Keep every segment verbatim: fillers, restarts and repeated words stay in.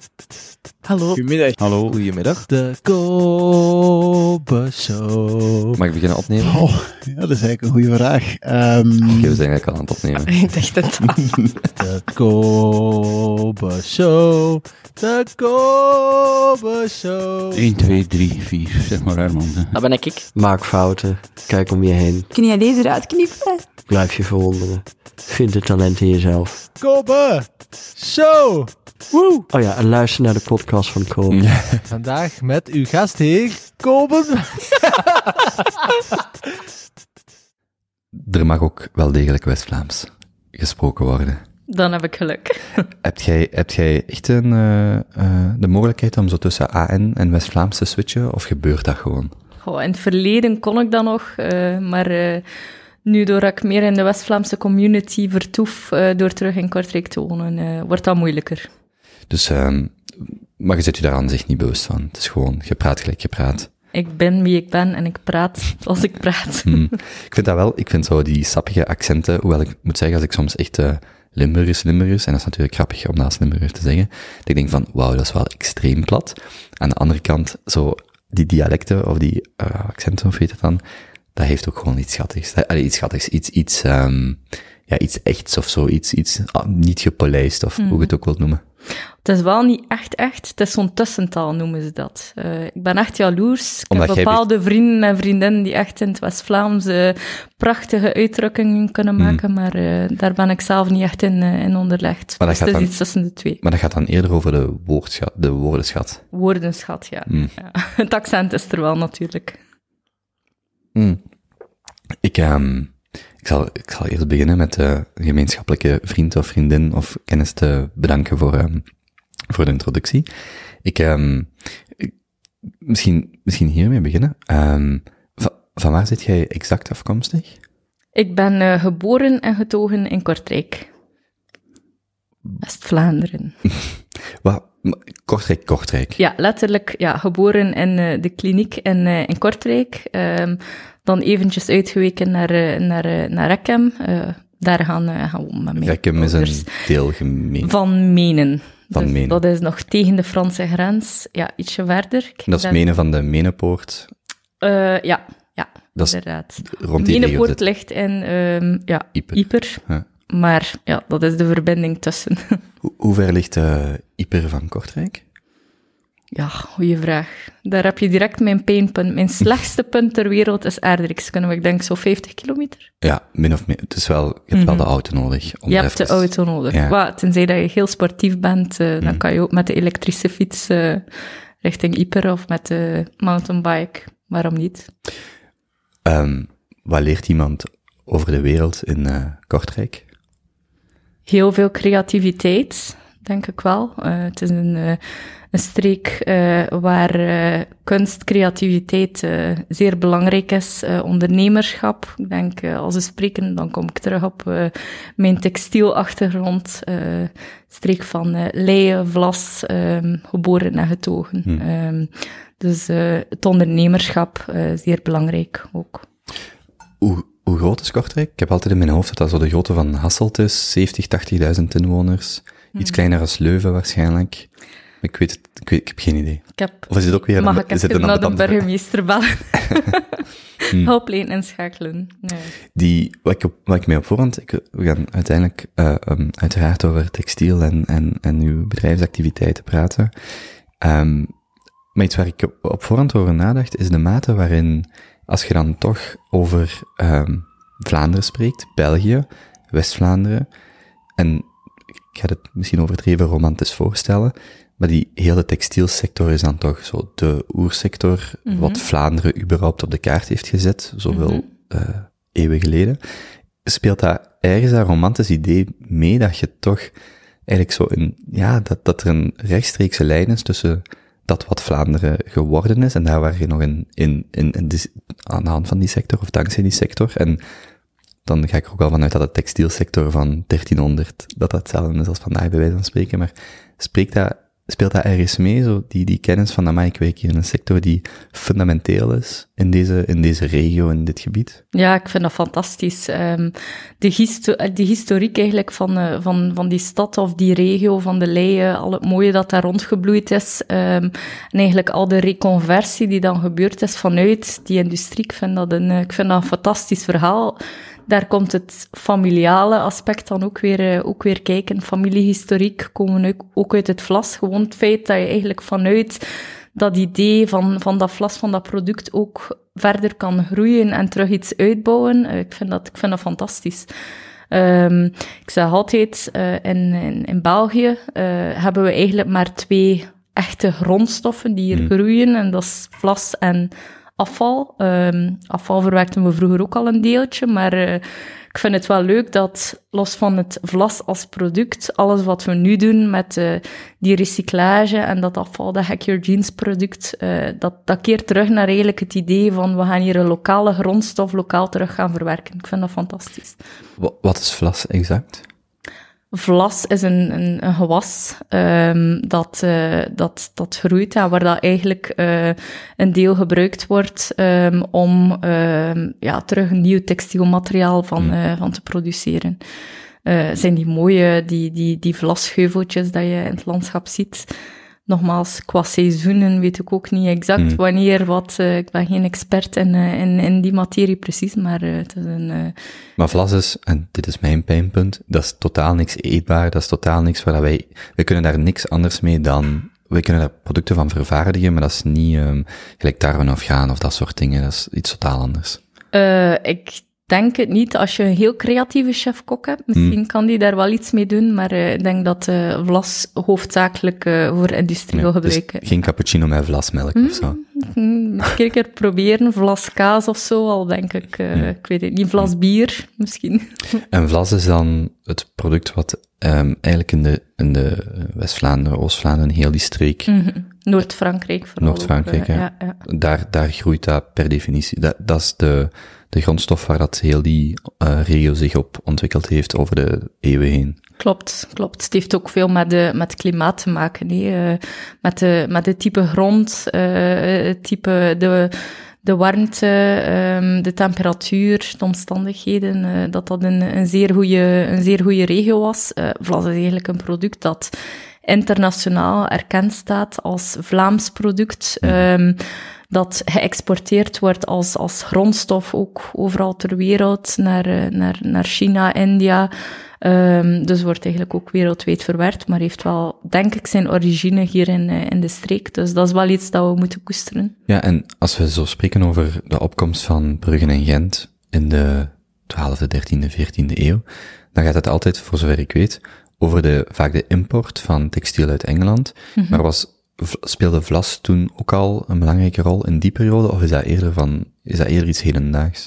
Hallo. Goedemiddag. Hallo. Goedemiddag. De Kobe Show. Mag ik beginnen opnemen? Oh, ja, dat is eigenlijk een goede vraag. Um... Okay, we zijn eigenlijk al aan het opnemen. Ik dacht het al. De Kobe Show. De Kobe Show. één, twee, drie, vier, zeg maar Herman. Dat ben ik. Maak fouten. Kijk om je heen. Kun jij deze eruit knippen? Blijf je verwonderen. Vind het talent in jezelf. Kobe Show. Woe. Oh ja, en luister naar de podcast van Kobe. Ja. Vandaag met uw gastheer, Kobe. Er mag ook wel degelijk West-Vlaams gesproken worden. Dan heb ik geluk. Heb jij, heb jij echt een, uh, uh, de mogelijkheid om zo tussen A N en West-Vlaams te switchen, of gebeurt dat gewoon? Goh, in het verleden kon ik dat nog, uh, maar uh, nu doordat ik meer in de West-Vlaamse community vertoef, uh, door terug in Kortrijk te wonen, uh, wordt dat moeilijker. Dus, um, maar je zit je daar aan zich niet bewust van. Het is gewoon, je praat gelijk je praat. Ik ben wie ik ben en ik praat als ik praat. Hmm. Ik vind dat wel, ik vind zo die sappige accenten, hoewel ik moet zeggen, als ik soms echt uh, Limburgers, Limburgers, en dat is natuurlijk grappig om dat als Limburger te zeggen, dat ik denk van, wauw, dat is wel extreem plat. Aan de andere kant, zo, die dialecten, of die uh, accenten, of weet het dan, dat heeft ook gewoon iets schattigs. Dat, allee, iets schattigs, iets, iets, um, ja, iets echts of zo, iets, iets uh, niet gepolijst, of mm. hoe je het ook wilt noemen. Het is wel niet echt echt, het is zo'n tussentaal noemen ze dat. Uh, ik ben echt jaloers. Ik Omdat heb bepaalde vrienden en vriendinnen die echt in het West-Vlaams uh, prachtige uitdrukkingen kunnen maken, mm. maar uh, daar ben ik zelf niet echt in, uh, in onderlegd. Maar dus dat het is dan, iets tussen de twee. Maar dat gaat dan eerder over de woordschat, de woordenschat. Woordenschat, ja. Mm. ja. Het accent is er wel natuurlijk. Mm. Ik, um, ik, zal, ik zal eerst beginnen met de gemeenschappelijke vriend of vriendin of kennis te bedanken voor, um, voor de introductie. Ik, um, ik, misschien, misschien hiermee beginnen. Um, van, van waar zit jij exact afkomstig? Ik ben uh, geboren en getogen in Kortrijk. West-Vlaanderen. Wat? Kortrijk, Kortrijk? Ja, letterlijk, ja, geboren in uh, de kliniek in, uh, in Kortrijk. Um, dan eventjes uitgeweken naar, uh, naar, uh, naar Rekkem. Uh, daar gaan, uh, gaan we met mijn Rekkem is ouders. een deelgemeen. Van Menen. Van dus Menen. Dat is nog tegen de Franse grens. Ja, ietsje verder. Dat is daar... Menen van de Menenpoort? Uh, ja, ja, dat inderdaad. Rond die Menenpoort ligt in um, ja, Ieper. Ieper. Ja. Maar ja, dat is de verbinding tussen. Hoe, hoe ver ligt uh, Ieper van Kortrijk? Ja, goeie vraag. Daar heb je direct mijn pijnpunt. Mijn slechtste punt ter wereld is Aardrijkskunde. Ik denk zo vijftig kilometer. Ja, min of meer. Het is wel, je hebt mm-hmm. wel de auto nodig. Om je hebt de auto nodig. Ja. Well, tenzij dat je heel sportief bent, uh, mm. dan kan je ook met de elektrische fiets uh, richting Ieper of met de mountainbike. Waarom niet? Um, wat leert iemand over de wereld in uh, Kortrijk? Heel veel creativiteit, denk ik wel. Uh, het is een, uh, een streek uh, waar uh, kunst, creativiteit uh, zeer belangrijk is. Uh, ondernemerschap. Ik denk, uh, als we spreken, dan kom ik terug op uh, mijn textielachtergrond. Uh, streek van uh, Leien, Vlas, um, geboren en getogen. Hmm. Um, dus uh, het ondernemerschap, uh, zeer belangrijk ook. Hoe, hoe groot is Kortrijk? Ik heb altijd in mijn hoofd dat dat zo de grootte van Hasselt is, zeventig, tachtigduizend inwoners. Iets mm. kleiner als Leuven waarschijnlijk. Ik weet het, ik, weet, ik heb geen idee. Ik heb, of is het ook weer mag een, ik even naar de burgemeester bellen? hmm. Hulplijn inschakelen. Nee. Die, wat ik, op, wat ik mij op voorhand, ik, we gaan uiteindelijk uh, um, uiteraard over textiel en, en, en uw bedrijfsactiviteiten praten. Um, maar iets waar ik op, op voorhand over nadacht, is de mate waarin, als je dan toch over um, Vlaanderen spreekt, België, West-Vlaanderen, en ik ga het misschien overdreven romantisch voorstellen, maar die hele textielsector is dan toch zo de oersector, mm-hmm. wat Vlaanderen überhaupt op de kaart heeft gezet, zoveel mm-hmm. uh, eeuwen geleden. Speelt dat ergens dat romantisch idee mee, dat je toch eigenlijk zo een, ja, dat, dat er een rechtstreekse lijn is tussen dat wat Vlaanderen geworden is, en daar waar je nog in, in, in, in die, aan de hand van die sector, of dankzij die sector, en dan ga ik er ook wel vanuit dat de textielsector van dertienhonderd, dat dat hetzelfde is als vandaag bij wijze van spreken, maar spreekt dat speelt dat ergens mee, zo die, die kennis van, amai, ik werk hier in een sector die fundamenteel is in deze, in deze regio, in dit gebied? Ja, ik vind dat fantastisch. Um, de, histo- de historiek eigenlijk van, uh, van, van die stad of die regio, van de Leie, al het mooie dat daar rondgebloeid is, um, en eigenlijk al de reconversie die dan gebeurd is vanuit die industrie, ik vind dat een, ik vind dat een fantastisch verhaal. Daar komt het familiale aspect dan ook weer, uh, ook weer kijken. Familiehistoriek komen ook, ook uit het vlas. Gewoon het feit dat je eigenlijk vanuit dat idee van, van dat vlas, van dat product, ook verder kan groeien en terug iets uitbouwen. Uh, ik, vind dat, ik vind dat fantastisch. Um, ik zeg altijd, uh, in, in, in België uh, hebben we eigenlijk maar twee echte grondstoffen die hier mm. groeien. En dat is vlas en afval. Um, afval verwerkten we vroeger ook al een deeltje, maar uh, ik vind het wel leuk dat, los van het vlas als product, alles wat we nu doen met uh, die recyclage en dat afval, dat Hack Your Jeans product, uh, dat, dat keert terug naar eigenlijk het idee van we gaan hier een lokale grondstof lokaal terug gaan verwerken. Ik vind dat fantastisch. Wat is vlas exact? Vlas is een, een, een gewas um, dat, uh, dat, dat groeit en waar dat eigenlijk uh, een deel gebruikt wordt um, om um, ja, terug een nieuw textielmateriaal van, uh, van te produceren. Uh, zijn die mooie, die, die, die vlasgeuveltjes dat je in het landschap ziet. Nogmaals, qua seizoenen weet ik ook niet exact mm. wanneer, wat. Uh, ik ben geen expert in, uh, in, in die materie precies, maar uh, het is een... Uh... Maar vlas is, en dit is mijn pijnpunt, dat is totaal niks eetbaar, dat is totaal niks waar wij... We kunnen daar niks anders mee dan... We kunnen daar producten van vervaardigen, maar dat is niet um, gelijk tarwe of graan of dat soort dingen, dat is iets totaal anders. Uh, ik denk het niet. Als je een heel creatieve chef-kok hebt, misschien mm. kan die daar wel iets mee doen, maar uh, ik denk dat uh, vlas hoofdzakelijk uh, voor industrieel ja, gebruik. Dus geen cappuccino met vlasmelk mm. of zo? Mm, misschien een keer proberen, vlas kaas of zo, al denk ik, uh, ja. ik weet het niet, vlas bier misschien. En vlas is dan het product wat um, eigenlijk in de, in de West-Vlaanderen, Oost-Vlaanderen, heel die streek... Mm-hmm. Noord-Frankrijk vooral. Noord-Frankrijk, ook, uh, ja. ja, ja. Daar, daar groeit dat per definitie. Dat, dat is de, de grondstof waar dat heel die uh, regio zich op ontwikkeld heeft over de eeuwen heen. Klopt, klopt. Het heeft ook veel met, de, met het klimaat te maken. Nee? Uh, met, de, met de type grond, uh, het type... de de warmte, um, de temperatuur, de omstandigheden, uh, dat dat een, een zeer goede, een zeer goede regio was. Uh, vlas is eigenlijk een product dat internationaal erkend staat als Vlaams product, um, dat geëxporteerd wordt als, als grondstof ook overal ter wereld, naar, uh, naar, naar China, India. Um, dus wordt eigenlijk ook wereldwijd verwerkt, maar heeft wel, denk ik, zijn origine hier in, uh, in de streek. Dus dat is wel iets dat we moeten koesteren. Ja, en als we zo spreken over de opkomst van Brugge en Gent in de twaalfde, dertiende, veertiende eeuw, dan gaat het altijd, voor zover ik weet, over de, vaak de import van textiel uit Engeland. Mm-hmm. Maar was, speelde vlas toen ook al een belangrijke rol in die periode, of is dat eerder van, is dat eerder iets hedendaags?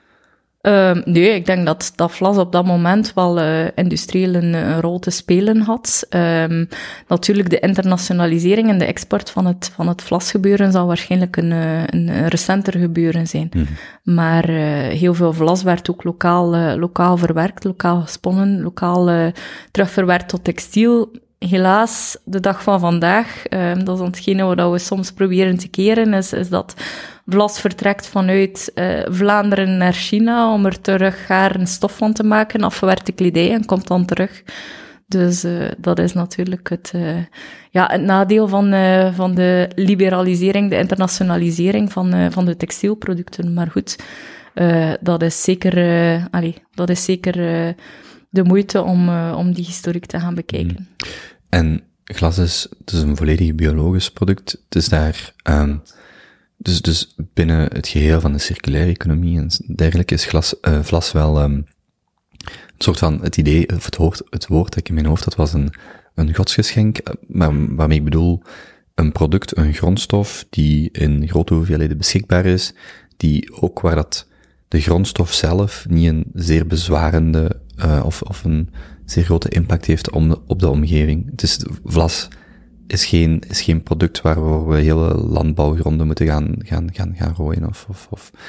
Uh, nee, ik denk dat, dat vlas op dat moment wel uh, industrieel een, een rol te spelen had. Um, natuurlijk de internationalisering en de export van het, van het vlasgebeuren zal waarschijnlijk een, een, een recenter gebeuren zijn. Mm. Maar uh, heel veel vlas werd ook lokaal, uh, lokaal verwerkt, lokaal gesponnen, lokaal uh, terugverwerkt tot textiel. Helaas, de dag van vandaag, um, dat is hetgene wat we soms proberen te keren, is, is dat vlas vertrekt vanuit uh, Vlaanderen naar China om er terug garen stof van te maken, afgewerkte kledij, en komt dan terug. Dus uh, dat is natuurlijk het, uh, ja, het nadeel van, uh, van de liberalisering, de internationalisering van, uh, van de textielproducten. Maar goed, uh, dat is zeker, uh, allez, dat is zeker uh, de moeite om, uh, om die historiek te gaan bekijken. En glas is, het is een volledig biologisch product. Het is daar, um, dus, dus binnen het geheel van de circulaire economie en dergelijke is glas, uh, vlas wel um, een soort van het idee, of het woord, het woord dat ik in mijn hoofd had was een, een godsgeschenk, maar waarmee ik bedoel een product, een grondstof die in grote hoeveelheden beschikbaar is, die ook waar dat de grondstof zelf niet een zeer bezwarende uh, of, of een zeer grote impact heeft om de, op de omgeving. Het is, vlas is geen, is geen product waar we hele landbouwgronden moeten gaan, gaan, gaan, gaan rooien of, of, of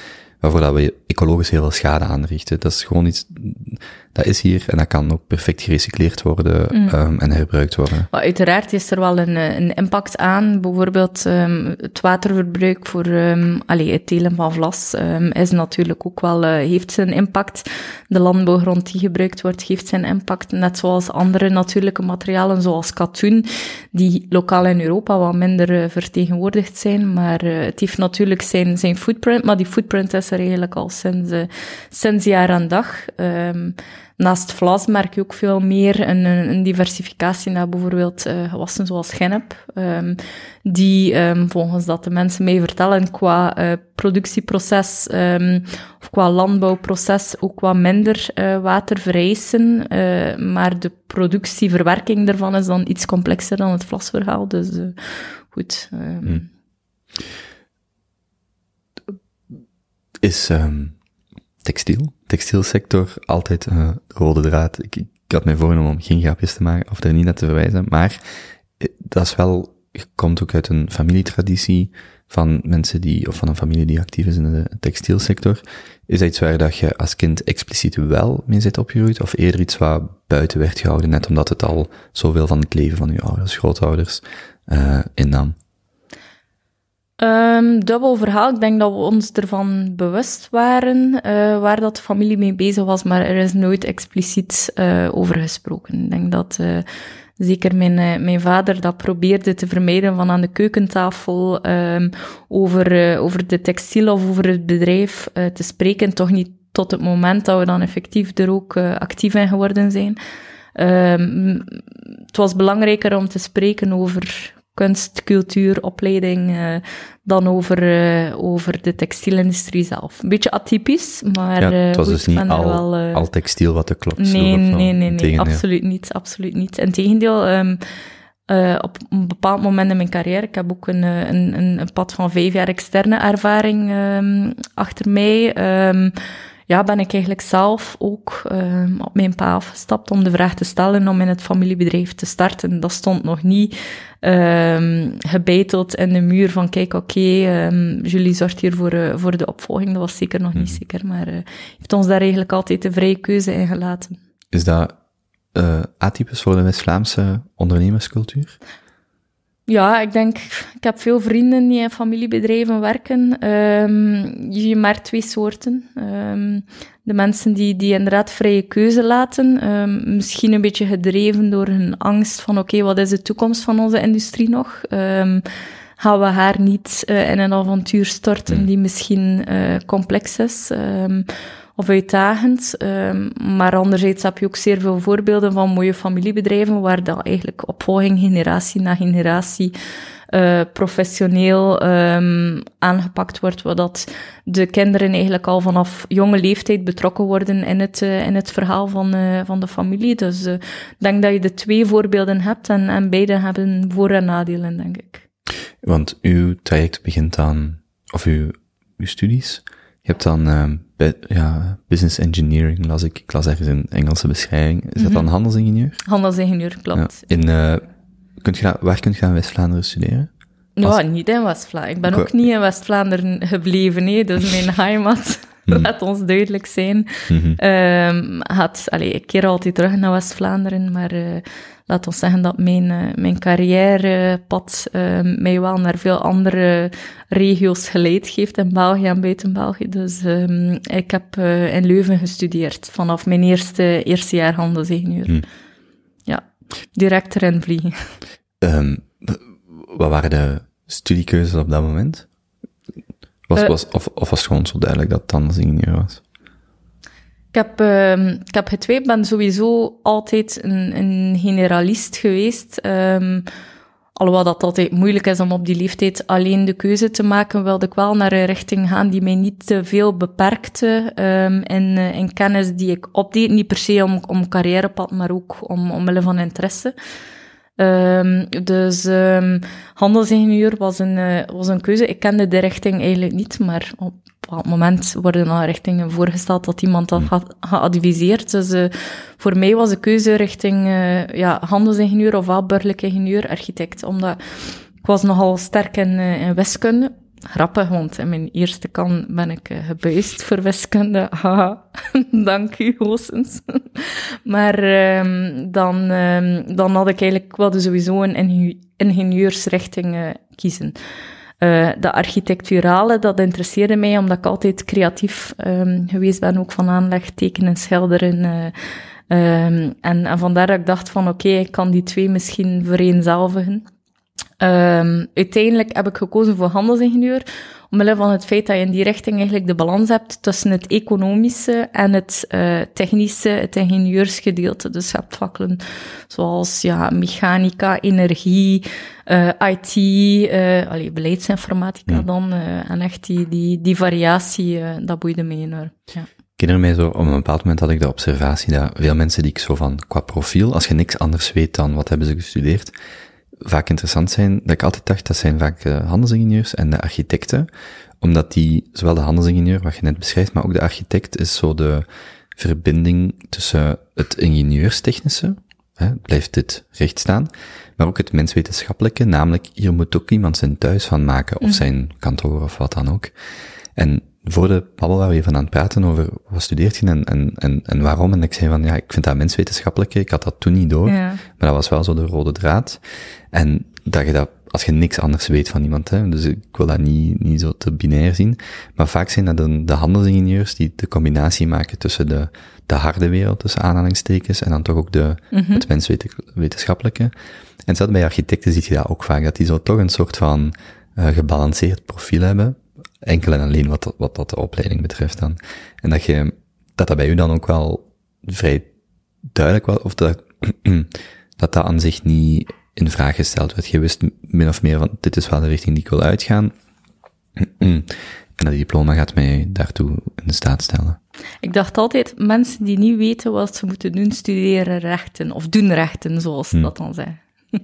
waarvoor dat we ecologisch heel veel schade aanrichten. Dat is gewoon iets, dat is hier en dat kan ook perfect gerecycleerd worden mm. um, en herbruikt worden. Maar uiteraard is er wel een, een impact aan. Bijvoorbeeld um, het waterverbruik voor um, allez, het telen van vlas um, is natuurlijk ook wel, uh, heeft zijn impact. De landbouwgrond die gebruikt wordt, heeft zijn impact. Net zoals andere natuurlijke materialen, zoals katoen, die lokaal in Europa wat minder uh, vertegenwoordigd zijn. Maar uh, het heeft natuurlijk zijn, zijn footprint, maar die footprint is er eigenlijk al sinds, uh, sinds jaar en dag. Um, naast vlas merk je ook veel meer een, een diversificatie naar bijvoorbeeld uh, gewassen zoals genep, um, die um, volgens dat de mensen mij vertellen qua uh, productieproces um, of qua landbouwproces ook wat minder uh, water vereisen, uh, maar de productieverwerking daarvan is dan iets complexer dan het vlasverhaal, dus uh, goed. Um. Hmm. Is um, textiel, textielsector altijd uh, de rode draad? Ik, ik had mij voorgenomen om geen grapjes te maken of er niet naar te verwijzen, maar dat is wel, komt ook uit een familietraditie van mensen die, of van een familie die actief is in de textielsector. Is dat iets waar dat je als kind expliciet wel mee zit opgegroeid, of eerder iets wat buiten werd gehouden, net omdat het al zoveel van het leven van je ouders, grootouders uh, innam? Um, dubbel verhaal. Ik denk dat we ons ervan bewust waren uh, waar dat de familie mee bezig was, maar er is nooit expliciet uh, over gesproken. Ik denk dat uh, zeker mijn, uh, mijn vader dat probeerde te vermijden van aan de keukentafel um, over, uh, over de textiel of over het bedrijf uh, te spreken, toch niet tot het moment dat we dan effectief er ook uh, actief in geworden zijn. Um, het was belangrijker om te spreken over kunst, cultuur, opleiding, uh, dan over, uh, over de textielindustrie zelf. Een beetje atypisch, maar ja, het was uh, dus niet al, wel, uh, al textiel wat de klok sloeg. Nee, nee, nee, nee, nee, absoluut niet, absoluut niet. Integendeel, um, uh, op een bepaald moment in mijn carrière, ik heb ook een, een, een, een pad van vijf jaar externe ervaring um, achter mij, um, ja, ben ik eigenlijk zelf ook um, op mijn pa afgestapt om de vraag te stellen om in het familiebedrijf te starten. Dat stond nog niet um, gebeiteld in de muur van kijk, oké, okay, um, Julie zorgt hier voor, uh, voor de opvolging. Dat was zeker nog niet hmm. zeker, maar uh, heeft ons daar eigenlijk altijd de vrije keuze in gelaten. Is dat uh, atypisch voor de West-Vlaamse ondernemerscultuur? Ja, ik denk, ik heb veel vrienden die in familiebedrijven werken. Um, je merkt twee soorten. Um, de mensen die, die inderdaad vrije keuze laten, um, misschien een beetje gedreven door hun angst van oké, okay, wat is de toekomst van onze industrie nog? Um, gaan we haar niet uh, in een avontuur storten die misschien uh, complex is? Um, of uitdagend. Um, maar anderzijds heb je ook zeer veel voorbeelden van mooie familiebedrijven waar dan eigenlijk opvolging generatie na generatie uh, professioneel um, aangepakt wordt, zodat de kinderen eigenlijk al vanaf jonge leeftijd betrokken worden in het, uh, in het verhaal van, uh, van de familie. Dus uh, ik denk dat je de twee voorbeelden hebt en, en beide hebben voor- en nadelen, denk ik. Want uw traject begint aan, of uw, uw studies, je hebt dan uh, be, ja, business engineering, las ik, ik las ergens een Engelse beschrijving. Is dat mm-hmm. dan handelsingenieur? Handelsingenieur, klopt. Ja. In, uh, kunt je, waar kunt je in West-Vlaanderen studeren? Ja, Als... niet in West-Vlaanderen. Ik ben ook niet in West-Vlaanderen gebleven, nee. Dus mijn heimat, mm. laat ons duidelijk zijn, mm-hmm. um, gaat, allee, ik keer altijd terug naar West-Vlaanderen, maar uh, laat ons zeggen dat mijn, uh, mijn carrièrepad uh, mij wel naar veel andere regio's geleid heeft in België en buiten België. Dus um, ik heb uh, in Leuven gestudeerd, vanaf mijn eerste, eerste jaar handelsingenieur. Mm. Ja, direct erin vliegen. Um, wat waren de studiekeuzes op dat moment? Was, uh, was, of, of was het gewoon zo duidelijk dat het handelsingenieur was? Ik heb, uh, ik heb getwijfeld, ik ben sowieso altijd een, een generalist geweest. Um, alhoewel dat altijd moeilijk is om op die leeftijd alleen de keuze te maken, wilde ik wel naar een richting gaan die mij niet te veel beperkte um, in, in kennis die ik opdeed. Niet per se om, om carrièrepad, maar ook om, omwille van interesse. Um, dus um, handelsingenieur was een, uh, was een keuze. Ik kende de richting eigenlijk niet, maar op het moment worden al richtingen voorgesteld dat iemand dat had geadviseerd. Dus uh, voor mij was de keuze richting uh, ja, handelsingenieur of wel burgerlijk ingenieur, architect. Omdat ik was nogal sterk in, uh, in wiskunde. grappig, want in mijn eerste kan ben ik uh, gebuist voor wiskunde. Haha, dank u, Hoosens. Maar um, dan, um, dan had ik eigenlijk wilde sowieso een inge- ingenieursrichting uh, kiezen. Uh, de architecturale, dat interesseerde mij, omdat ik altijd creatief um, geweest ben, ook van aanleg, tekenen, schilderen. Uh, um, en, en vandaar dat ik dacht van, oké, okay, ik kan die twee misschien vereenzelvigen. Um, uiteindelijk heb ik gekozen voor handelsingenieur, omwille van het feit dat je in die richting eigenlijk de balans hebt tussen het economische en het uh, technische, het ingenieursgedeelte. Dus je hebt vakken zoals ja, mechanica, energie, uh, I T, uh, allee, beleidsinformatica ja. dan, uh, en echt die, die, die variatie, uh, dat boeide me enorm. Ja. Ik herinner mij zo, op een bepaald moment had ik de observatie dat veel mensen die ik zo van, qua profiel, als je niks anders weet dan wat hebben ze gestudeerd, vaak interessant zijn, dat ik altijd dacht, dat zijn vaak uh, handelsingenieurs en de architecten, omdat die, zowel de handelsingenieur, wat je net beschrijft, maar ook de architect is zo de verbinding tussen het ingenieurstechnische, hè, blijft dit recht staan, maar ook het menswetenschappelijke, namelijk hier moet ook iemand zijn thuis van maken, of zijn kantoor, of wat dan ook. En voor de babbel waren we even aan het praten over, wat studeert je en, en, en, en waarom? En ik zei van, ja, ik vind dat menswetenschappelijke, ik had dat toen niet door, ja. maar dat was wel zo de rode draad. En dat je dat, als je niks anders weet van iemand, hè, dus ik wil dat niet, niet zo te binair zien, maar vaak zijn dat de, de handelsingenieurs die de combinatie maken tussen de, de harde wereld, tussen aanhalingstekens, en dan toch ook de, mm-hmm. het menswetenschappelijke. En hetzelfde bij architecten zie je dat ook vaak, dat die zo toch een soort van uh, gebalanceerd profiel hebben, enkel en alleen wat, wat dat de opleiding betreft dan. En dat je, dat dat bij u dan ook wel vrij duidelijk was, of dat, dat dat aan zich niet in vraag gesteld werd. Je wist min of meer van, dit is wel de richting die ik wil uitgaan. En dat diploma gaat mij daartoe in de staat stellen. Ik dacht altijd, mensen die niet weten wat ze moeten doen, studeren rechten, of doen rechten, zoals ze hmm. dat dan zeggen.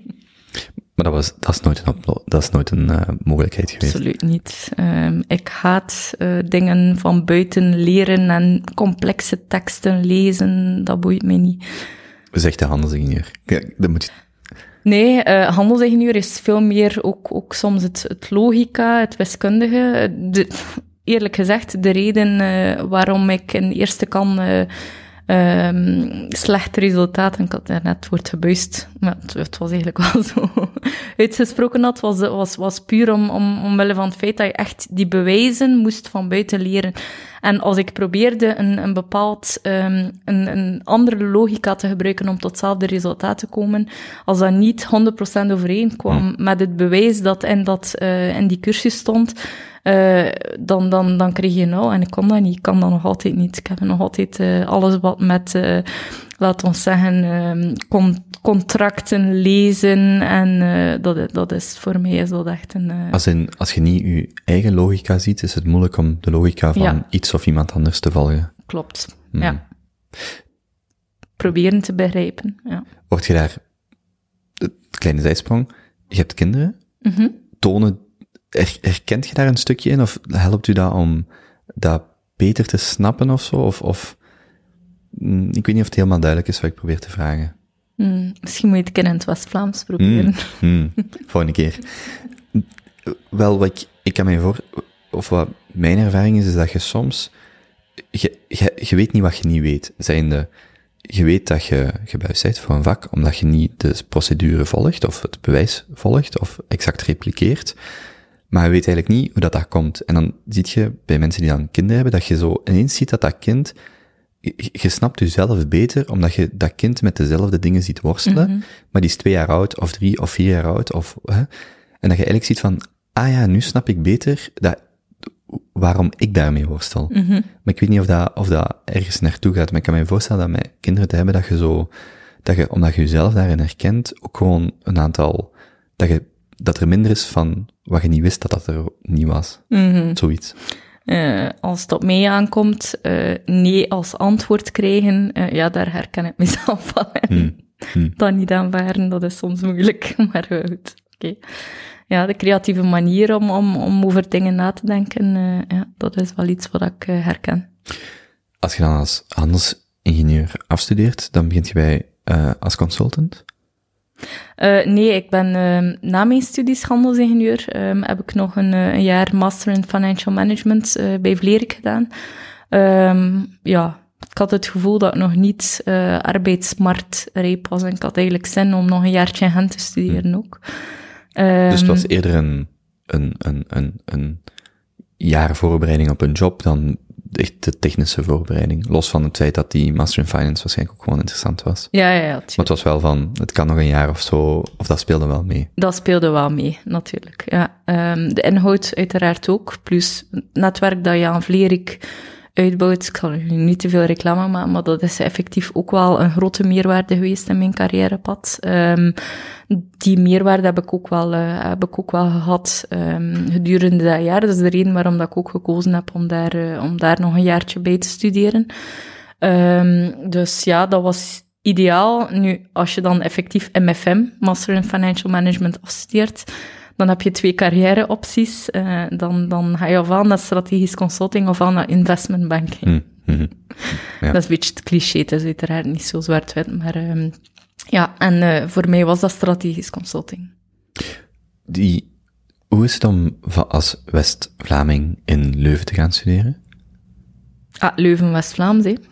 Maar dat, was, dat is nooit een, oplo- dat is nooit een uh, mogelijkheid geweest. Absoluut niet. Um, ik haat uh, dingen van buiten leren en complexe teksten lezen. Dat boeit mij niet. Zegt de handelsingenieur. Ja, dat moet je... Nee, uh, handelsingenieur is veel meer ook, ook soms het, het logica, het wiskundige. De, eerlijk gezegd, de reden uh, waarom ik in eerste kan... Uh, Um, slechte resultaten, ik had er net het woord gebuist, maar het, het was eigenlijk wel zo uitgesproken had, was, was, was puur om, om, omwille van het feit dat je echt die bewijzen moest van buiten leren. En als ik probeerde een, een bepaald, um, een, een andere logica te gebruiken om tot hetzelfde resultaat te komen, als dat niet honderd procent overeenkwam met het bewijs dat in, dat, uh, in die cursus stond, Uh, dan, dan, dan kreeg je nou, en ik kon dat niet, ik kan dat nog altijd niet. Ik heb nog altijd uh, alles wat met, uh, laat ons zeggen, uh, con- contracten lezen, en uh, dat, dat is, voor mij is dat echt een... Uh... Als, in, als je niet je eigen logica ziet, is het moeilijk om de logica van ja. iets of iemand anders te volgen. Klopt, hmm. ja. Proberen te begrijpen, ja. Word je daar, kleine zijsprong, je hebt kinderen, mm-hmm. tonen Er, herkent je daar een stukje in, of helpt u dat om dat beter te snappen of zo? Of, of ik weet niet of het helemaal duidelijk is wat ik probeer te vragen. Hmm, misschien moet je het in het West-Vlaams proberen. Hmm, hmm, volgende keer. Wel, wat ik, ik kan mij voor, of wat mijn ervaring is, is dat je soms, je, je, je weet niet wat je niet weet. Zijnde, je weet dat je gebuist bent voor een vak, omdat je niet de procedure volgt, of het bewijs volgt, of exact repliceert. Maar je weet eigenlijk niet hoe dat, dat komt. En dan zie je bij mensen die dan kinderen hebben, dat je zo ineens ziet dat dat kind, je, je snapt jezelf beter, omdat je dat kind met dezelfde dingen ziet worstelen, mm-hmm. maar die is twee jaar oud, of drie, of vier jaar oud, of, hè, en dat je eigenlijk ziet van, ah ja, nu snap ik beter dat, waarom ik daarmee worstel. Mm-hmm. Maar ik weet niet of dat, of dat ergens naartoe gaat, maar ik kan me voorstellen dat met kinderen te hebben, dat je zo, dat je, omdat je jezelf daarin herkent, ook gewoon een aantal, dat je, dat er minder is van wat je niet wist dat dat er niet was. Mm-hmm. Zoiets. Uh, als het op mij aankomt, uh, nee als antwoord krijgen, uh, ja, daar herken ik mezelf wel in. Mm. Mm. Dat niet aanvaren, dat is soms moeilijk, maar goed. Oké. Okay. Ja, de creatieve manier om, om, om over dingen na te denken, uh, ja, dat is wel iets wat ik uh, herken. Als je dan als handelsingenieur afstudeert, dan begint je bij uh, als consultant? Uh, nee, ik ben uh, na mijn studies handelsingenieur um, heb ik nog een, uh, een jaar master in financial management uh, bij Vlerik gedaan. Um, ja, ik had het gevoel dat ik nog niet uh, arbeidsmarktrijp was en ik had eigenlijk zin om nog een jaartje in Gent te studeren ook. Um, dus het was eerder een, een, een, een, een jaar voorbereiding op een job dan echt de technische voorbereiding. Los van het feit dat die Master in Finance waarschijnlijk ook gewoon interessant was. Ja, ja, ja. Maar het was wel van, het kan nog een jaar of zo, of dat speelde wel mee. Dat speelde wel mee, natuurlijk. Ja. Um, de inhoud uiteraard ook, plus het netwerk dat je aan Vlerik uitbouwt. Ik zal nu niet te veel reclame maken, maar dat is effectief ook wel een grote meerwaarde geweest in mijn carrièrepad. Um, die meerwaarde heb ik ook wel, uh, heb ik ook wel gehad um, gedurende dat jaar. Dat is de reden waarom dat ik ook gekozen heb om daar, uh, om daar nog een jaartje bij te studeren. Um, dus ja, dat was ideaal. Nu, als je dan effectief M F M, Master in Financial Management, afstudeert, dan heb je twee carrièreopties. Uh, dan, dan ga je ofwel naar strategisch consulting ofwel naar investment banking. Mm-hmm. Ja. Dat is een beetje het cliché, het is uiteraard niet zo zwart-wit, maar um, ja, en uh, voor mij was dat strategisch consulting. Die, hoe is het om als West-Vlaming in Leuven te gaan studeren? Ah, Leuven, West-Vlaams, hè.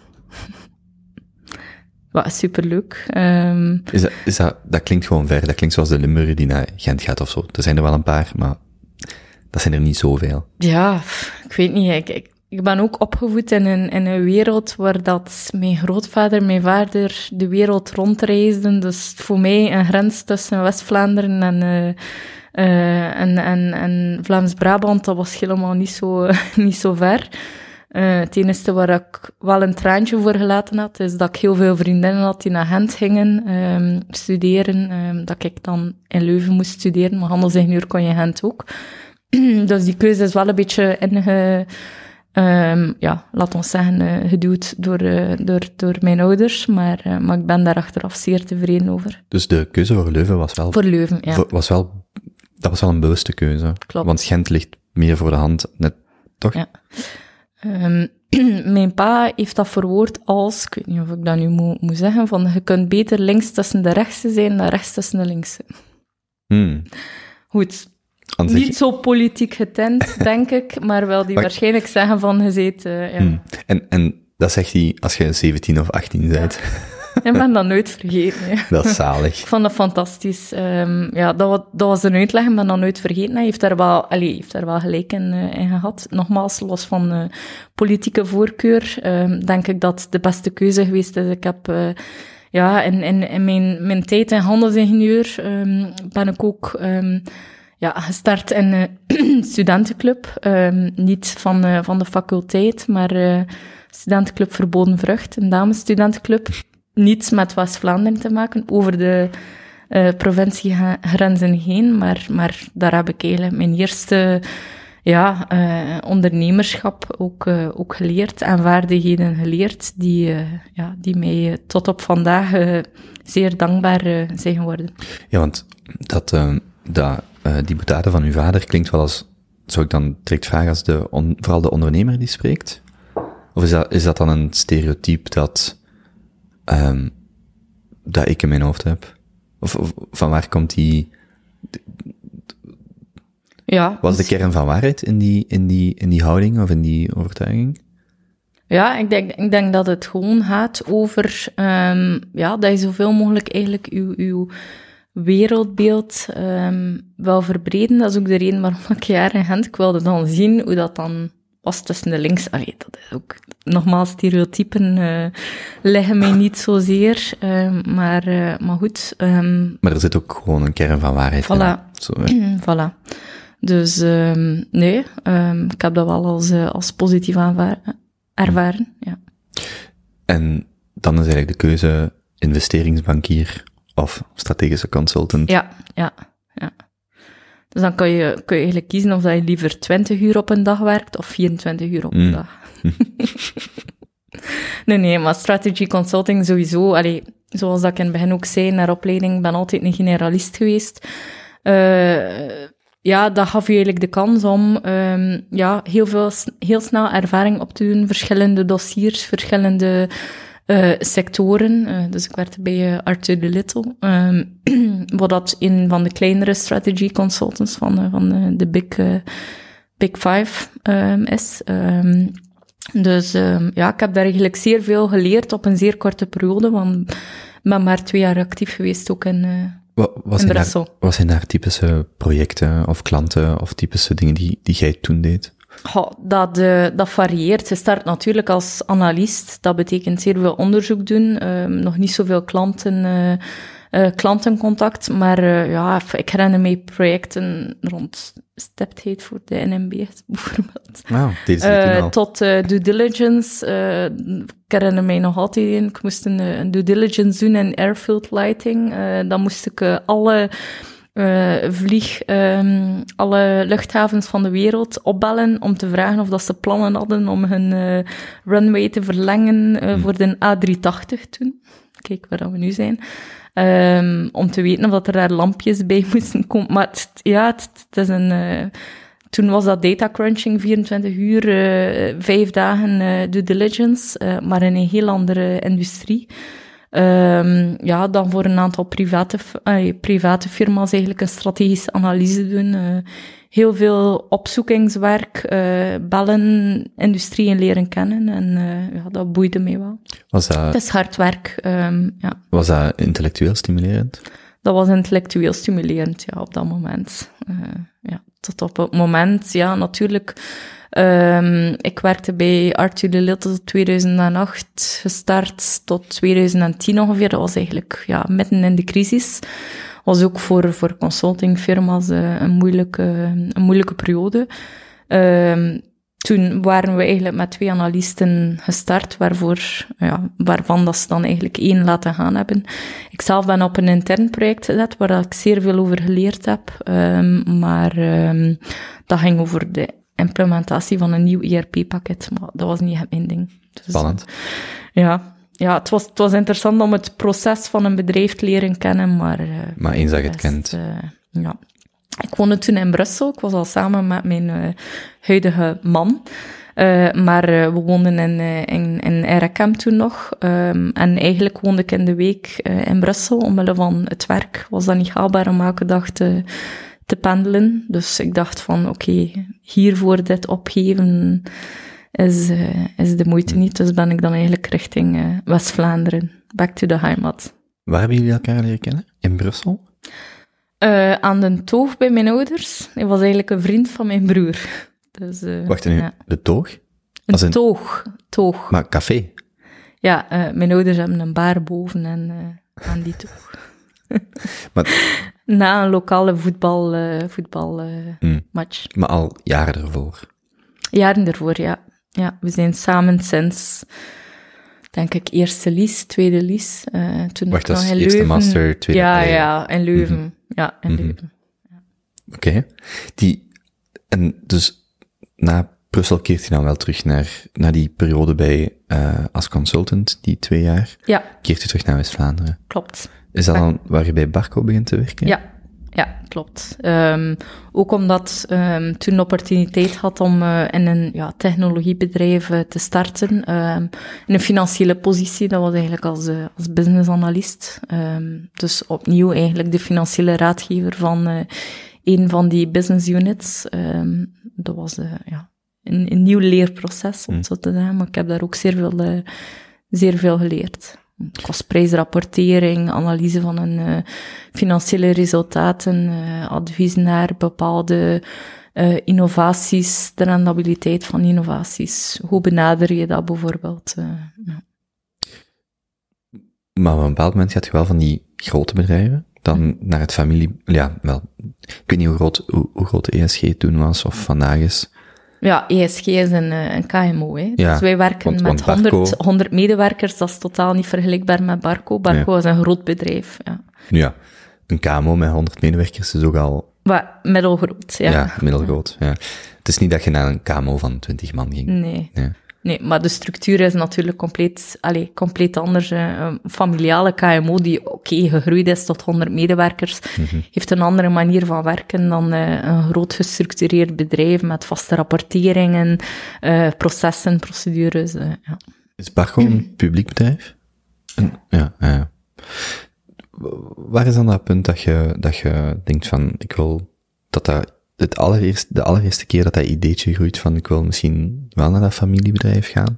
Wat superleuk. Um, is dat, is dat, dat klinkt gewoon ver. Dat klinkt zoals de Limburger die naar Gent gaat of zo. Er zijn er wel een paar, maar dat zijn er niet zoveel. Ja, ik weet niet. Ik, ik, ik ben ook opgevoed in een, in een wereld waar dat mijn grootvader, mijn vader de wereld rondreisden. Dus voor mij een grens tussen West-Vlaanderen en, uh, uh, en, en, en Vlaams-Brabant, dat was helemaal niet zo, niet zo ver. Uh, het enige waar ik wel een traantje voor gelaten had, is dat ik heel veel vriendinnen had die naar Gent gingen um, studeren. Um, dat ik dan in Leuven moest studeren, maar handelsingenieur kon je in Gent ook. Dus die keuze is wel een beetje inge... Um, ja, laat ons zeggen, uh, geduwd door, uh, door, door mijn ouders, maar, uh, maar ik ben daar achteraf zeer tevreden over. Dus de keuze voor Leuven was wel... Voor Leuven, ja. Was wel, dat was wel een bewuste keuze. Klopt. Want Gent ligt meer voor de hand, net, toch? Ja. Um, mijn pa heeft dat verwoord als, ik weet niet of ik dat nu moet, moet zeggen, van je kunt beter links tussen de rechtse zijn dan rechts tussen de linkse. Hmm. Goed. Aan Niet zich... zo politiek getint, denk ik, maar wel die maar... waarschijnlijk zeggen van je zit, uh, ja. Hmm. En, en dat zegt hij als je zeventien of achttien bent. Ik ben dat nooit vergeten. Hè. Dat is zalig. Ik vond dat fantastisch. Um, ja, dat, was, dat was een uitleg, ik ben dat nooit vergeten. Hij heeft daar wel, allee, heeft daar wel gelijk in, uh, in gehad. Nogmaals, los van uh, politieke voorkeur, um, denk ik dat de beste keuze geweest is. Ik heb... Uh, ja, in, in, in mijn, mijn tijd in handelsingenieur um, ben ik ook... Um, Ja, gestart in een studentenclub. Um, niet van, uh, van de faculteit, maar uh, studentenclub Verboden Vrucht, een damesstudentenclub. Niets met West-Vlaanderen te maken, over de uh, provinciegrenzen heen, maar, maar daar heb ik eigenlijk mijn eerste ja, uh, ondernemerschap ook, uh, ook geleerd en vaardigheden geleerd, die, uh, ja, die mij uh, tot op vandaag uh, zeer dankbaar uh, zijn geworden. Ja, want dat... Uh, dat Uh, die boetade van uw vader klinkt wel als, zou ik dan direct vragen, als de on, vooral de ondernemer die spreekt? Of is dat, is dat dan een stereotype dat, um, dat ik in mijn hoofd heb? Of, of van waar komt die, ja, was de kern van waarheid in die, in die, in die houding of in die overtuiging? Ja, ik denk, ik denk dat het gewoon gaat over, um, ja, dat je zoveel mogelijk eigenlijk uw, uw wereldbeeld um, wil verbreden. Dat is ook de reden waarom ik jaren in Gent, ik wilde dan zien hoe dat dan was tussen de links. Allee, dat is ook, nogmaals, stereotypen uh, liggen mij niet zozeer, uh, maar, uh, maar goed. Um, maar er zit ook gewoon een kern van waarheid voilà. in. Zo, ja. Voilà. Dus um, nee, um, ik heb dat wel als, uh, als positief aanvaar- ervaren, ja. En dan is eigenlijk de keuze investeringsbankier of strategische consultant. Ja, ja, ja. Dus dan kan je, kun je eigenlijk kiezen of dat je liever twintig uur op een dag werkt of vierentwintig uur op een Mm. dag. nee, nee, maar strategy consulting sowieso, allee, zoals dat ik in het begin ook zei, naar opleiding, ik ben altijd een generalist geweest. Uh, ja, dat gaf je eigenlijk de kans om um, ja, heel, veel, heel snel ervaring op te doen, verschillende dossiers, verschillende uh, sectoren. Uh, dus ik werkte bij uh, Arthur de Little, um, wat dat een van de kleinere strategy consultants van, uh, van uh, de Big, uh, Big Five um, is. Um, dus um, ja, ik heb daar eigenlijk zeer veel geleerd op een zeer korte periode, want ik ben maar twee jaar actief geweest ook in, uh, wat, wat in zijn Brussel. Daar, wat zijn daar typische projecten of klanten of typische dingen die, die jij toen deed? Goh, dat, uh, dat varieert. Je start natuurlijk als analist. Dat betekent zeer veel onderzoek doen. Uh, nog niet zoveel klanten, uh, uh, klantencontact. Maar uh, ja, ik herinner me projecten rond stiptheid voor de N M B bijvoorbeeld. Wauw, deze uh, tot uh, due diligence. Uh, ik herinner mij nog altijd in. Ik moest een, een due diligence doen in airfield lighting. Uh, dan moest ik uh, alle... Uh, vlieg um, alle luchthavens van de wereld opbellen om te vragen of dat ze plannen hadden om hun uh, runway te verlengen uh, voor de A driehonderdtachtig toen. Kijk waar we nu zijn. Um, om te weten of dat er daar lampjes bij moesten komen. Maar het, ja, het, het is een... Uh, toen was dat data crunching, vierentwintig uur, uh, vijf dagen uh, due diligence, uh, maar in een heel andere industrie. Um, ja, dan voor een aantal private, uh, private firma's eigenlijk een strategische analyse doen. Uh, heel veel opzoekingswerk, uh, bellen, industrieën leren kennen. En uh, ja, dat boeide mij wel. Was dat, het is hard werk. Um, ja. Was dat intellectueel stimulerend? Dat was intellectueel stimulerend, ja, op dat moment. Uh, ja, tot op het moment, ja, natuurlijk... Um, ik werkte bij Arthur de Little tweeduizend acht gestart tot tweeduizend tien ongeveer. Dat was eigenlijk ja, midden in de crisis. Was ook voor, voor consultingfirma's uh, een, moeilijke, een moeilijke periode. Um, toen waren we eigenlijk met twee analisten gestart, waarvoor, ja, waarvan dat ze dan eigenlijk één laten gaan hebben. Ik zelf ben op een intern project gezet, waar ik zeer veel over geleerd heb. Um, maar um, dat ging over de implementatie van een nieuw E R P-pakket, maar dat was niet mijn ding. Dus, Spannend. Ja, ja het, was, het was interessant om het proces van een bedrijf te leren kennen, maar... Uh, maar eens dat je het kent. Uh, ja. Ik woonde toen in Brussel, ik was al samen met mijn uh, huidige man, uh, maar uh, we woonden in, uh, in, in Erekem toen nog, um, en eigenlijk woonde ik in de week uh, in Brussel, omwille van het werk was dat niet haalbaar om elke dag te... te pendelen. Dus ik dacht van, oké, okay, hiervoor dit opgeven is, uh, is de moeite niet. Dus ben ik dan eigenlijk richting uh, West-Vlaanderen. Back to the heimat. Waar hebben jullie elkaar leren kennen? In Brussel? Uh, aan de toog bij mijn ouders. Hij was eigenlijk een vriend van mijn broer. Dus, uh, Wacht nu, ja. De toog? Een, een toog, toog. Maar café? Ja, uh, mijn ouders hebben een bar boven en uh, aan die toog. Maar... Na een lokale voetbal, uh, voetbal uh, mm. match. Maar al jaren ervoor? Jaren ervoor, ja. Ja, we zijn samen sinds, denk ik, eerste lies, tweede lies. Uh, toen Wacht, ik dat nog is in eerste Leuven... master, tweede... Ja, nee. ja, in Leuven. Mm-hmm. Ja, in mm-hmm. Leuven. Ja. Oké. Okay. Die... En dus, na Brussel keert hij dan wel terug naar, naar die periode bij, uh, als consultant, die twee jaar. Ja. Keert u terug naar West-Vlaanderen. Klopt. Is dat dan waar je bij Barco begint te werken? Ja. Ja, klopt. Um, ook omdat um, toen de opportuniteit had om uh, in een ja, technologiebedrijf uh, te starten. Um, in een financiële positie, dat was eigenlijk als, uh, als business analyst. Um, dus opnieuw eigenlijk de financiële raadgever van uh, een van die business units. Um, dat was uh, ja, een, een nieuw leerproces, om mm. zo te zeggen. Maar ik heb daar ook zeer veel, uh, zeer veel geleerd. Kostprijsrapportering, analyse van een uh, financiële resultaten, uh, advies naar bepaalde uh, innovaties, de rendabiliteit van innovaties. Hoe benader je dat bijvoorbeeld? Uh, ja. Maar op een bepaald moment gaat je wel van die grote bedrijven dan mm. naar het familie... Ja, wel. Ik weet niet hoe groot, hoe, hoe groot de E S G toen was, of vandaag is... Ja, E S G is een, een K M O. Hè. Ja, dus wij werken want, met want Barco... honderd, honderd medewerkers. Dat is totaal niet vergelijkbaar met Barco. Barco ja. is een groot bedrijf. Ja, ja. Een K M O met honderd medewerkers is ook al... Maar middelgroot, ja. Ja, middelgroot, ja. Het is niet dat je naar een K M O van twintig man ging. Nee. nee. Nee, maar de structuur is natuurlijk compleet, allez, compleet anders. Een familiale K M O die, oké, okay, gegroeid is tot honderd medewerkers, mm-hmm. heeft een andere manier van werken dan uh, een groot gestructureerd bedrijf met vaste rapporteringen, uh, processen, procedures. Uh, ja. Is Barco een publiek bedrijf? En, ja, ja. Waar is dan dat punt dat je, dat je denkt van, ik wil, dat dat, het allereerst, de allereerste keer dat dat ideetje groeit van, ik wil misschien wel naar dat familiebedrijf gaan?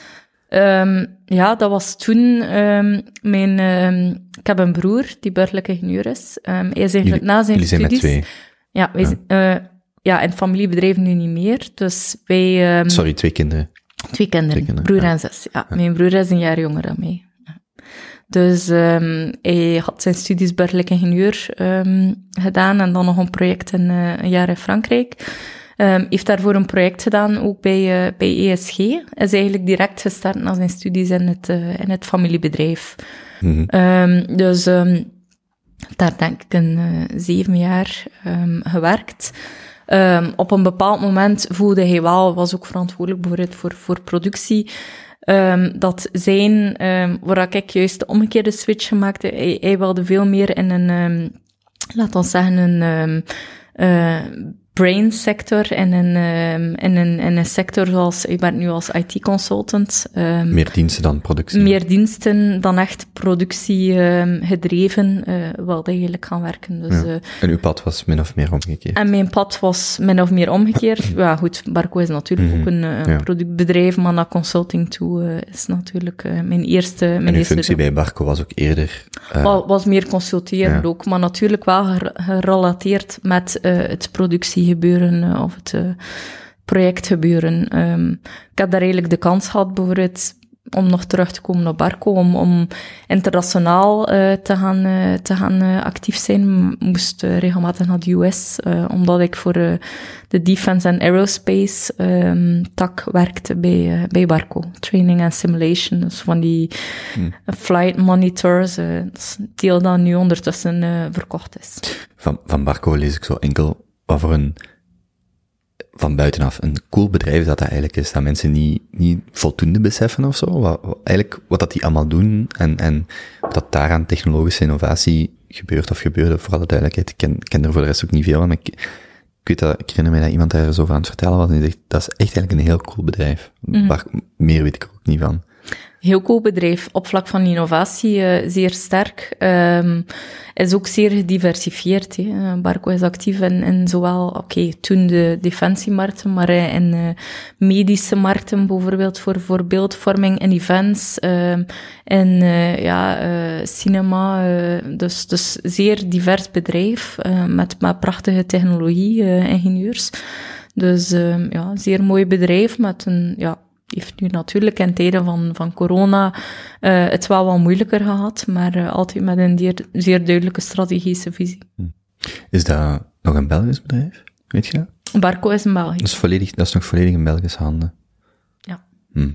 Um, ja, dat was toen, um, mijn, um, ik heb een broer die burgerlijk ingenieur is. Um, hij is eigenlijk Jullie, na zijn jullie zijn studies... met twee? Ja, wij Ja. zijn, uh, ja, in het familiebedrijf nu niet meer. Dus wij... Um, Sorry, twee kinderen. Twee kinderen, Twee kinderen, broer ja. en zus. Ja, mijn broer is een jaar jonger dan mij. Ja. Dus um, hij had zijn studies burgerlijk ingenieur um, gedaan en dan nog een project in, uh, een jaar in Frankrijk. Um, heeft daarvoor een project gedaan, ook bij, uh, bij E S G. Is eigenlijk direct gestart na zijn studies in het, uh, in het familiebedrijf. Mm-hmm. Um, dus um, daar denk ik een uh, zeven jaar um, gewerkt. Um, op een bepaald moment voelde hij wel, was ook verantwoordelijk bijvoorbeeld voor, voor productie, um, dat zijn, um, waar ik juist de omgekeerde switch gemaakte, hij, hij wilde veel meer in een, um, laat ons zeggen, een um, uh, brain sector en een, um, in een, in een sector zoals, ik ben nu als I T-consultant. Um, Meer diensten dan productie? Meer diensten dan echt productie um, gedreven, uh, wilde eigenlijk gaan werken. Dus, Ja. uh, En uw pad was min of meer omgekeerd? en mijn pad was min of meer omgekeerd. Ja, goed, Barco is natuurlijk Mhm. ook een, uh, Ja. productbedrijf, maar naar consulting toe uh, is natuurlijk uh, mijn eerste... Mijn En uw eerste functie bij Barco was ook eerder... Uh, Wa- was meer consulteren Ja. ook, maar natuurlijk wel ger- gerelateerd met uh, het productiegebeuren uh, of het uh, projectgebeuren. Um, ik heb daar eigenlijk de kans gehad, bijvoorbeeld, om nog terug te komen op Barco, om, om internationaal uh, te gaan, uh, te gaan uh, actief zijn. Ik moest uh, regelmatig naar de U S, uh, omdat ik voor uh, de Defense and Aerospace um, tak werkte bij, uh, bij Barco. Training and simulation, dus van die Hmm. flight monitors, uh, dat is een deel dat nu ondertussen uh, verkocht is. van, van Barco lees ik zo enkel wat voor een... Van buitenaf, een cool bedrijf dat dat eigenlijk is, dat mensen niet, niet voldoende beseffen of zo. Wat, wat- eigenlijk wat dat die allemaal doen en, en wat dat daar aan technologische innovatie gebeurt of gebeurde, voor alle duidelijkheid. Ik ken, ik ken er voor de rest ook niet veel van, maar ik, ik weet dat, ik herinner me dat iemand daar zo over aan het vertellen was en die zegt, dat is echt eigenlijk een heel cool bedrijf. Mhm. Bar- meer weet ik er ook niet van. Heel cool bedrijf, op vlak van innovatie uh, zeer sterk. Um, is ook zeer gediversifieerd. Hè. Uh, Barco is actief in, in zowel, oké, okay, toen de defensiemarkten, maar uh, in uh, medische markten bijvoorbeeld, voor, voor beeldvorming en events, um, en uh, ja, uh, cinema. Uh, dus, dus zeer divers bedrijf, uh, met, met prachtige technologie, uh, ingenieurs. Dus um, ja, zeer mooi bedrijf met een, ja, heeft nu natuurlijk in tijden van, van corona uh, het wel wat moeilijker gehad, maar uh, altijd met een zeer, zeer duidelijke strategische visie. Is dat nog een Belgisch bedrijf? Weet je dat? Barco is in België. Dat is, volledig, dat is nog volledig in Belgische handen. Ja. Hm.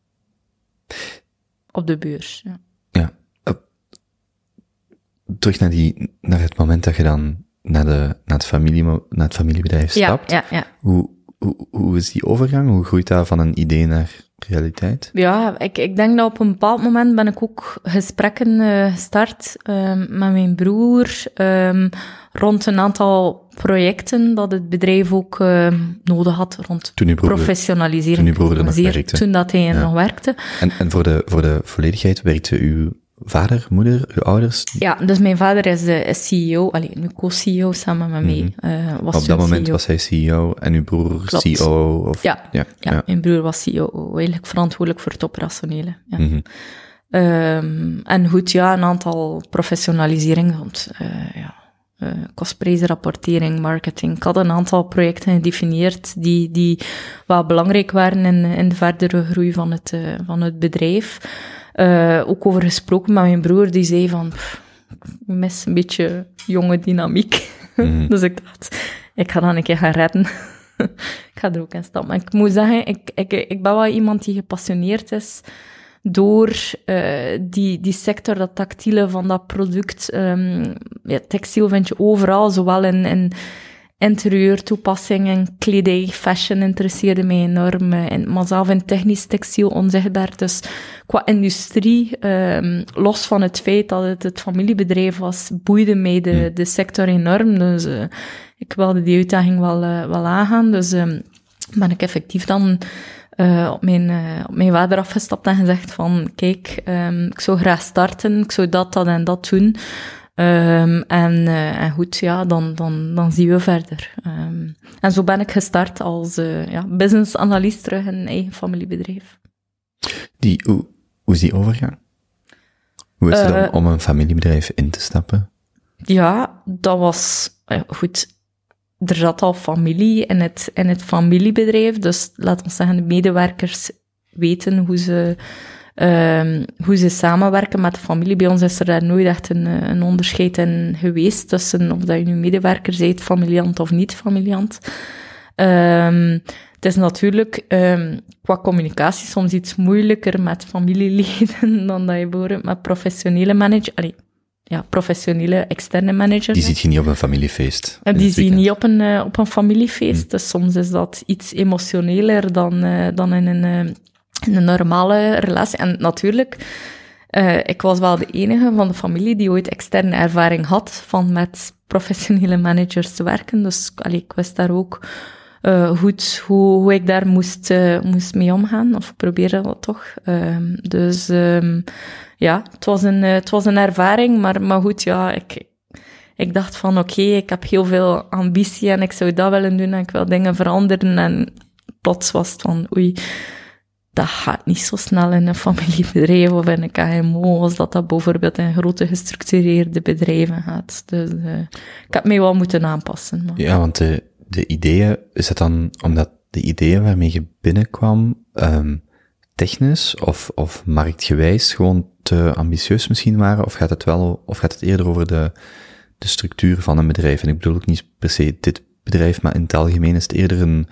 Op de beurs. Ja. Ja. Uh, terug naar, die, naar het moment dat je dan naar, de, naar, het, familie, naar het familiebedrijf Ja, stapt. ja, ja. Hoe, hoe, hoe is die overgang? Hoe groeit dat van een idee naar realiteit? Ja, ik, ik denk dat op een bepaald moment ben ik ook gesprekken uh, gestart um, met mijn broer um, rond een aantal projecten dat het bedrijf ook um, nodig had rond Toen uw broer, professionalisering. toen uw broer er nog Zeer- werkte. Toen dat hij er Ja. nog werkte. en, en voor de, voor de volledigheid, werkte uw vader, moeder, uw ouders? Ja, dus mijn vader is de is C E O, allee, nu co-C E O samen met mij. Uh, was Op toen dat moment C E O. was hij C E O en uw broer Klopt. C O O? Of, Ja, ja, Ja, ja. mijn broer was C E O, eigenlijk verantwoordelijk voor het operationele. Ja. Mhm. Um, en goed, ja, een aantal professionalisering, want uh, ja, uh, kostprijzenrapportering, marketing. Ik had een aantal projecten gedefinieerd die, die wel belangrijk waren in, in de verdere groei van het, uh, van het bedrijf. Uh, ook over gesproken met mijn broer, die zei van, pff, ik mis een beetje jonge dynamiek. Mhm. Dus ik dacht, ik ga dan een keer gaan redden. Ik ga er ook in stappen. Maar ik moet zeggen, ik, ik, ik ben wel iemand die gepassioneerd is door uh, die, die sector, dat tactiele van dat product. Um, ja, textiel vind je overal, zowel in, in interieurtoepassingen, kledij, fashion interesseerde mij enorm. En, maar zelf in technisch textiel onzichtbaar. Dus qua industrie, um, los van het feit dat het het familiebedrijf was, boeide mij de, de sector enorm. Dus uh, ik wilde die uitdaging wel, uh, wel aangaan. Dus um, ben ik effectief dan uh, op, mijn, uh, op mijn vader afgestapt en gezegd van, kijk, um, ik zou graag starten, ik zou dat, dat en dat doen. Um, en, uh, en goed, ja, dan, dan, dan zien we verder. Um, en zo ben ik gestart als uh, ja, business analyst terug in een eigen familiebedrijf. Die, hoe, hoe is die overgang? Hoe is het Uh, om, om een familiebedrijf in te stappen? Ja, dat was uh, goed. Er zat al familie in het, in het familiebedrijf, dus laten we zeggen, de medewerkers weten hoe ze, um, hoe ze samenwerken met de familie. Bij ons is er daar nooit echt een, een onderscheid in geweest tussen of dat je nu medewerker bent, familiant of niet familiant. Um, het is natuurlijk um, qua communicatie soms iets moeilijker met familieleden dan dat je bijvoorbeeld met professionele managers, allee, ja, professionele externe managers. Die ziet je niet op een familiefeest. En die zie je niet op een, uh, op een familiefeest. Hmm. Dus soms is dat iets emotioneler dan, uh, dan in, een, uh, in een normale relatie. En natuurlijk, uh, ik was wel de enige van de familie die ooit externe ervaring had van met professionele managers te werken. Dus allee, ik wist daar ook uh, goed hoe, hoe ik daar moest, uh, moest mee omgaan. Of probeerde dat toch. Uh, dus... Um, Ja, het was een, het was een ervaring, maar, maar goed, ja, ik, ik dacht van oké, okay, ik heb heel veel ambitie en ik zou dat willen doen en ik wil dingen veranderen en plots was het van oei, dat gaat niet zo snel in een familiebedrijf of in een K M O als dat dat bijvoorbeeld in grote gestructureerde bedrijven gaat. Dus uh, ik heb mij wel moeten aanpassen. Maar. Ja, want de, de ideeën, is het dan omdat de ideeën waarmee je binnenkwam, um, technisch of, of marktgewijs gewoon te ambitieus misschien waren, of gaat het wel, of gaat het eerder over de, de structuur van een bedrijf? En ik bedoel ook niet per se dit bedrijf, maar in het algemeen is het eerder een,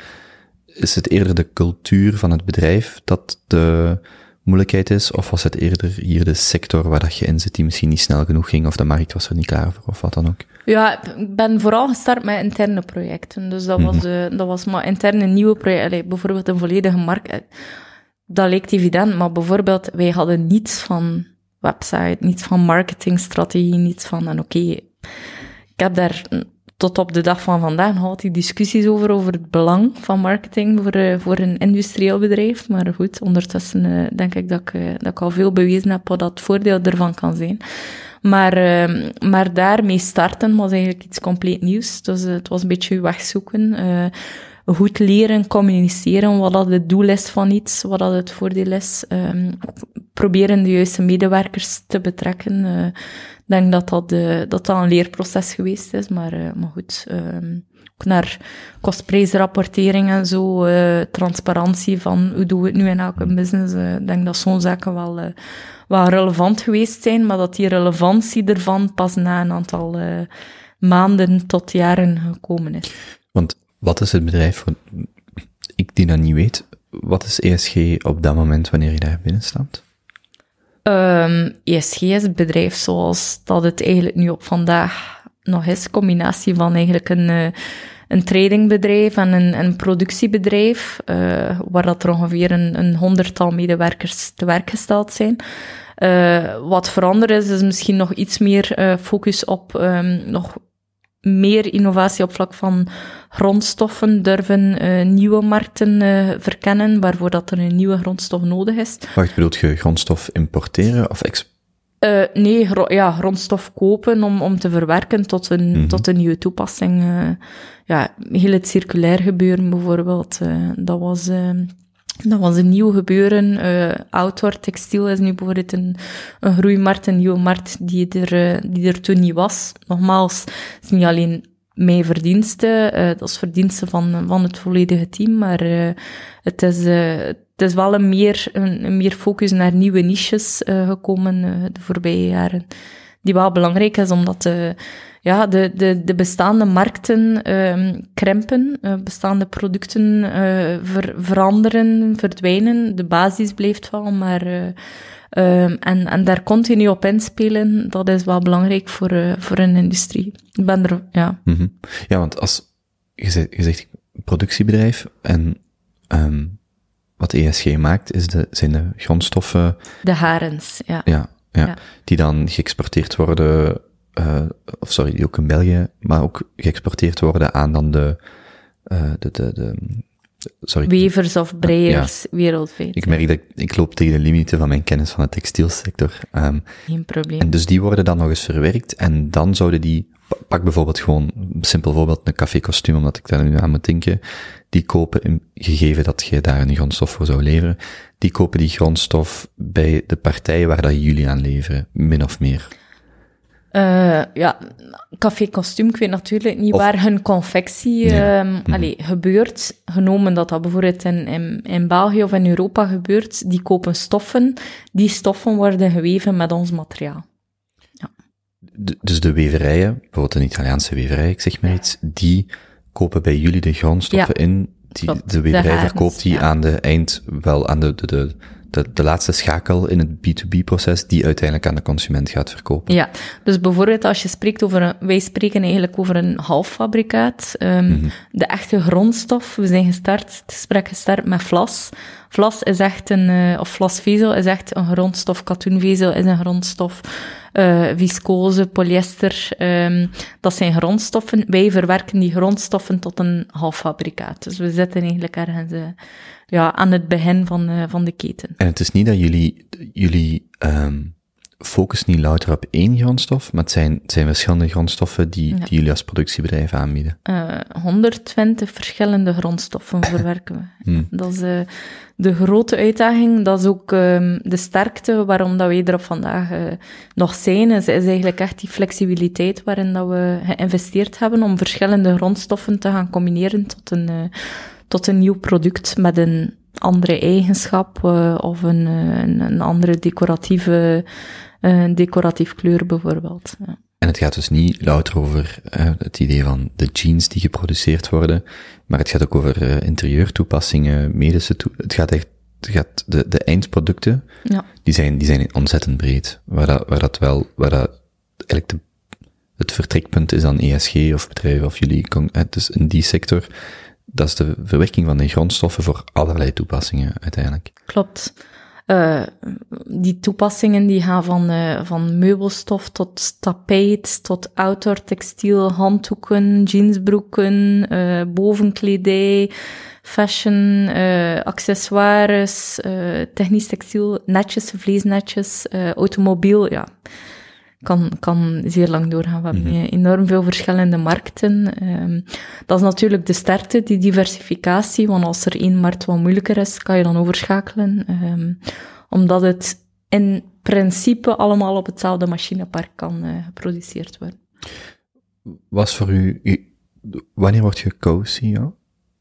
is het eerder de cultuur van het bedrijf dat de moeilijkheid is, of was het eerder hier de sector waar dat je in zit die misschien niet snel genoeg ging, of de markt was er niet klaar voor, of wat dan ook? Ja, ik ben vooral gestart met interne projecten, dus dat mm-hmm. was, uh, dat was maar interne nieuwe projecten, bijvoorbeeld een volledige markt. Dat leek evident, maar bijvoorbeeld, wij hadden niets van website, niets van marketingstrategie, niets van, en oké, okay, ik heb daar tot op de dag van vandaag nog altijd discussies over, over het belang van marketing voor, uh, voor een industrieel bedrijf, maar goed, ondertussen uh, denk ik dat ik, uh, dat ik al veel bewezen heb wat dat het voordeel ervan kan zijn. Maar, uh, maar daarmee starten was eigenlijk iets compleet nieuws, dus uh, het was een beetje wegzoeken, uh, goed leren, communiceren, wat dat het doel is van iets, wat dat het voordeel is. Um, proberen de juiste medewerkers te betrekken. Uh, ik denk dat dat, uh, dat dat een leerproces geweest is, maar, uh, maar goed. Um, ook naar kostprijsrapportering en zo, uh, transparantie van hoe doen we het nu in elke business. Uh, ik denk dat zo'n zaken wel, uh, wel relevant geweest zijn, maar dat die relevantie ervan pas na een aantal uh, maanden tot jaren gekomen is. Want wat is het bedrijf voor, ik die dat niet weet, wat is E S G op dat moment wanneer je daar binnenstapt? Um, E S G is het bedrijf zoals dat het eigenlijk nu op vandaag nog is. Combinatie van eigenlijk een, uh, een tradingbedrijf en een, een productiebedrijf, uh, waar dat er ongeveer een, een honderdtal medewerkers te werk gesteld zijn. Uh, wat veranderd is, is misschien nog iets meer uh, focus op um, nog meer innovatie op vlak van grondstoffen, durven uh, nieuwe markten uh, verkennen, waarvoor dat er een nieuwe grondstof nodig is. Wacht, bedoelt je grondstof importeren of exporteren? Uh, nee, gro- ja, grondstof kopen om, om te verwerken tot een, mm-hmm. tot een nieuwe toepassing. Uh, ja, heel het circulair gebeuren bijvoorbeeld, uh, dat was... Uh, Dat was een nieuw gebeuren. Uh, outdoor textiel is nu bijvoorbeeld een, een groeimarkt, een nieuwe markt die er, uh, die er toen niet was. Nogmaals, het is niet alleen mijn verdienste, uh, dat is verdienste van, van het volledige team, maar uh, het, is, uh, het is wel een meer, een, een meer focus naar nieuwe niches uh, gekomen uh, de voorbije jaren. Die wel belangrijk is, omdat uh, ja, de, de, de bestaande markten uh, krimpen, uh, bestaande producten uh, ver, veranderen, verdwijnen. De basis blijft wel, maar uh, uh, en, en daar continu op inspelen, dat is wel belangrijk voor, uh, voor een industrie. Ik ben er, ja. Mm-hmm. Ja, want als je zegt, je zegt productiebedrijf en um, wat E S G maakt, is de, zijn de grondstoffen... De harens, ja. Ja. Ja, ja, die dan geëxporteerd worden, uh, of sorry, die ook in België, maar ook geëxporteerd worden aan dan de, uh, de, de, de, sorry. Wevers of breiers ja. wereldwijd. Ik merk dat ik, ik loop tegen de limieten van mijn kennis van de textielsector. Um, Geen probleem. En dus die worden dan nog eens verwerkt en dan zouden die, pak bijvoorbeeld gewoon, een simpel voorbeeld, een café-kostuum, omdat ik daar nu aan moet denken, die kopen, in, gegeven dat je daar een grondstof voor zou leveren, die kopen die grondstof bij de partijen waar dat jullie aan leveren, min of meer. Uh, ja, café-kostuum, ik weet natuurlijk niet of, waar hun confectie ja. um, mm-hmm. allee, gebeurt. Genomen dat dat bijvoorbeeld in, in, in België of in Europa gebeurt, die kopen stoffen. Die stoffen worden geweven met ons materiaal. Ja. De, dus de weverijen, bijvoorbeeld een Italiaanse weverij, ik zeg maar iets, die kopen bij jullie de grondstoffen ja. in. Die, de weverij de verkoopt die ja. aan de eind, wel aan de, de, de De, de laatste schakel in het B twee B-proces die uiteindelijk aan de consument gaat verkopen. Ja, dus bijvoorbeeld als je spreekt over een, wij spreken eigenlijk over een halffabrikaat. Um, mm-hmm. De echte grondstof, we zijn gestart, het gesprek gestart met vlas. Vlas is echt een, uh, of vlasvezel is echt een grondstof, katoenvezel is een grondstof, uh, viscose, polyester, um, dat zijn grondstoffen. Wij verwerken die grondstoffen tot een halffabrikaat. Dus we zitten eigenlijk ergens uh, ja, aan het begin van, uh, van de keten. En het is niet dat jullie, jullie um, focussen niet louter op één grondstof, maar het zijn, het zijn verschillende grondstoffen die, ja. die jullie als productiebedrijf aanbieden. Uh, honderdtwintig verschillende grondstoffen verwerken we. hmm. Dat is uh, de grote uitdaging, dat is ook um, de sterkte waarom dat wij er op vandaag uh, nog zijn, is, is eigenlijk echt die flexibiliteit waarin dat we geïnvesteerd hebben om verschillende grondstoffen te gaan combineren tot een, uh, tot een nieuw product met een andere eigenschap uh, of een, een, een andere decoratieve uh, decoratief kleur bijvoorbeeld. Ja. En het gaat dus niet louter over uh, het idee van de jeans die geproduceerd worden, maar het gaat ook over uh, interieurtoepassingen, medische toe- het gaat echt, het gaat de, de eindproducten, ja. die zijn, die zijn ontzettend breed, waar dat, waar dat wel, waar dat eigenlijk de, het vertrekpunt is aan E S G of bedrijven of jullie, dus in die sector, dat is de verwerking van die grondstoffen voor allerlei toepassingen uiteindelijk. Klopt. Uh, die toepassingen die gaan van, uh, van meubelstof tot tapijt, tot outdoor textiel, handdoeken, jeansbroeken, uh, bovenkledij, fashion, uh, accessoires, uh, technisch textiel, netjes, vleesnetjes, uh, automobiel, ja. Kan, kan zeer lang doorgaan. We hebben mm-hmm. enorm veel verschillende markten. Um, dat is natuurlijk de sterkte, die diversificatie, want als er één markt wat moeilijker is, kan je dan overschakelen. Um, omdat het in principe allemaal op hetzelfde machinepark kan uh, geproduceerd worden. Was voor u, u wanneer word je co-C E O?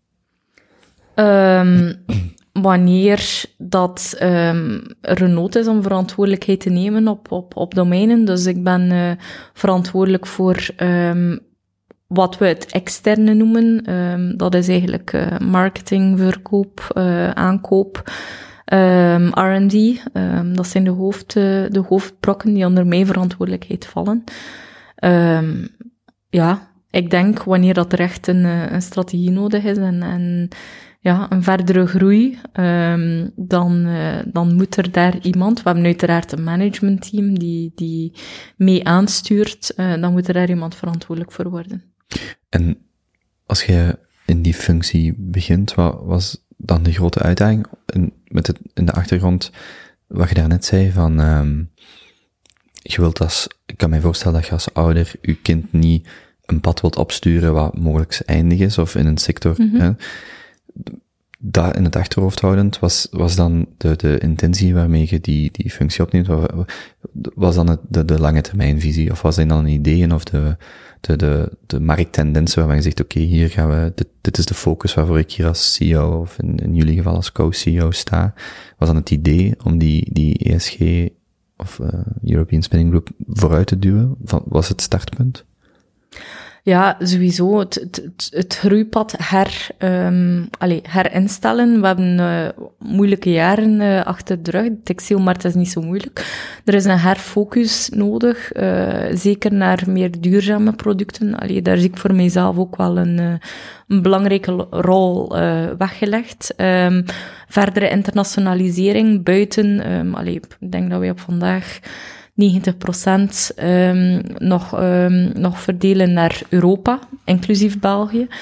Um, wanneer dat um, er een nood is om verantwoordelijkheid te nemen op, op, op domeinen. Dus ik ben uh, verantwoordelijk voor um, wat we het externe noemen. Um, dat is eigenlijk uh, marketing, verkoop, uh, aankoop, um, R en D. Um, dat zijn de, hoofd, uh, de hoofdbrokken die onder mijn verantwoordelijkheid vallen. Um, ja, ik denk wanneer dat er echt een, een strategie nodig is en, en ja, een verdere groei, um, dan, uh, dan moet er daar iemand, we hebben uiteraard een managementteam die, die mee aanstuurt, uh, dan moet er daar iemand verantwoordelijk voor worden. En als je in die functie begint, wat was dan de grote uitdaging in, met het, in de achtergrond, wat je daarnet zei, van um, je wilt als, ik kan mij voorstellen dat je als ouder je kind niet een pad wilt opsturen wat mogelijk eindig is, of in een sector, mm-hmm. hè, daar in het achterhoofd houdend, was, was dan de, de intentie waarmee je die, die functie opneemt, was dan het, de, de lange termijnvisie, of was dat dan een idee, of de, de, de, de markttendensen waarvan je zegt, oké, okay, hier gaan we, dit, dit is de focus waarvoor ik hier als C E O, of in, in jullie geval als co-C E O sta, was dan het idee om die, die E S G, of uh, European Spinning Group, vooruit te duwen? Was het startpunt? Ja, sowieso. Het, het, het groeipad her, um, allez, herinstellen. We hebben uh, moeilijke jaren uh, achter de rug. De textielmarkt is niet zo moeilijk. Er is een herfocus nodig, uh, zeker naar meer duurzame producten. Allee, daar zie ik voor mijzelf ook wel een, uh, een belangrijke rol uh, weggelegd. Um, verdere internationalisering buiten. Um, allee, ik denk dat wij op vandaag negentig procent um, nog, um, nog verdelen naar Europa, inclusief België.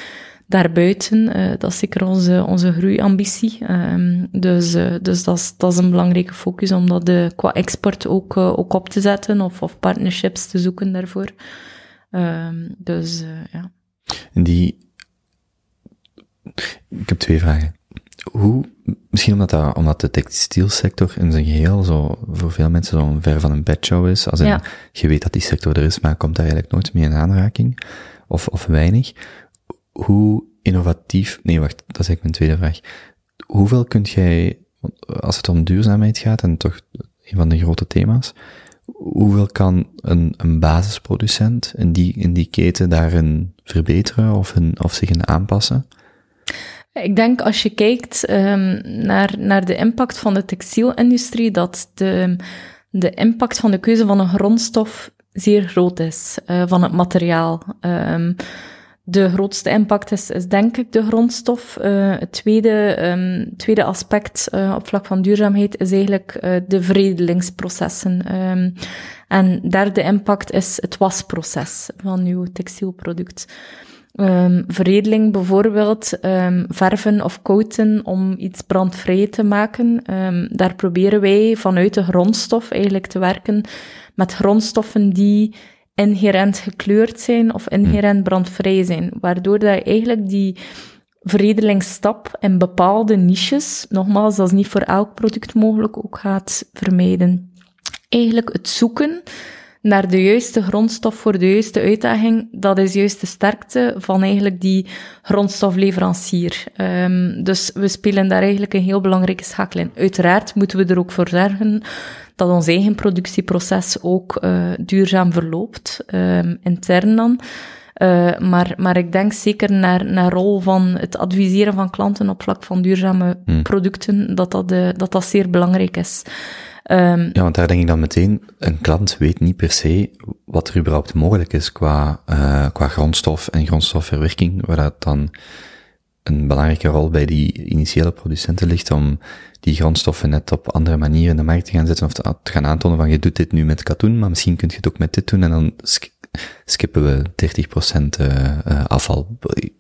daarbuiten. Uh, dat is zeker onze, onze groeiambitie. Um, dus uh, dus dat, is, dat is een belangrijke focus om dat uh, qua export ook, uh, ook op te zetten of, of partnerships te zoeken daarvoor. Um, dus uh, ja. En die... Ik heb twee vragen. Hoe, misschien omdat, dat, omdat de textielsector in zijn geheel zo voor veel mensen zo ver van een bedshow is, als in, ja. je weet dat die sector er is, maar komt daar eigenlijk nooit mee in aanraking, of, of weinig. Hoe innovatief, nee wacht, dat is eigenlijk mijn tweede vraag. Hoeveel kunt jij, als het om duurzaamheid gaat, en toch een van de grote thema's, hoeveel kan een, een basisproducent in die, in die keten daarin verbeteren of, hun, of zich in aanpassen? Ik denk als je kijkt um, naar, naar de impact van de textielindustrie, dat de, de impact van de keuze van een grondstof zeer groot is, uh, van het materiaal. Um, de grootste impact is, is denk ik de grondstof. Uh, het tweede, um, tweede aspect uh, op vlak van duurzaamheid is eigenlijk uh, de veredelingsprocessen. Um, en derde impact is het wasproces van uw textielproduct. Um, veredeling bijvoorbeeld, um, verven of coaten om iets brandvrij te maken. Um, daar proberen wij vanuit de grondstof eigenlijk te werken met grondstoffen die inherent gekleurd zijn of inherent brandvrij zijn. Waardoor dat je eigenlijk die veredelingsstap in bepaalde niches, nogmaals, dat is niet voor elk product mogelijk, ook gaat vermijden. Eigenlijk het zoeken naar de juiste grondstof voor de juiste uitdaging, dat is juist de sterkte van eigenlijk die grondstofleverancier. Um, dus we spelen daar eigenlijk een heel belangrijke schakel in. Uiteraard moeten we er ook voor zorgen dat ons eigen productieproces ook uh, duurzaam verloopt, um, intern dan. Uh, maar, maar ik denk zeker naar, naar rol van het adviseren van klanten op vlak van duurzame hmm. producten, dat dat, uh, dat dat zeer belangrijk is. Um, ja, want daar denk ik dan meteen, een klant weet niet per se wat er überhaupt mogelijk is qua, uh, qua grondstof en grondstofverwerking, waar dat dan een belangrijke rol bij die initiële producenten ligt om die grondstoffen net op andere manieren in de markt te gaan zetten of te, te gaan aantonen van je doet dit nu met katoen, maar misschien kun je het ook met dit doen en dan sk- skippen we dertig procent uh, uh, afval.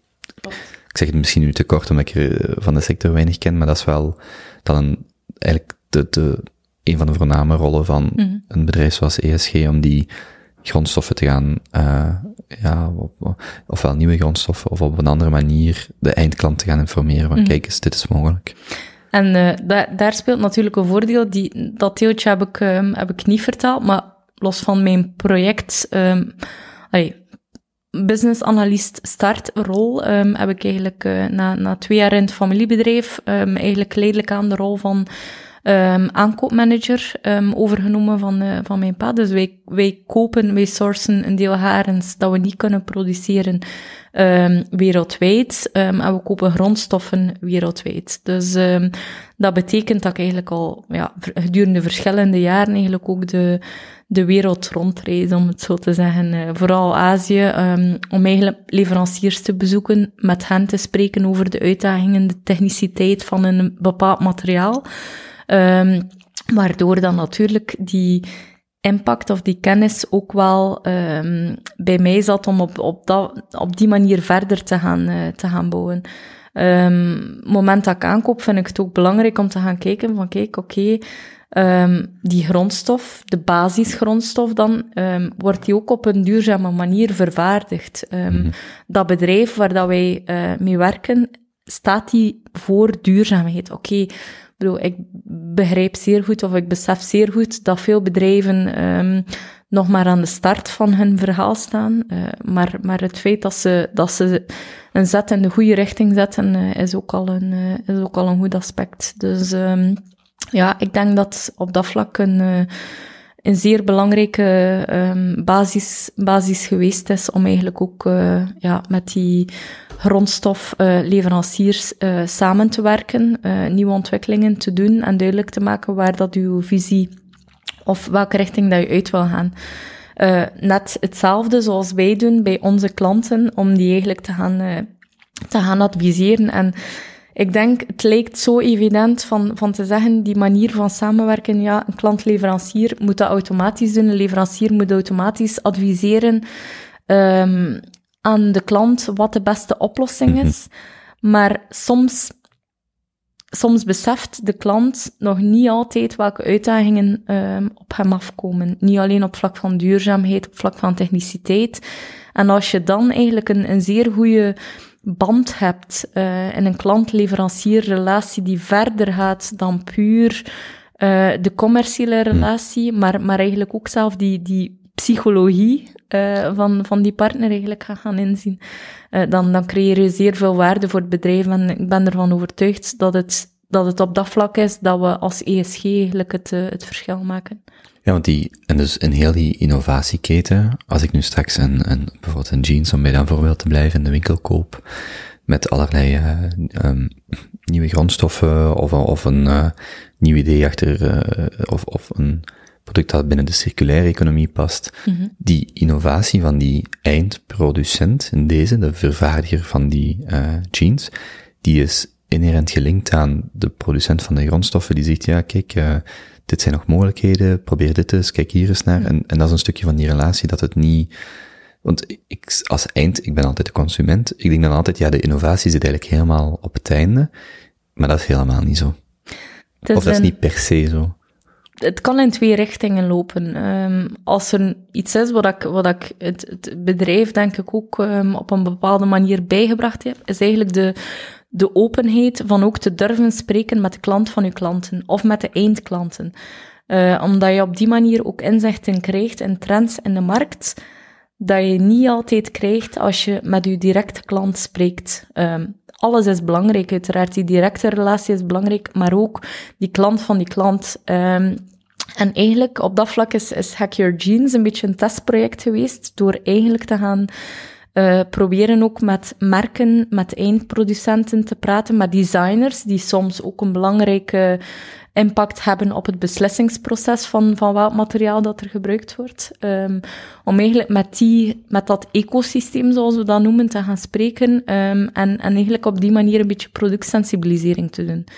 Ik zeg het misschien nu te kort omdat ik er van de sector weinig ken, maar dat is wel dan een, eigenlijk de, de een van de voorname rollen van mm-hmm. een bedrijf zoals E S G, om die grondstoffen te gaan, uh, ja, op, ofwel nieuwe grondstoffen, of op een andere manier de eindklant te gaan informeren van, mm-hmm. kijk eens, dit is mogelijk. En uh, da- daar speelt natuurlijk een voordeel, die, dat deeltje heb ik, um, heb ik niet verteld, maar los van mijn project, um, allee, business analyst startrol, um, heb ik eigenlijk uh, na, na twee jaar in het familiebedrijf um, eigenlijk geleidelijk aan de rol van Um, aankoopmanager um, overgenomen van, uh, van mijn pa. Dus wij, wij kopen, wij sourcen een deel harens dat we niet kunnen produceren um, wereldwijd. Um, en we kopen grondstoffen wereldwijd. Dus um, dat betekent dat ik eigenlijk al ja, gedurende verschillende jaren eigenlijk ook de, de wereld rondreis, om het zo te zeggen. Uh, vooral Azië, um, om eigenlijk leveranciers te bezoeken, met hen te spreken over de uitdagingen, de techniciteit van een bepaald materiaal. Um, waardoor dan natuurlijk die impact of die kennis ook wel um, bij mij zat om op, op, dat, op die manier verder te gaan, uh, te gaan bouwen. Um, het moment dat ik aankoop vind ik het ook belangrijk om te gaan kijken van kijk, oké, okay, um, die grondstof, de basisgrondstof dan, um, wordt die ook op een duurzame manier vervaardigd. Um, mm-hmm. Dat bedrijf waar dat wij uh, mee werken, staat die voor duurzaamheid. Oké, okay, Ik bedoel, ik begrijp zeer goed, of ik besef zeer goed, dat veel bedrijven um, nog maar aan de start van hun verhaal staan. Uh, maar, maar het feit dat ze, dat ze een zet in de goede richting zetten, uh, is, ook al een, uh, is ook al een goed aspect. Dus um, ja, ik denk dat op dat vlak een, uh, een zeer belangrijke um, basis, basis geweest is om eigenlijk ook uh, ja, met die grondstofleveranciers uh, uh, samen te werken, uh, nieuwe ontwikkelingen te doen en duidelijk te maken waar dat uw visie of welke richting dat je uit wil gaan. Uh, net hetzelfde zoals wij doen bij onze klanten, om die eigenlijk te gaan, uh, te gaan adviseren. En ik denk, het lijkt zo evident van, van te zeggen, die manier van samenwerken, ja, een klant-leverancier moet dat automatisch doen, een leverancier moet automatisch adviseren. Um, aan de klant wat de beste oplossing is, mm-hmm. maar soms, soms beseft de klant nog niet altijd welke uitdagingen um, op hem afkomen. Niet alleen op vlak van duurzaamheid, op vlak van techniciteit. En als je dan eigenlijk een, een zeer goede band hebt uh, in een klant-leverancier-relatie die verder gaat dan puur uh, de commerciële relatie, maar, maar eigenlijk ook zelf die, die psychologie uh, van, van die partner eigenlijk gaat gaan inzien, uh, dan, dan creëer je zeer veel waarde voor het bedrijf. En ik ben ervan overtuigd dat het, dat het op dat vlak is dat we als E S G eigenlijk het, uh, het verschil maken. Ja, want die, en dus in heel die innovatieketen, als ik nu straks een, een, bijvoorbeeld een jeans, om bij dat voorbeeld te blijven, in de winkel koop, met allerlei uh, um, nieuwe grondstoffen, of, of een uh, nieuw idee achter, uh, of, of een product dat binnen de circulaire economie past, mm-hmm. die innovatie van die eindproducent, in deze, de vervaardiger van die uh, jeans, die is inherent gelinkt aan de producent van de grondstoffen, die zegt, ja, kijk, uh, dit zijn nog mogelijkheden, probeer dit eens, kijk hier eens naar. En, en dat is een stukje van die relatie, dat het niet... Want ik, als eind, ik ben altijd de consument, ik denk dan altijd, ja, de innovatie zit eigenlijk helemaal op het einde, maar dat is helemaal niet zo. Is of dat een, is niet per se zo. Het kan in twee richtingen lopen. Um, als er iets is wat ik, wat ik het, het bedrijf, denk ik, ook um, op een bepaalde manier bijgebracht heb, is eigenlijk de... de openheid van ook te durven spreken met de klant van uw klanten, of met de eindklanten. Uh, omdat je op die manier ook inzichten krijgt in trends in de markt, dat je niet altijd krijgt als je met je directe klant spreekt. Um, alles is belangrijk, uiteraard. Die directe relatie is belangrijk, maar ook die klant van die klant. Um, en eigenlijk, op dat vlak is, is Hack Your Jeans een beetje een testproject geweest, door eigenlijk te gaan Uh, proberen ook met merken, met eindproducenten te praten, met designers, die soms ook een belangrijke impact hebben op het beslissingsproces van, van welk materiaal dat er gebruikt wordt. Um, om eigenlijk met, die, met dat ecosysteem, zoals we dat noemen, te gaan spreken, um, en, en eigenlijk op die manier een beetje productsensibilisering te doen.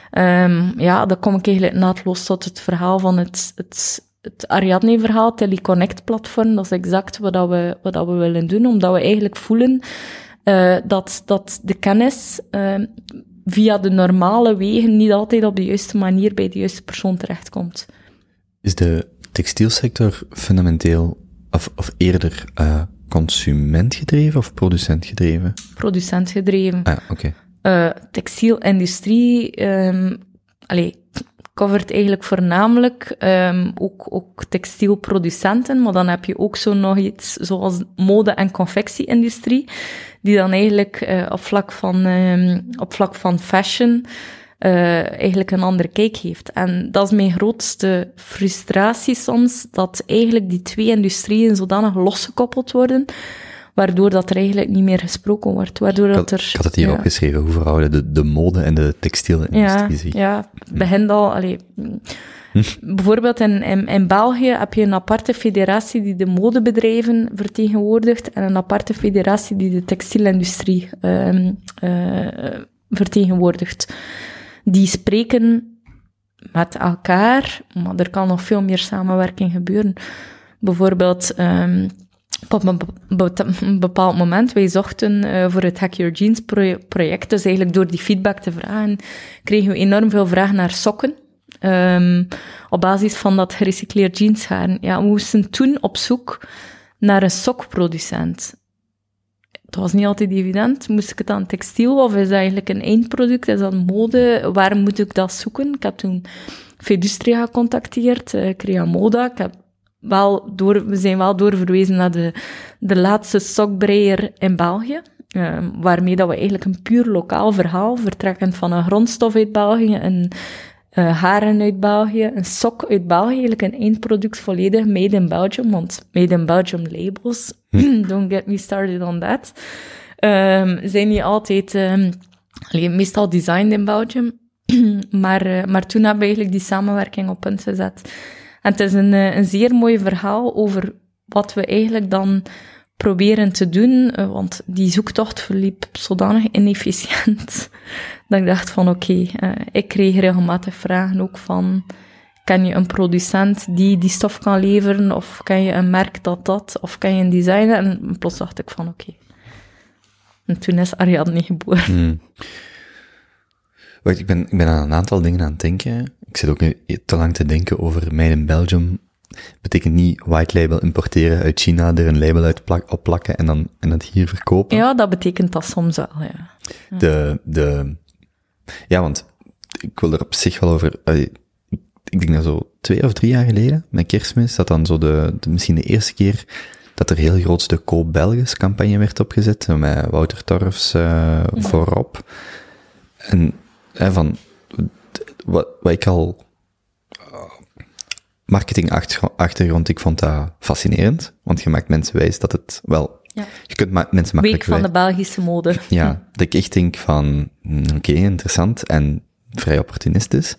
Um, ja, dan kom ik eigenlijk naadloos tot het verhaal van het... het Het Ariadne-verhaal, Teleconnect-platform, dat is exact wat, dat we, wat dat we willen doen, omdat we eigenlijk voelen uh, dat, dat de kennis uh, via de normale wegen niet altijd op de juiste manier bij de juiste persoon terechtkomt. Is de textielsector fundamenteel, of, of eerder uh, consumentgedreven of producentgedreven? Producentgedreven. Ah, oké. Okay. Uh, textielindustrie, um, allee, covert eigenlijk voornamelijk um, ook, ook textielproducenten, maar dan heb je ook zo nog iets zoals mode- en confectie-industrie, die dan eigenlijk uh, op, vlak van, um, op vlak van fashion uh, eigenlijk een andere kijk heeft. En dat is mijn grootste frustratie soms, dat eigenlijk die twee industrieën zodanig losgekoppeld worden, waardoor dat er eigenlijk niet meer gesproken wordt. Waardoor ik, had, dat er, ik had het hier ja. opgeschreven, hoe verhouden de, de mode en de textielindustrie zich. Ja, ja, het begint al... Allee, hm. Bijvoorbeeld in, in, in België heb je een aparte federatie die de modebedrijven vertegenwoordigt en een aparte federatie die de textielindustrie uh, uh, vertegenwoordigt. Die spreken met elkaar, maar er kan nog veel meer samenwerking gebeuren. Bijvoorbeeld... Um, Op een bepaald moment, wij zochten uh, voor het Hack Your Jeans project, dus eigenlijk door die feedback te vragen, kregen we enorm veel vragen naar sokken, um, op basis van dat gerecycleerd jeanshaar. Ja, we moesten toen op zoek naar een sokproducent. Het was niet altijd evident. Moest ik het aan textiel, of is dat eigenlijk een eindproduct, is dat mode, waar moet ik dat zoeken? Ik heb toen Fedustria gecontacteerd, uh, Crea Moda, ik heb Wel door, we zijn wel doorverwezen naar de, de laatste sokbreier in België, uh, waarmee dat we eigenlijk een puur lokaal verhaal, vertrekkend van een grondstof uit België, een uh, haren uit België, een sok uit België, eigenlijk een eindproduct volledig made in Belgium, want made in Belgium labels, don't get me started on that, um, zijn niet altijd, um, alleen, meestal designed in Belgium, maar, uh, maar toen hebben we eigenlijk die samenwerking op punt gezet. En het is een, een zeer mooi verhaal over wat we eigenlijk dan proberen te doen, want die zoektocht verliep zodanig inefficiënt, dat ik dacht van oké, okay, uh, ik kreeg regelmatig vragen ook van, ken je een producent die die stof kan leveren, of ken je een merk dat dat, of ken je een designer? En plots dacht ik van oké, okay, En toen is Ariadne geboren. Hmm. Wacht, ik ben, ik ben aan een aantal dingen aan het denken. Ik zit ook nu te lang te denken over Made in Belgium. Betekent niet white label importeren uit China, er een label uit plak, op plakken en dan en het hier verkopen. Ja, dat betekent dat soms wel, ja. ja. De, de, ja, want ik wil er op zich wel over, allee, ik denk dat zo twee of drie jaar geleden, met Kerstmis, dat dan zo de, de misschien de eerste keer dat er heel groot de Koop Belgisch campagne werd opgezet, met Wouter Torfs uh, ja. voorop. En hè, van, wat, wat ik al, marketingachtergrond, ik vond dat fascinerend, want je maakt mensen wijs dat het wel, ja. je kunt ma- mensen makkelijk Week van de Belgische mode. Ja, dat ik echt denk van, oké, okay, interessant en vrij opportunistisch.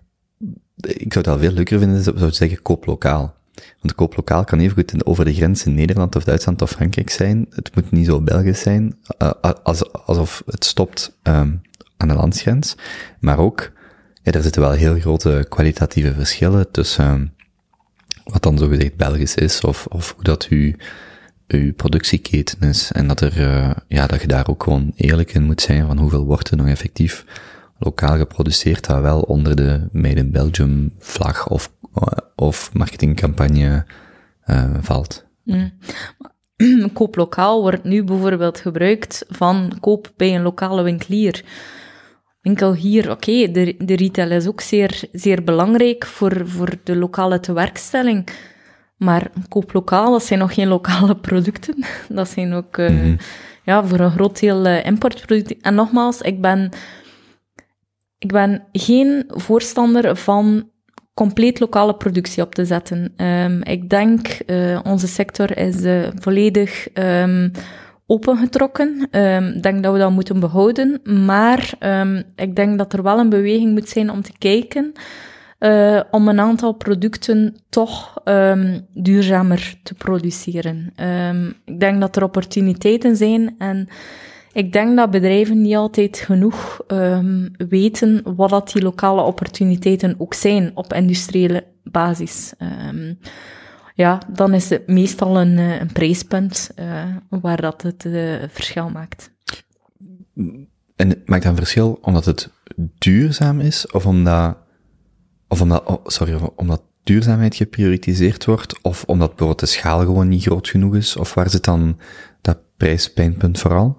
Ik zou het al veel leuker vinden, zou ik zeggen, koop lokaal. Want koop lokaal kan evengoed over de grens in Nederland of Duitsland of Frankrijk zijn. Het moet niet zo Belgisch zijn, uh, als, alsof het stopt um, aan de landsgrens. Maar ook, ja, er zitten wel heel grote kwalitatieve verschillen tussen um, wat dan zogezegd Belgisch is, of, of hoe dat u, uw productieketen is. En dat er, uh, ja, dat je daar ook gewoon eerlijk in moet zijn van hoeveel wordt er nog effectief lokaal geproduceerd, dat wel onder de Made in Belgium vlag of, of marketingcampagne uh, valt. Mm. Koop lokaal wordt nu bijvoorbeeld gebruikt van koop bij een lokale winkelier. Winkel hier, oké, okay, de, de retail is ook zeer, zeer belangrijk voor, voor de lokale tewerkstelling. Maar koop lokaal, dat zijn nog geen lokale producten. Dat zijn ook, uh, mm-hmm. ja, voor een groot deel uh, importproducten. En nogmaals, ik ben... Ik ben geen voorstander van compleet lokale productie op te zetten. Um, ik denk, uh, onze sector is uh, volledig um, opengetrokken. Um, ik denk dat we dat moeten behouden. Maar um, ik denk dat er wel een beweging moet zijn om te kijken uh, om een aantal producten toch um, duurzamer te produceren. Um, ik denk dat er opportuniteiten zijn en ik denk dat bedrijven niet altijd genoeg um, weten wat dat die lokale opportuniteiten ook zijn op industriële basis. Um, ja, dan is het meestal een, een prijspunt uh, waar dat het uh, verschil maakt. En het maakt dan verschil omdat het duurzaam is, of omdat, of omdat, oh, sorry, of omdat duurzaamheid geprioritiseerd wordt, of omdat bijvoorbeeld de schaal gewoon niet groot genoeg is, of waar zit dan dat prijspijnpunt vooral?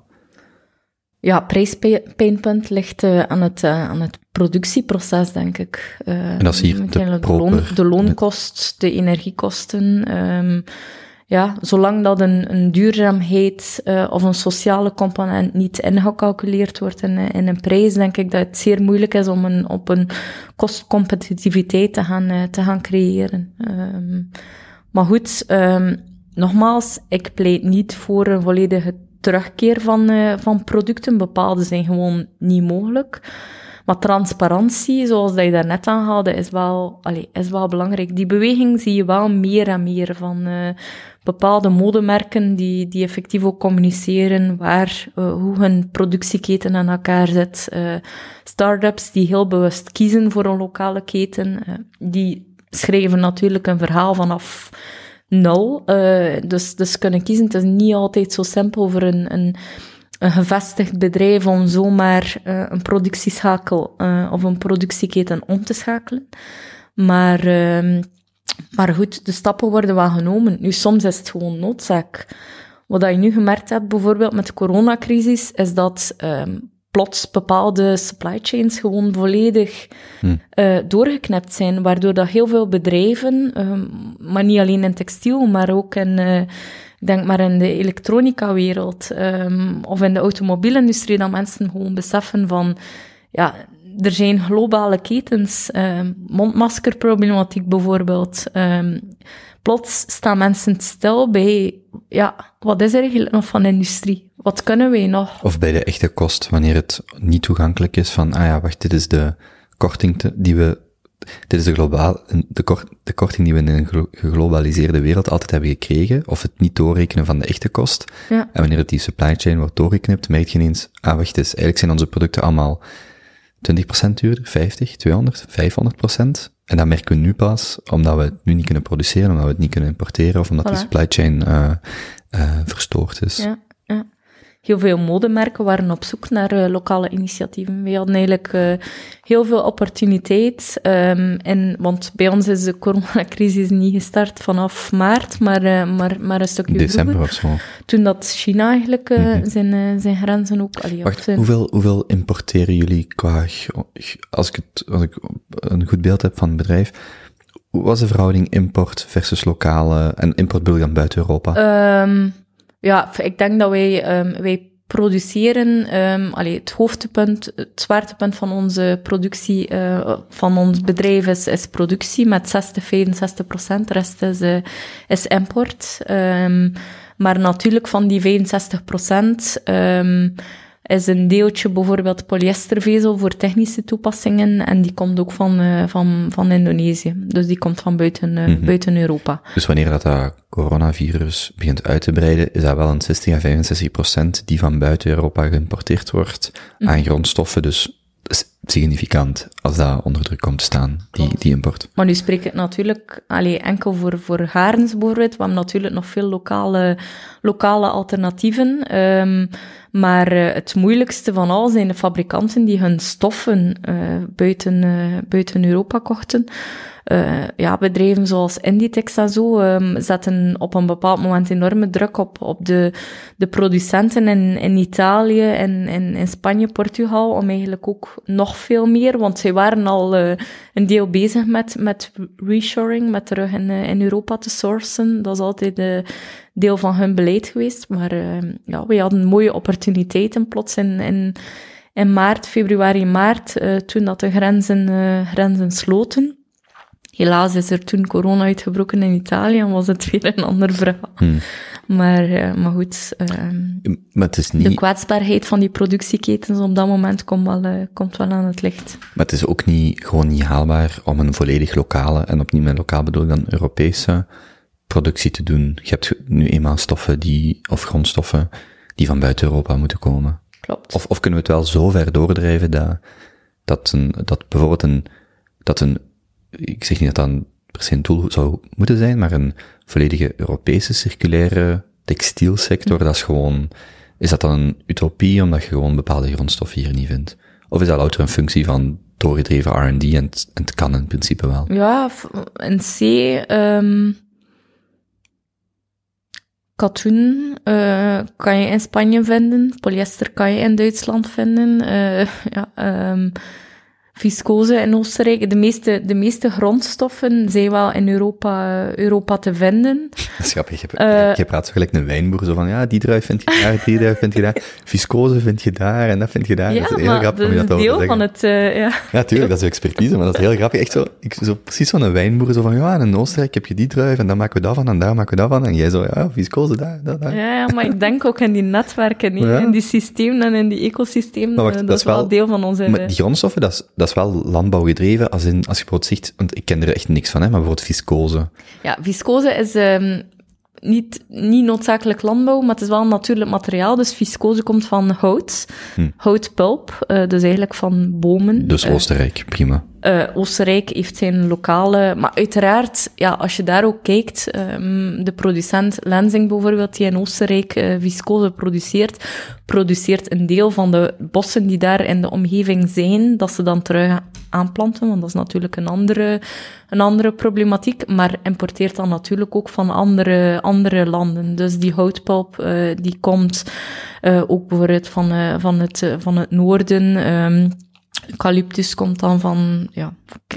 Ja, prijspijnpunt ligt uh, aan, het, uh, aan het productieproces, denk ik. Uh, en dat is hier de, de, proper, loon, de loonkost, de energiekosten. Um, ja, zolang dat een, een duurzaamheid uh, of een sociale component niet ingecalculeerd wordt in, in een prijs, denk ik dat het zeer moeilijk is om een, op een kostcompetitiviteit te gaan, uh, te gaan creëren. Um, maar goed, um, nogmaals, ik pleit niet voor een volledige terugkeer van, uh, van producten. Bepaalde zijn gewoon niet mogelijk. Maar transparantie, zoals dat je daarnet aanhaalde, is wel, allez, is wel belangrijk. Die beweging zie je wel meer en meer van uh, bepaalde modemerken die, die effectief ook communiceren waar, uh, hoe hun productieketen aan elkaar zit. Uh, start-ups die heel bewust kiezen voor een lokale keten, uh, die schrijven natuurlijk een verhaal vanaf nul. Uh, dus, dus kunnen kiezen. Het is niet altijd zo simpel voor een, een, een gevestigd bedrijf om zomaar uh, een productieschakel uh, of een productieketen om te schakelen. Maar, uh, maar goed, de stappen worden wel genomen. Nu, soms is het gewoon noodzaak. Wat je nu gemerkt hebt, bijvoorbeeld met de coronacrisis, is dat um, plots bepaalde supply chains gewoon volledig hm. uh, doorgeknipt zijn, waardoor dat heel veel bedrijven, um, maar niet alleen in textiel, maar ook in, uh, ik denk maar in de elektronica-wereld, um, of in de automobielindustrie, dat mensen gewoon beseffen van, ja, er zijn globale ketens, um, mondmaskerproblematiek bijvoorbeeld. Um, plots staan mensen stil bij, ja, wat is er eigenlijk nog van industrie? Wat kunnen wij nog? Of bij de echte kost, wanneer het niet toegankelijk is van, ah ja, wacht, dit is de korting te, die we, dit is de globaal, de, kort, de korting die we in een geglobaliseerde wereld altijd hebben gekregen, of het niet doorrekenen van de echte kost. Ja. En wanneer het die supply chain wordt doorgeknipt, merk je ineens, ah wacht eens, eigenlijk zijn onze producten allemaal twintig procent duurder, vijftig, tweehonderd, vijfhonderd procent. En dat merken we nu pas, omdat we het nu niet kunnen produceren, omdat we het niet kunnen importeren, of omdat voilà. die supply chain uh, uh, verstoord is. Ja, ja. heel veel modemerken waren op zoek naar uh, lokale initiatieven. We hadden eigenlijk uh, heel veel opportuniteit. Um, en, want bij ons is de coronacrisis niet gestart vanaf maart, maar, uh, maar, maar een stukje December vroeger. of zo. Toen dat China eigenlijk uh, Mm-hmm. zijn, uh, zijn grenzen ook... Allee, Wacht, zijn... hoeveel, hoeveel importeren jullie qua... Als ik, het, als ik een goed beeld heb van het bedrijf, hoe was de verhouding import versus lokale... En import bedoel je dan buiten Europa? Um, ja, ik denk dat wij, um, wij produceren... Um, allee, het hoofdpunt, het zwaartepunt van onze productie, uh, van ons bedrijf is, is productie met zestig, vijfenzestig procent. De rest is, uh, is import. Um, maar natuurlijk van die vijfenzestig procent... Um, is een deeltje bijvoorbeeld polyestervezel voor technische toepassingen en die komt ook van, uh, van, van Indonesië. Dus die komt van buiten, uh, Mm-hmm. buiten Europa. Dus wanneer dat, dat coronavirus begint uit te breiden, is dat wel een zestig à vijfenzestig procent die van buiten Europa geïmporteerd wordt Mm-hmm. aan grondstoffen. Dus dat is significant als dat onder druk komt te staan, die, die import. Maar nu spreek ik natuurlijk allee, enkel voor, voor Haarns bijvoorbeeld. We hebben natuurlijk nog veel lokale, lokale alternatieven. Um, maar uh, het moeilijkste van al zijn de fabrikanten die hun stoffen uh, buiten, uh, buiten Europa kochten. Uh, ja, bedrijven zoals Inditex en zo um, zetten op een bepaald moment enorme druk op, op de, de producenten in, in Italië en in, in Spanje, Portugal, om eigenlijk ook nog veel meer, want zij waren al uh, een deel bezig met, met reshoring, met terug in, uh, in Europa te sourcen. Dat is altijd uh, deel van hun beleid geweest, maar uh, ja, we hadden mooie opportuniteiten plots in, in, in maart, februari, maart, uh, toen dat de grenzen, uh, grenzen sloten. Helaas is er toen corona uitgebroken in Italië en was het weer een ander verhaal. Hmm. Maar, uh, maar goed, uh, maar het is niet... de kwetsbaarheid van die productieketens op dat moment komt wel, uh, komt wel aan het licht. Maar het is ook niet, gewoon niet haalbaar om een volledig lokale, en opnieuw met lokaal bedoel ik dan Europese productie te doen. Je hebt nu eenmaal stoffen die, of grondstoffen, die van buiten Europa moeten komen. Klopt. Of, of kunnen we het wel zo ver doordrijven dat, dat een, dat bijvoorbeeld een, dat een, ik zeg niet dat dat een, per se een doel zou moeten zijn, maar een volledige Europese circulaire textielsector, mm. dat is gewoon, is dat dan een utopie omdat je gewoon bepaalde grondstoffen hier niet vindt? Of is dat louter een functie van doorgedreven R en D en, en het kan in principe wel? Ja, in C, um, katoen uh, kan je in Spanje vinden, polyester kan je in Duitsland vinden, uh, ja, um, viscose in Oostenrijk. De meeste, de meeste grondstoffen zijn wel in Europa, Europa te vinden. Dat is grappig. Je, Uh, je praat zo gelijk een wijnboer, zo van, ja, die druif vind je daar, die druif vind je daar, viscose vind je daar, en dat vind je daar. Ja, dat is heel maar grappig dat om je is dat te horen deel van zeggen. het, uh, ja. Ja, tuurlijk, dat is uw expertise, maar dat is heel grappig. Echt zo, ik, zo precies zo'n wijnboer, zo van, ja, in Oostenrijk heb je die druif, en dan maken we dat van, en daar maken we dat van, en jij zo, ja, viscose daar, dat daar. Ja, ja, maar ik denk ook in die netwerken, nee, Ja. in die systemen en in die ecosystemen, Maar wacht, uh, dat, dat is is wel- wel deel van onze... Maar die grondstoffen, dat is, dat is wel landbouwgedreven, als, in, als je bijvoorbeeld zegt, want ik ken er echt niks van, hè, maar bijvoorbeeld viscose. Ja, viscose is um, niet, niet noodzakelijk landbouw, maar het is wel een natuurlijk materiaal. Dus viscose komt van hout, Hm. houtpulp, uh, dus eigenlijk van bomen. Dus Uh, Oostenrijk, prima. Uh, Oostenrijk heeft zijn lokale... Maar uiteraard, ja, als je daar ook kijkt, um, de producent Lenzing bijvoorbeeld, die in Oostenrijk uh, viscose produceert, produceert een deel van de bossen die daar in de omgeving zijn, dat ze dan terug aanplanten, want dat is natuurlijk een andere, een andere problematiek, maar importeert dan natuurlijk ook van andere, andere landen. Dus die houtpulp, uh, die komt uh, ook bijvoorbeeld van, uh, van, het, uh, van het noorden... Um, Eucalyptus komt dan van, ja,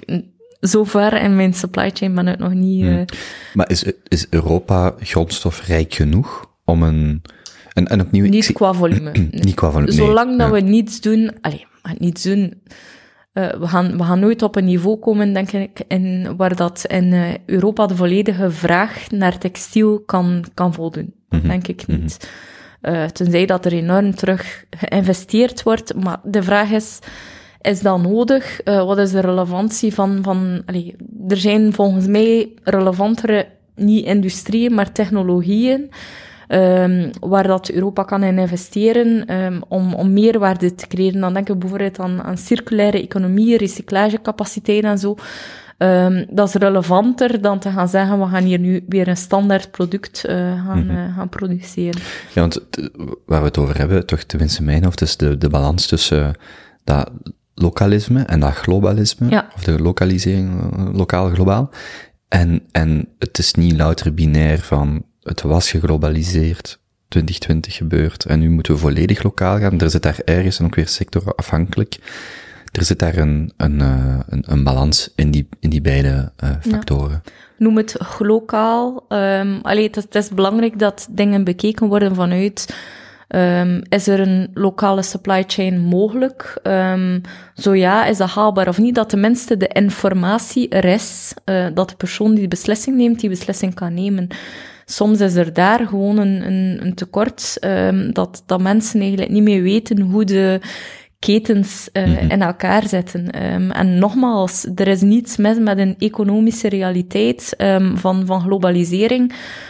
zo ver in mijn supply chain ben ik nog niet... Uh... Hmm. Maar is, is Europa grondstofrijk genoeg om een... En, en opnieuw... ik Niet zie- qua volume. Nee. Niet qua volume, nee. Zolang dat Ja. we niets doen... Allee, we gaan niets doen... Uh, we, gaan, we gaan nooit op een niveau komen, denk ik, in, waar dat in uh, Europa de volledige vraag naar textiel kan, kan voldoen. Mhm. Denk ik niet. Uh, tenzij dat er enorm terug geïnvesteerd wordt. Maar de vraag is... Is dat nodig? Uh, wat is de relevantie van... van allee, er zijn volgens mij relevantere, niet industrieën, maar technologieën, um, waar dat Europa kan in investeren um, om, om meerwaarde te creëren. Dan denk ik bijvoorbeeld aan, aan circulaire economie, recyclagecapaciteit en zo. Um, dat is relevanter dan te gaan zeggen, we gaan hier nu weer een standaard product uh, gaan, mm-hmm. uh, gaan produceren. Ja, want t- waar we het over hebben, toch tenminste in mijn hoofd, is de, de balans tussen uh, dat lokalisme en dat globalisme, ja. of de lokalisering, lokaal-globaal. En, en het is niet louter binair van, het was geglobaliseerd, twintig twintig gebeurd, en nu moeten we volledig lokaal gaan. Er zit daar ergens, en ook weer sectorafhankelijk, er zit daar een, een, een, een balans in die, in die beide uh, factoren. Ja. Noem het glokaal. Um, allee, het, is, het is belangrijk dat dingen bekeken worden vanuit, um, is er een lokale supply chain mogelijk? Um, zo ja, is dat haalbaar of niet? Dat tenminste de informatie er is, uh, dat de persoon die de beslissing neemt, die beslissing kan nemen. Soms is er daar gewoon een, een, een tekort, um, dat, dat mensen eigenlijk niet meer weten hoe de ketens uh, mm-hmm. in elkaar zitten. Um, en nogmaals, er is niets mis met een economische realiteit um, van, van globalisering,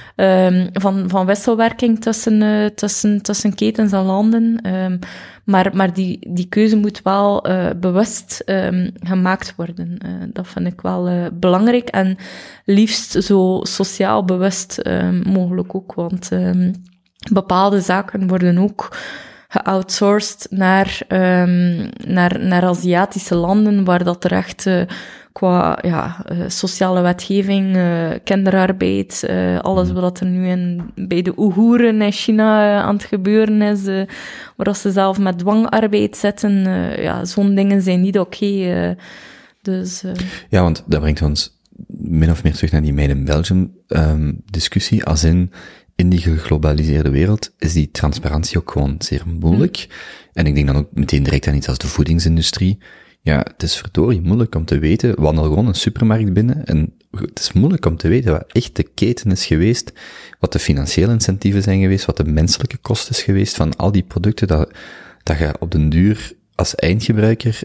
um, van, van wisselwerking tussen, uh, tussen, tussen ketens en landen. Um, maar maar die, die keuze moet wel uh, bewust um, gemaakt worden. Uh, dat vind ik wel uh, belangrijk en liefst zo sociaal bewust um, mogelijk ook, want um, bepaalde zaken worden ook geoutsourced naar, um, naar, naar Aziatische landen, waar dat er echt uh, qua ja, uh, sociale wetgeving, uh, kinderarbeid, uh, alles wat er nu in, bij de Oeigoeren in China uh, aan het gebeuren is, uh, waar ze zelf met dwangarbeid zitten, uh, ja, zo'n dingen zijn niet oké. Okay, uh, dus, uh... Ja, want dat brengt ons min of meer terug naar die Made in Belgium um, discussie, als in in die geglobaliseerde wereld is die transparantie ook gewoon zeer moeilijk. Mm. En ik denk dan ook meteen direct aan iets als de voedingsindustrie. Ja, het is verdorie moeilijk om te weten. Wandel gewoon een supermarkt binnen en het is moeilijk om te weten wat echt de keten is geweest, wat de financiële incentieven zijn geweest, wat de menselijke kost is geweest van al die producten, dat, dat je op den duur als eindgebruiker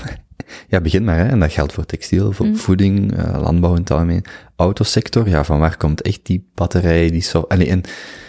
ja, begin maar, hè. En dat geldt voor textiel, voor mm. voeding, uh, landbouw in het algemeen, autosector. Ja, van waar komt echt die batterij, die so... Allee, en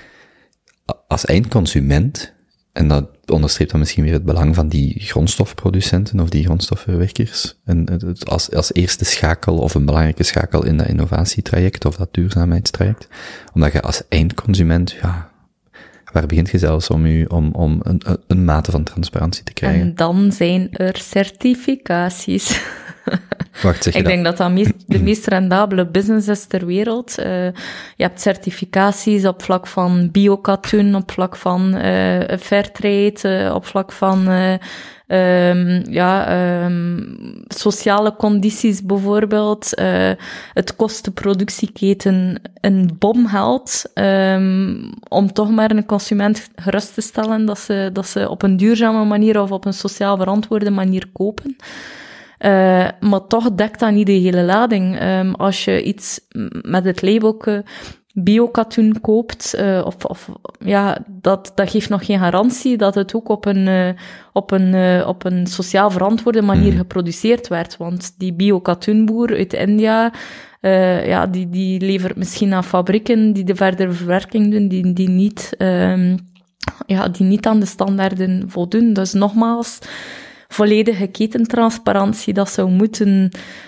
als eindconsument, en dat onderstreept dan misschien weer het belang van die grondstofproducenten of die grondstofverwerkers, en het, als, als eerste schakel of een belangrijke schakel in dat innovatietraject of dat duurzaamheidstraject, omdat je als eindconsument, ja, waar begint je zelfs om, u, om, om een, een mate van transparantie te krijgen? En dan zijn er certificaties. Wacht, zeg je Ik dat? denk dat dat meest, de meest rendabele business is ter wereld. Uh, je hebt certificaties op vlak van biokatoen, op vlak van uh, fairtrade, uh, op vlak van uh, um, ja, um, sociale condities bijvoorbeeld. Uh, het kost de productieketen een bomgeld um, om toch maar een consument gerust te stellen dat ze, dat ze op een duurzame manier of op een sociaal verantwoorde manier kopen. Uh, maar toch dekt dat niet de hele lading. Um, als je iets met het labelke biokatoen koopt, uh, of, of, ja, dat, dat geeft nog geen garantie dat het ook op een, uh, op een, uh, op een sociaal verantwoorde manier mm. geproduceerd werd. Want die biokatoenboer uit India, uh, ja, die, die levert misschien aan fabrieken die de verdere verwerking doen, die, die niet, um, ja, die niet aan de standaarden voldoen. Dus nogmaals, volledige ketentransparantie, dat zou moeten uh,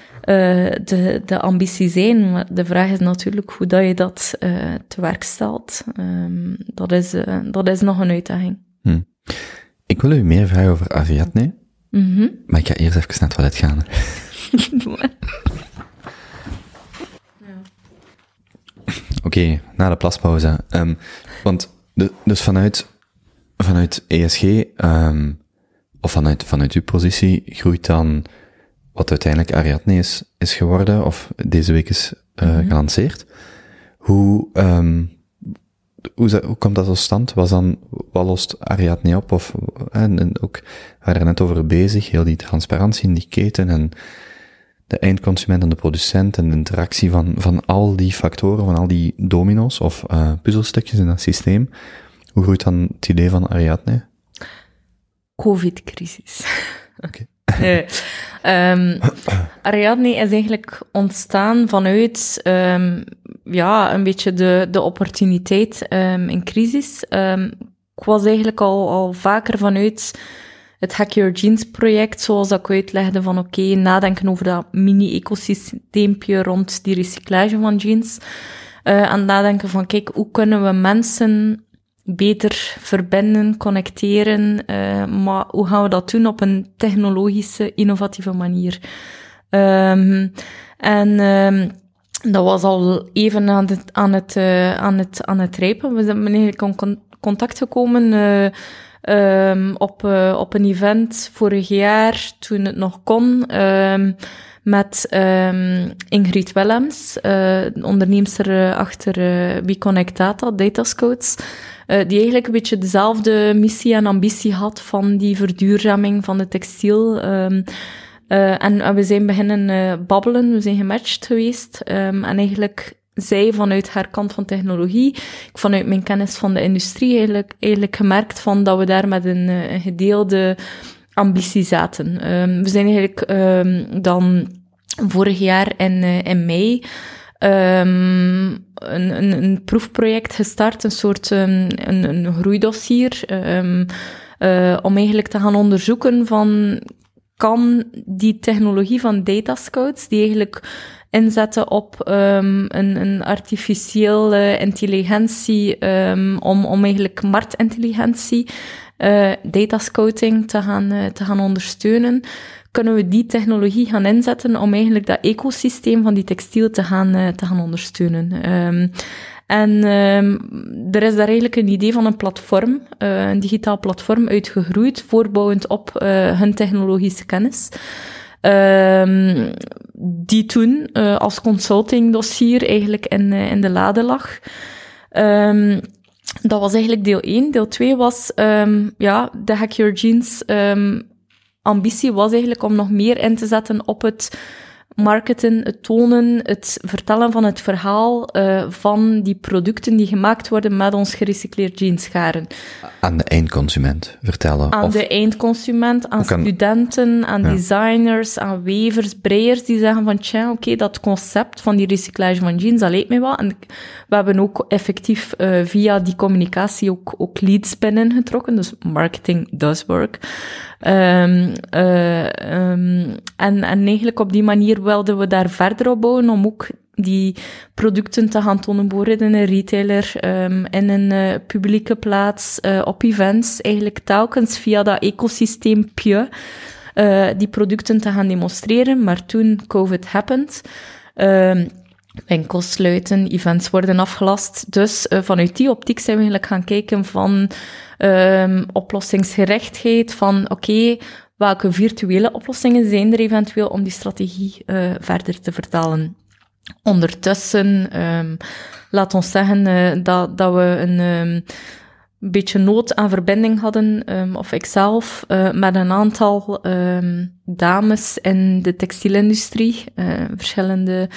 de, de ambitie zijn. Maar de vraag is natuurlijk hoe dat je dat uh, te werk stelt. Um, dat, is, uh, dat is nog een uitdaging. Hm. Ik wil u meer vragen over Ariadne, mm-hmm. maar ik ga eerst even naar het toilet gaan. Oké, okay, na de plaspauze. Um, want, de, dus vanuit, vanuit E S G... Um, of vanuit, vanuit uw positie groeit dan wat uiteindelijk Ariadne is, is geworden, of deze week is uh, mm-hmm. gelanceerd. Hoe, um, hoe, hoe komt dat tot stand? Was dan, wat lost Ariadne op? Of, en, en ook, we waren er net over bezig, heel die transparantie in die keten en de eindconsument en de producent en de interactie van, van al die factoren, van al die domino's of uh, puzzelstukjes in dat systeem. Hoe groeit dan het idee van Ariadne? COVID-crisis. Oké. Nee. Um, Ariadne is eigenlijk ontstaan vanuit um, ja, een beetje de, de opportuniteit um, in crisis. Um, ik was eigenlijk al, al vaker vanuit het Hack Your Jeans project, zoals dat ik uitlegde van oké, okay, nadenken over dat mini-ecosysteempje rond die recyclage van jeans. Uh, en nadenken van kijk, hoe kunnen we mensen beter verbinden, connecteren, uh, maar hoe gaan we dat doen op een technologische, innovatieve manier? Um, en um, dat was al even aan het, aan het, uh, aan het, aan het rijpen. We zijn eigenlijk in con- contact gekomen uh, um, op, uh, op een event vorig jaar, toen het nog kon, um, met um, Ingrid Willems, uh, onderneemster uh, achter uh, WeConnect Data, Datascodes, uh, die eigenlijk een beetje dezelfde missie en ambitie had van die verduurzaming van de textiel. Um, uh, en, en we zijn beginnen uh, babbelen, we zijn gematcht geweest, um, en eigenlijk zij vanuit haar kant van technologie, ik vanuit mijn kennis van de industrie eigenlijk, eigenlijk gemerkt van dat we daar met een, een gedeelde ambitie zaten. Um, we zijn eigenlijk um, dan vorig jaar in, uh, in mei um, een, een, een proefproject gestart, een soort um, een, een groeidossier, um, uh, om eigenlijk te gaan onderzoeken van kan die technologie van Datascodes, die eigenlijk inzetten op um, een, een artificiële intelligentie, um, om, om eigenlijk marktintelligentie, uh, datascouting te gaan, uh, te gaan ondersteunen, kunnen we die technologie gaan inzetten om eigenlijk dat ecosysteem van die textiel te gaan, uh, te gaan ondersteunen. Um, en um, er is daar eigenlijk een idee van een platform, uh, een digitaal platform uitgegroeid, voortbouwend op uh, hun technologische kennis. Um, die toen uh, als consulting dossier eigenlijk in, uh, in de lade lag. Um, dat was eigenlijk deel één. Deel twee was, um, ja, de Hack Your Jeans um, ambitie was eigenlijk om nog meer in te zetten op het marketen, het tonen, het vertellen van het verhaal uh, van die producten die gemaakt worden met ons gerecycleerd jeansgaren. Aan de eindconsument vertellen? Aan of... de eindconsument, aan kan... studenten, aan ja. designers, aan wevers, breiers, die zeggen van tja, oké, okay, dat concept van die recyclage van jeans, dat lijkt mij wat. En we hebben ook effectief uh, via die communicatie ook, ook leads binnengetrokken, dus marketing does work. Um, uh, um, en, en eigenlijk op die manier wilden we daar verder op bouwen om ook die producten te gaan tonen, bijvoorbeeld in een retailer, um, in een uh, publieke plaats, uh, op events, eigenlijk telkens via dat ecosysteempje uh, die producten te gaan demonstreren. Maar toen COVID happened, um, winkels sluiten, events worden afgelast. Dus uh, vanuit die optiek zijn we eigenlijk gaan kijken van um, oplossingsgerichtheid, van oké, okay, welke virtuele oplossingen zijn er eventueel om die strategie uh, verder te vertalen. Ondertussen, um, laat ons zeggen uh, dat, dat we een um, beetje nood aan verbinding hadden, um, of ikzelf, uh, met een aantal um, dames in de textielindustrie, uh, verschillende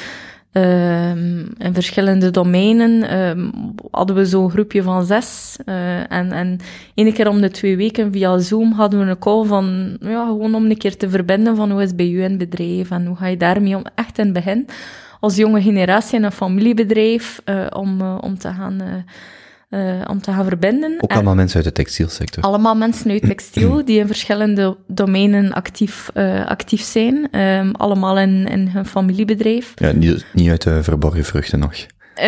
Um, in verschillende domeinen um, hadden we zo'n groepje van zes. Uh, en, en één keer om de twee weken via Zoom hadden we een call van, ja, gewoon om een keer te verbinden van hoe is bij u een bedrijf en hoe ga je daarmee om, echt in het begin, als jonge generatie in een familiebedrijf, uh, om, uh, om, te gaan, uh, uh, om te gaan verbinden. Ook allemaal en mensen uit de textielsector? Allemaal mensen uit textiel, die in verschillende domeinen actief, uh, actief zijn. Um, allemaal in, in hun familiebedrijf. Ja, niet, niet uit de verborgen vruchten nog?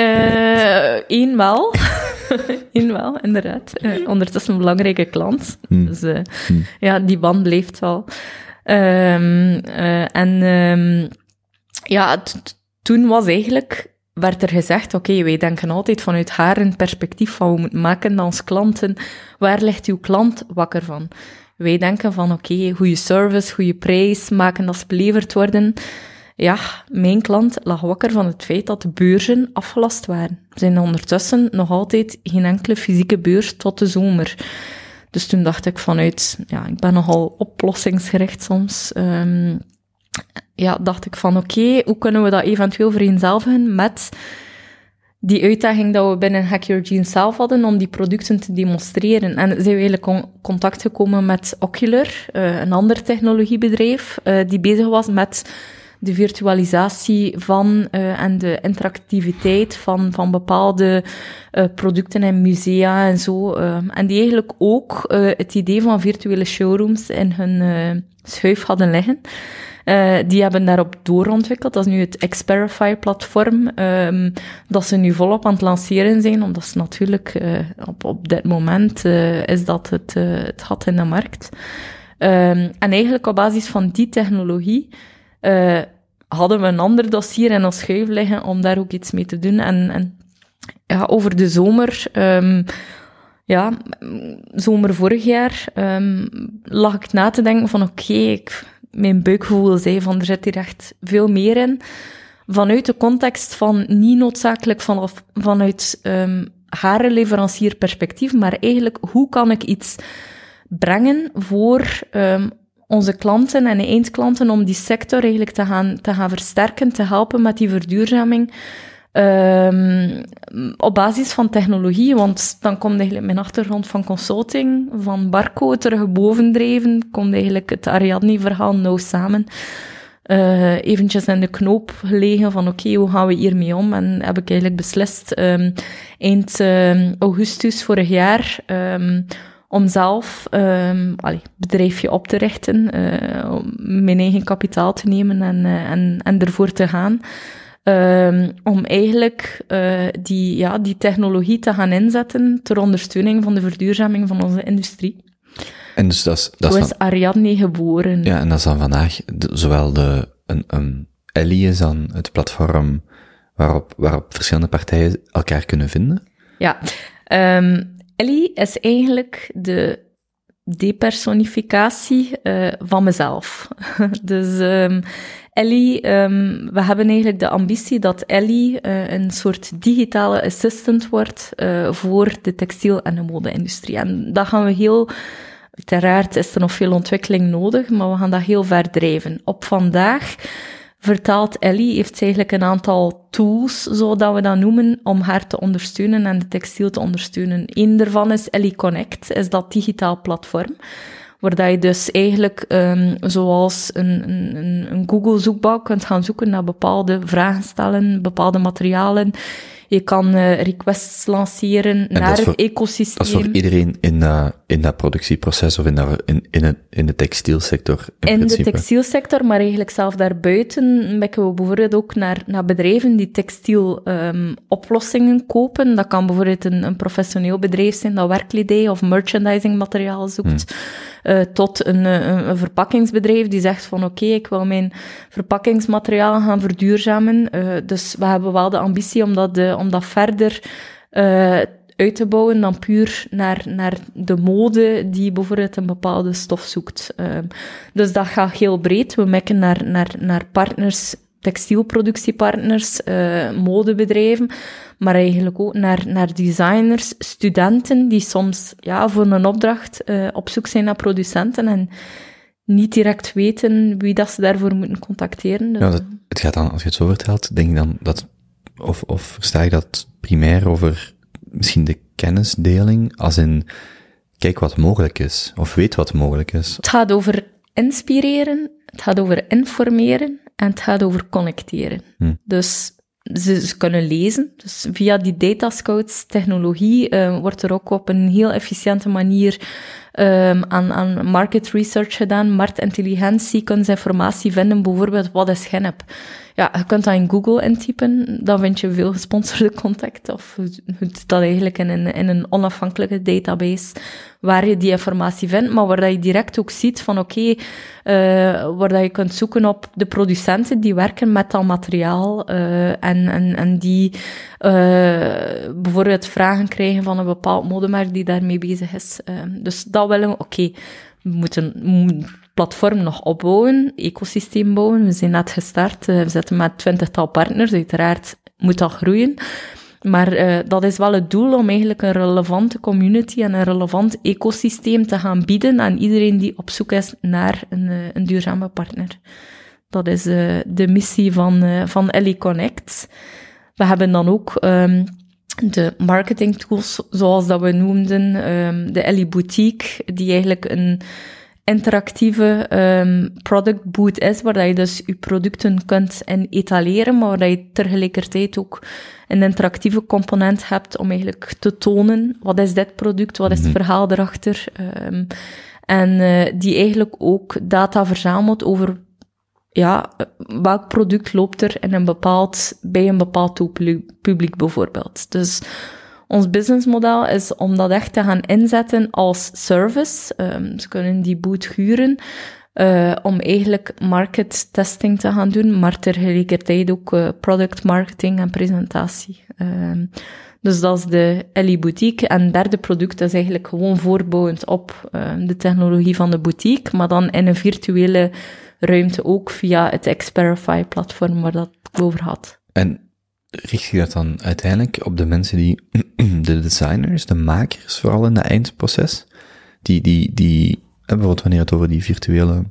Eén uh, wel. Eén wel, inderdaad. Uh, ondertussen een belangrijke klant. Hmm. Dus uh, hmm. ja, die band blijft wel. Um, uh, en um, ja, t- t- toen was eigenlijk... werd er gezegd, oké, okay, wij denken altijd vanuit haar een perspectief van we moeten maken dat ons klanten, waar ligt uw klant wakker van? Wij denken van, oké, okay, goede service, goede prijs, maken dat ze beleverd worden. Ja, mijn klant lag wakker van het feit dat de beurzen afgelast waren. Er zijn ondertussen nog altijd geen enkele fysieke beurs tot de zomer. Dus toen dacht ik vanuit, ja, ik ben nogal oplossingsgericht soms, um, ja, dacht ik van oké, okay, hoe kunnen we dat eventueel vereenzelvigen met die uitdaging dat we binnen Hack Your Jeans zelf hadden om die producten te demonstreren. En zijn we eigenlijk in contact gekomen met Ocular, uh, een ander technologiebedrijf, uh, die bezig was met de virtualisatie van uh, en de interactiviteit van, van bepaalde uh, producten en musea en zo. Uh, en die eigenlijk ook uh, het idee van virtuele showrooms in hun uh, schuif hadden liggen. Uh, die hebben daarop doorontwikkeld. Dat is nu het Xperify-platform, um, dat ze nu volop aan het lanceren zijn, omdat ze natuurlijk uh, op, op dit moment uh, is dat het, uh, het gat in de markt. Um, en eigenlijk op basis van die technologie uh, hadden we een ander dossier in ons schuif liggen om daar ook iets mee te doen. En, en ja, over de zomer... Um, Ja, zomer vorig jaar um, lag ik na te denken van oké, okay, mijn buikgevoel zei van er zit hier echt veel meer in. Vanuit de context van niet noodzakelijk vanaf, vanuit um, haar leverancierperspectief, maar eigenlijk hoe kan ik iets brengen voor um, onze klanten en de eindklanten om die sector eigenlijk te gaan, te gaan versterken, te helpen met die verduurzaming. Um, op basis van technologie, want dan komt eigenlijk mijn achtergrond van consulting, van Barco terug bovendreven, komt eigenlijk het Ariadne-verhaal nauw samen. Uh, eventjes in de knoop gelegen van oké, okay, hoe gaan we hiermee om? En heb ik eigenlijk beslist um, eind uh, augustus vorig jaar um, om zelf een um, bedrijfje op te richten, uh, om mijn eigen kapitaal te nemen en, uh, en, en ervoor te gaan. Um, om eigenlijk uh, die, ja, die technologie te gaan inzetten ter ondersteuning van de verduurzaming van onze industrie. En dus dat is, dat Zo is is van, Ariadne geboren. ja, en dat is dan vandaag, de, zowel de, een, een Ellie is dan het platform waarop, waarop verschillende partijen elkaar kunnen vinden? Ja, um, Ellie is eigenlijk de depersonificatie uh, van mezelf. Dus um, Ellie, um, we hebben eigenlijk de ambitie dat Ellie uh, een soort digitale assistant wordt uh, voor de textiel- en de mode-industrie. En dat gaan we heel... Uiteraard is er nog veel ontwikkeling nodig, maar we gaan dat heel ver drijven. Op vandaag vertaalt Ellie, heeft ze eigenlijk een aantal tools, zodat we dat noemen, om haar te ondersteunen en de textiel te ondersteunen. Eén daarvan is Ellie Connect, is dat digitaal platform, waar je dus eigenlijk, um, zoals een, een, een Google-zoekbalk, kunt gaan zoeken naar bepaalde vragen stellen, bepaalde materialen. Je kan uh, requests lanceren en naar voor, het ecosysteem. Dat is voor iedereen in, uh, in dat productieproces of in, dat, in, in, het, in de textielsector. In, in principe. de textielsector, maar eigenlijk zelf daarbuiten mikken we bijvoorbeeld ook naar, naar bedrijven die textiel um, oplossingen kopen. Dat kan bijvoorbeeld een, een professioneel bedrijf zijn dat werkkledij of merchandising materiaal zoekt. Hmm. Uh, tot een, een, een verpakkingsbedrijf die zegt van oké, okay, ik wil mijn verpakkingsmateriaal gaan verduurzamen. Uh, dus we hebben wel de ambitie om dat, de, om dat verder uh, uit te bouwen dan puur naar, naar de mode die bijvoorbeeld een bepaalde stof zoekt. Uh, dus dat gaat heel breed. We mikken naar, naar, naar partners, textielproductiepartners, uh, modebedrijven, maar eigenlijk ook naar, naar designers, studenten die soms ja, voor een opdracht uh, op zoek zijn naar producenten en niet direct weten wie dat ze daarvoor moeten contacteren. Dus. Ja, dat, het gaat dan, als je het zo vertelt, denk ik dan dat, of, of versta ik dat primair over misschien de kennisdeling, als in, kijk wat mogelijk is, of weet wat mogelijk is. Het gaat over inspireren, het gaat over informeren en het gaat over connecteren. Hm. Dus ze, ze kunnen lezen. Dus via die data scouts technologie uh, wordt er ook op een heel efficiënte manier um, aan, aan market research gedaan, marktintelligentie, kunnen ze informatie vinden, bijvoorbeeld wat is Gennep. Ja, je kunt dat in Google intypen, dan vind je veel gesponsorde contact, of dat eigenlijk in een, in een onafhankelijke database, waar je die informatie vindt, maar waar dat je direct ook ziet van oké, okay, uh, waar dat je kunt zoeken op de producenten die werken met dat materiaal, uh, en, en, en die uh, bijvoorbeeld vragen krijgen van een bepaald modemerk die daarmee bezig is. Uh, dus dat willen we, oké, okay, we moeten... moet platform nog opbouwen, ecosysteem bouwen. We zijn net gestart, we zitten met twintigtal partners, uiteraard moet dat groeien. Maar uh, dat is wel het doel om eigenlijk een relevante community en een relevant ecosysteem te gaan bieden aan iedereen die op zoek is naar een, uh, een duurzame partner. Dat is uh, de missie van, uh, van Ellie Connect. We hebben dan ook um, de marketing tools, zoals dat we noemden, um, de Ellie Boutique, die eigenlijk een interactieve um, product boot is, waar dat je dus je producten kunt in etaleren, maar waar dat je tegelijkertijd ook een interactieve component hebt om eigenlijk te tonen, wat is dit product, wat is het verhaal erachter, um, en uh, die eigenlijk ook data verzamelt over ja, welk product loopt er in een bepaald, bij een bepaald publiek bijvoorbeeld. Dus ons businessmodel is om dat echt te gaan inzetten als service. Um, ze kunnen die boot huren uh, om eigenlijk market testing te gaan doen, maar tegelijkertijd ook uh, product marketing en presentatie. Um, dus dat is de Ellie Boutique. En het derde product is eigenlijk gewoon voortbouwend op uh, de technologie van de boutique, maar dan in een virtuele ruimte ook via het Xperify-platform waar dat ik over had. En richt je dat dan uiteindelijk op de mensen die, de designers, de makers, vooral in het eindproces, die, die, die, bijvoorbeeld wanneer het over die virtuele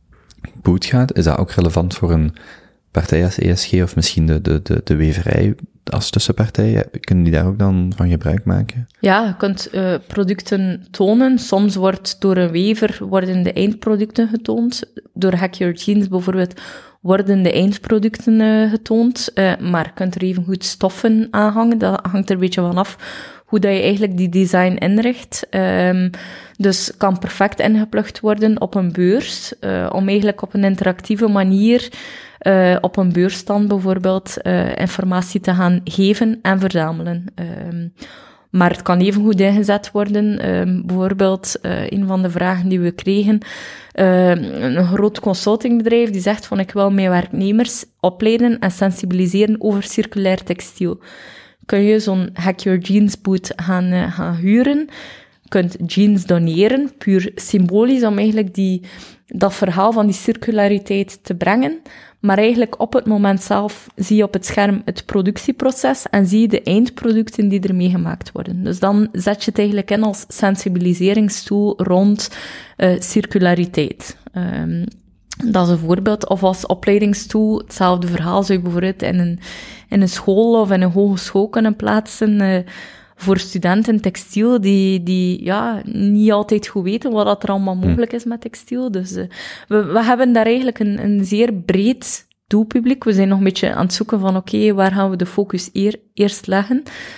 boot gaat, is dat ook relevant voor een partij als E S G of misschien de, de, de, de weverij als tussenpartij? Kunnen die daar ook dan van gebruik maken? Ja, je kunt uh, producten tonen. Soms wordt door een wever worden de eindproducten getoond. Door Hack Your Jeans bijvoorbeeld worden de eindproducten uh, getoond. Uh, maar je kunt er even goed stoffen aan hangen. Dat hangt er een beetje van af hoe dat je eigenlijk die design inricht. Um, dus kan perfect ingeplucht worden op een beurs, uh, om eigenlijk op een interactieve manier uh, op een beursstand bijvoorbeeld uh, informatie te gaan geven en verzamelen. Um, maar het kan even goed ingezet worden. Um, bijvoorbeeld, uh, een van de vragen die we kregen, uh, een groot consultingbedrijf die zegt van ik wil mijn werknemers opleiden en sensibiliseren over circulair textiel. Kun je zo'n Hack Your Jeans boot gaan, uh, gaan huren. Je kunt jeans doneren, puur symbolisch, om eigenlijk die, dat verhaal van die circulariteit te brengen. Maar eigenlijk op het moment zelf zie je op het scherm het productieproces en zie je de eindproducten die ermee gemaakt worden. Dus dan zet je het eigenlijk in als sensibiliseringstool rond uh, circulariteit. Um, Dat is een voorbeeld. Of als opleidingstool, hetzelfde verhaal zou je bijvoorbeeld in een, in een school of in een hogeschool kunnen plaatsen uh, voor studenten textiel die, die ja, niet altijd goed weten wat er allemaal mogelijk is met textiel. Dus uh, we, we hebben daar eigenlijk een, een zeer breed doelpubliek. We zijn nog een beetje aan het zoeken van oké, okay, waar gaan we de focus eer, eerst leggen?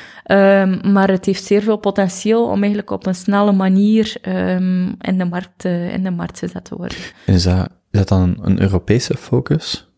Um, maar het heeft zeer veel potentieel om eigenlijk op een snelle manier um, in, de markt, uh, in de markt gezet te worden. Is dat, is dat dan een Europese focus?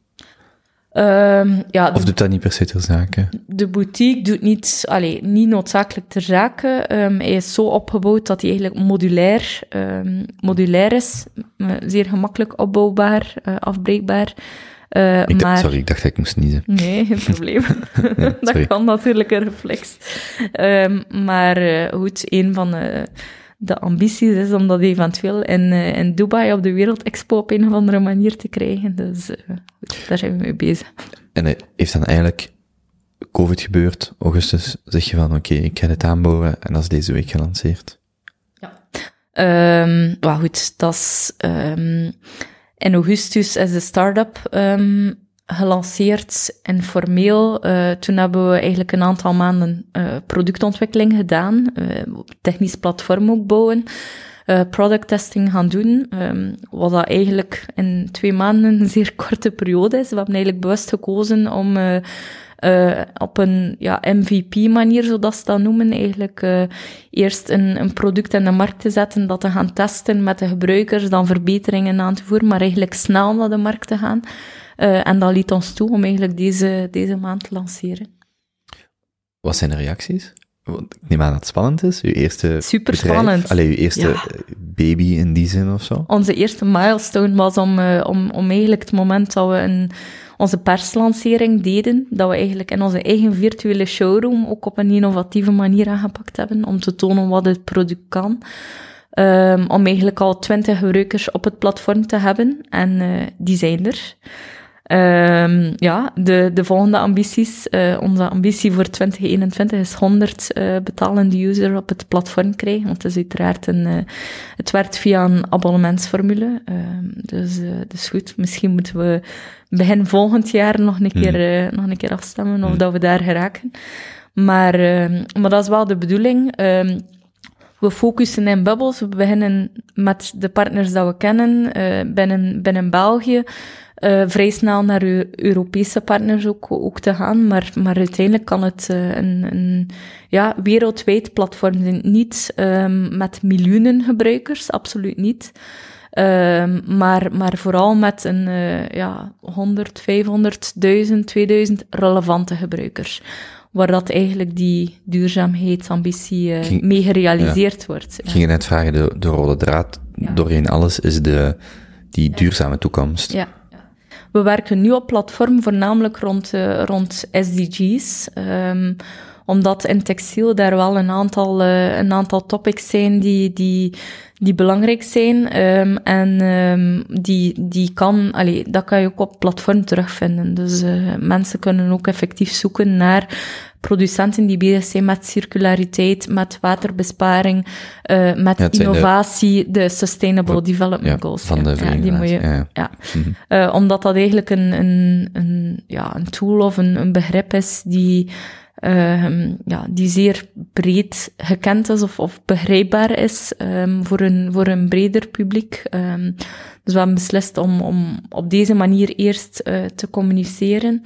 Um, ja, of doet dat niet per se ter zake? De boutique doet niet, allez, niet noodzakelijk ter zake. Um, hij is zo opgebouwd dat hij eigenlijk modulair, um, modulair is, uh, zeer gemakkelijk opbouwbaar, uh, afbreekbaar. Uh, ik maar... Sorry, ik dacht dat ik moest niezen. Nee, geen probleem. nee, dat kan natuurlijk een reflex. Um, maar uh, goed, een van uh, de ambities is om dat eventueel in, uh, in Dubai op de Wereld Expo op een of andere manier te krijgen. Dus uh, goed, daar zijn we mee bezig. En uh, heeft dan eigenlijk COVID gebeurd, augustus, zeg je van oké, okay, ik ga dit aanbouwen en dat is deze week gelanceerd? Ja. Um, maar goed, dat is... Um, In augustus is de start-up um, gelanceerd, informeel. Uh, toen hebben we eigenlijk een aantal maanden uh, productontwikkeling gedaan, uh, technisch platform ook bouwen, uh, product testing gaan doen, um, wat dat eigenlijk in twee maanden een zeer korte periode is. We hebben eigenlijk bewust gekozen om uh, uh, op een ja, M V P-manier, zodat ze dat noemen, eigenlijk uh, eerst een, een product in de markt te zetten, dat te gaan testen met de gebruikers, dan verbeteringen aan te voeren, maar eigenlijk snel naar de markt te gaan. Uh, en dat liet ons toe om eigenlijk deze, deze maand te lanceren. Wat zijn de reacties? Want ik neem aan dat het spannend is. Uw eerste Super bedrijf, spannend. Allee, uw eerste Ja. baby in die zin of zo? Onze eerste milestone was om, uh, om, om eigenlijk het moment dat we een, onze perslancering deden, dat we eigenlijk in onze eigen virtuele showroom ook op een innovatieve manier aangepakt hebben, om te tonen wat het product kan. Um, om eigenlijk al twintig gebruikers op het platform te hebben. En uh, die zijn er. Um, ja, de, de volgende ambities. Uh, onze ambitie voor twintig eenentwintig is honderd uh, betalende users op het platform krijgen. Want het is uiteraard een... Uh, het werkt via een abonnementsformule. Um, dus, uh, dus goed, misschien moeten we begin volgend jaar nog een keer, uh, nog een keer afstemmen of Hmm. dat we daar geraken. Maar, uh, maar dat is wel de bedoeling. Um, we focussen in bubbels. We beginnen met de partners dat we kennen uh, binnen, binnen België. Uh, vrij snel naar U- Europese partners ook, ook te gaan. Maar, maar uiteindelijk kan het uh, een, een ja, wereldwijd platform zijn. Niet um, met miljoenen gebruikers, absoluut niet. Um, maar, maar vooral met een uh, ja, honderd, vijfhonderd, duizend, tweeduizend relevante gebruikers. Waar dat eigenlijk die duurzaamheidsambitie uh, Ging, mee gerealiseerd ja. wordt. Ik ging je net vragen, de, de rode draad ja. doorheen alles is de, die duurzame toekomst. Ja. We werken nu op platform voornamelijk rond, uh, rond S D G's. Um, omdat in textiel daar wel een aantal, uh, een aantal topics zijn die, die, die belangrijk zijn. Um, en um, die, die kan, allee, dat kan je ook op platform terugvinden. Dus uh, mensen kunnen ook effectief zoeken naar producenten die bezig zijn met circulariteit, met waterbesparing, uh, met ja, innovatie, de, de Sustainable wat, Development ja, Goals. Van de ja, die moet je, ja, ja. ja. Mm-hmm. Uh, omdat dat eigenlijk een, een, een, ja, een tool of een, een begrip is die, uh, ja, die zeer breed gekend is of, of begrijpbaar is um, voor, een, voor een breder publiek. Um, dus we hebben beslist om, om op deze manier eerst uh, te communiceren.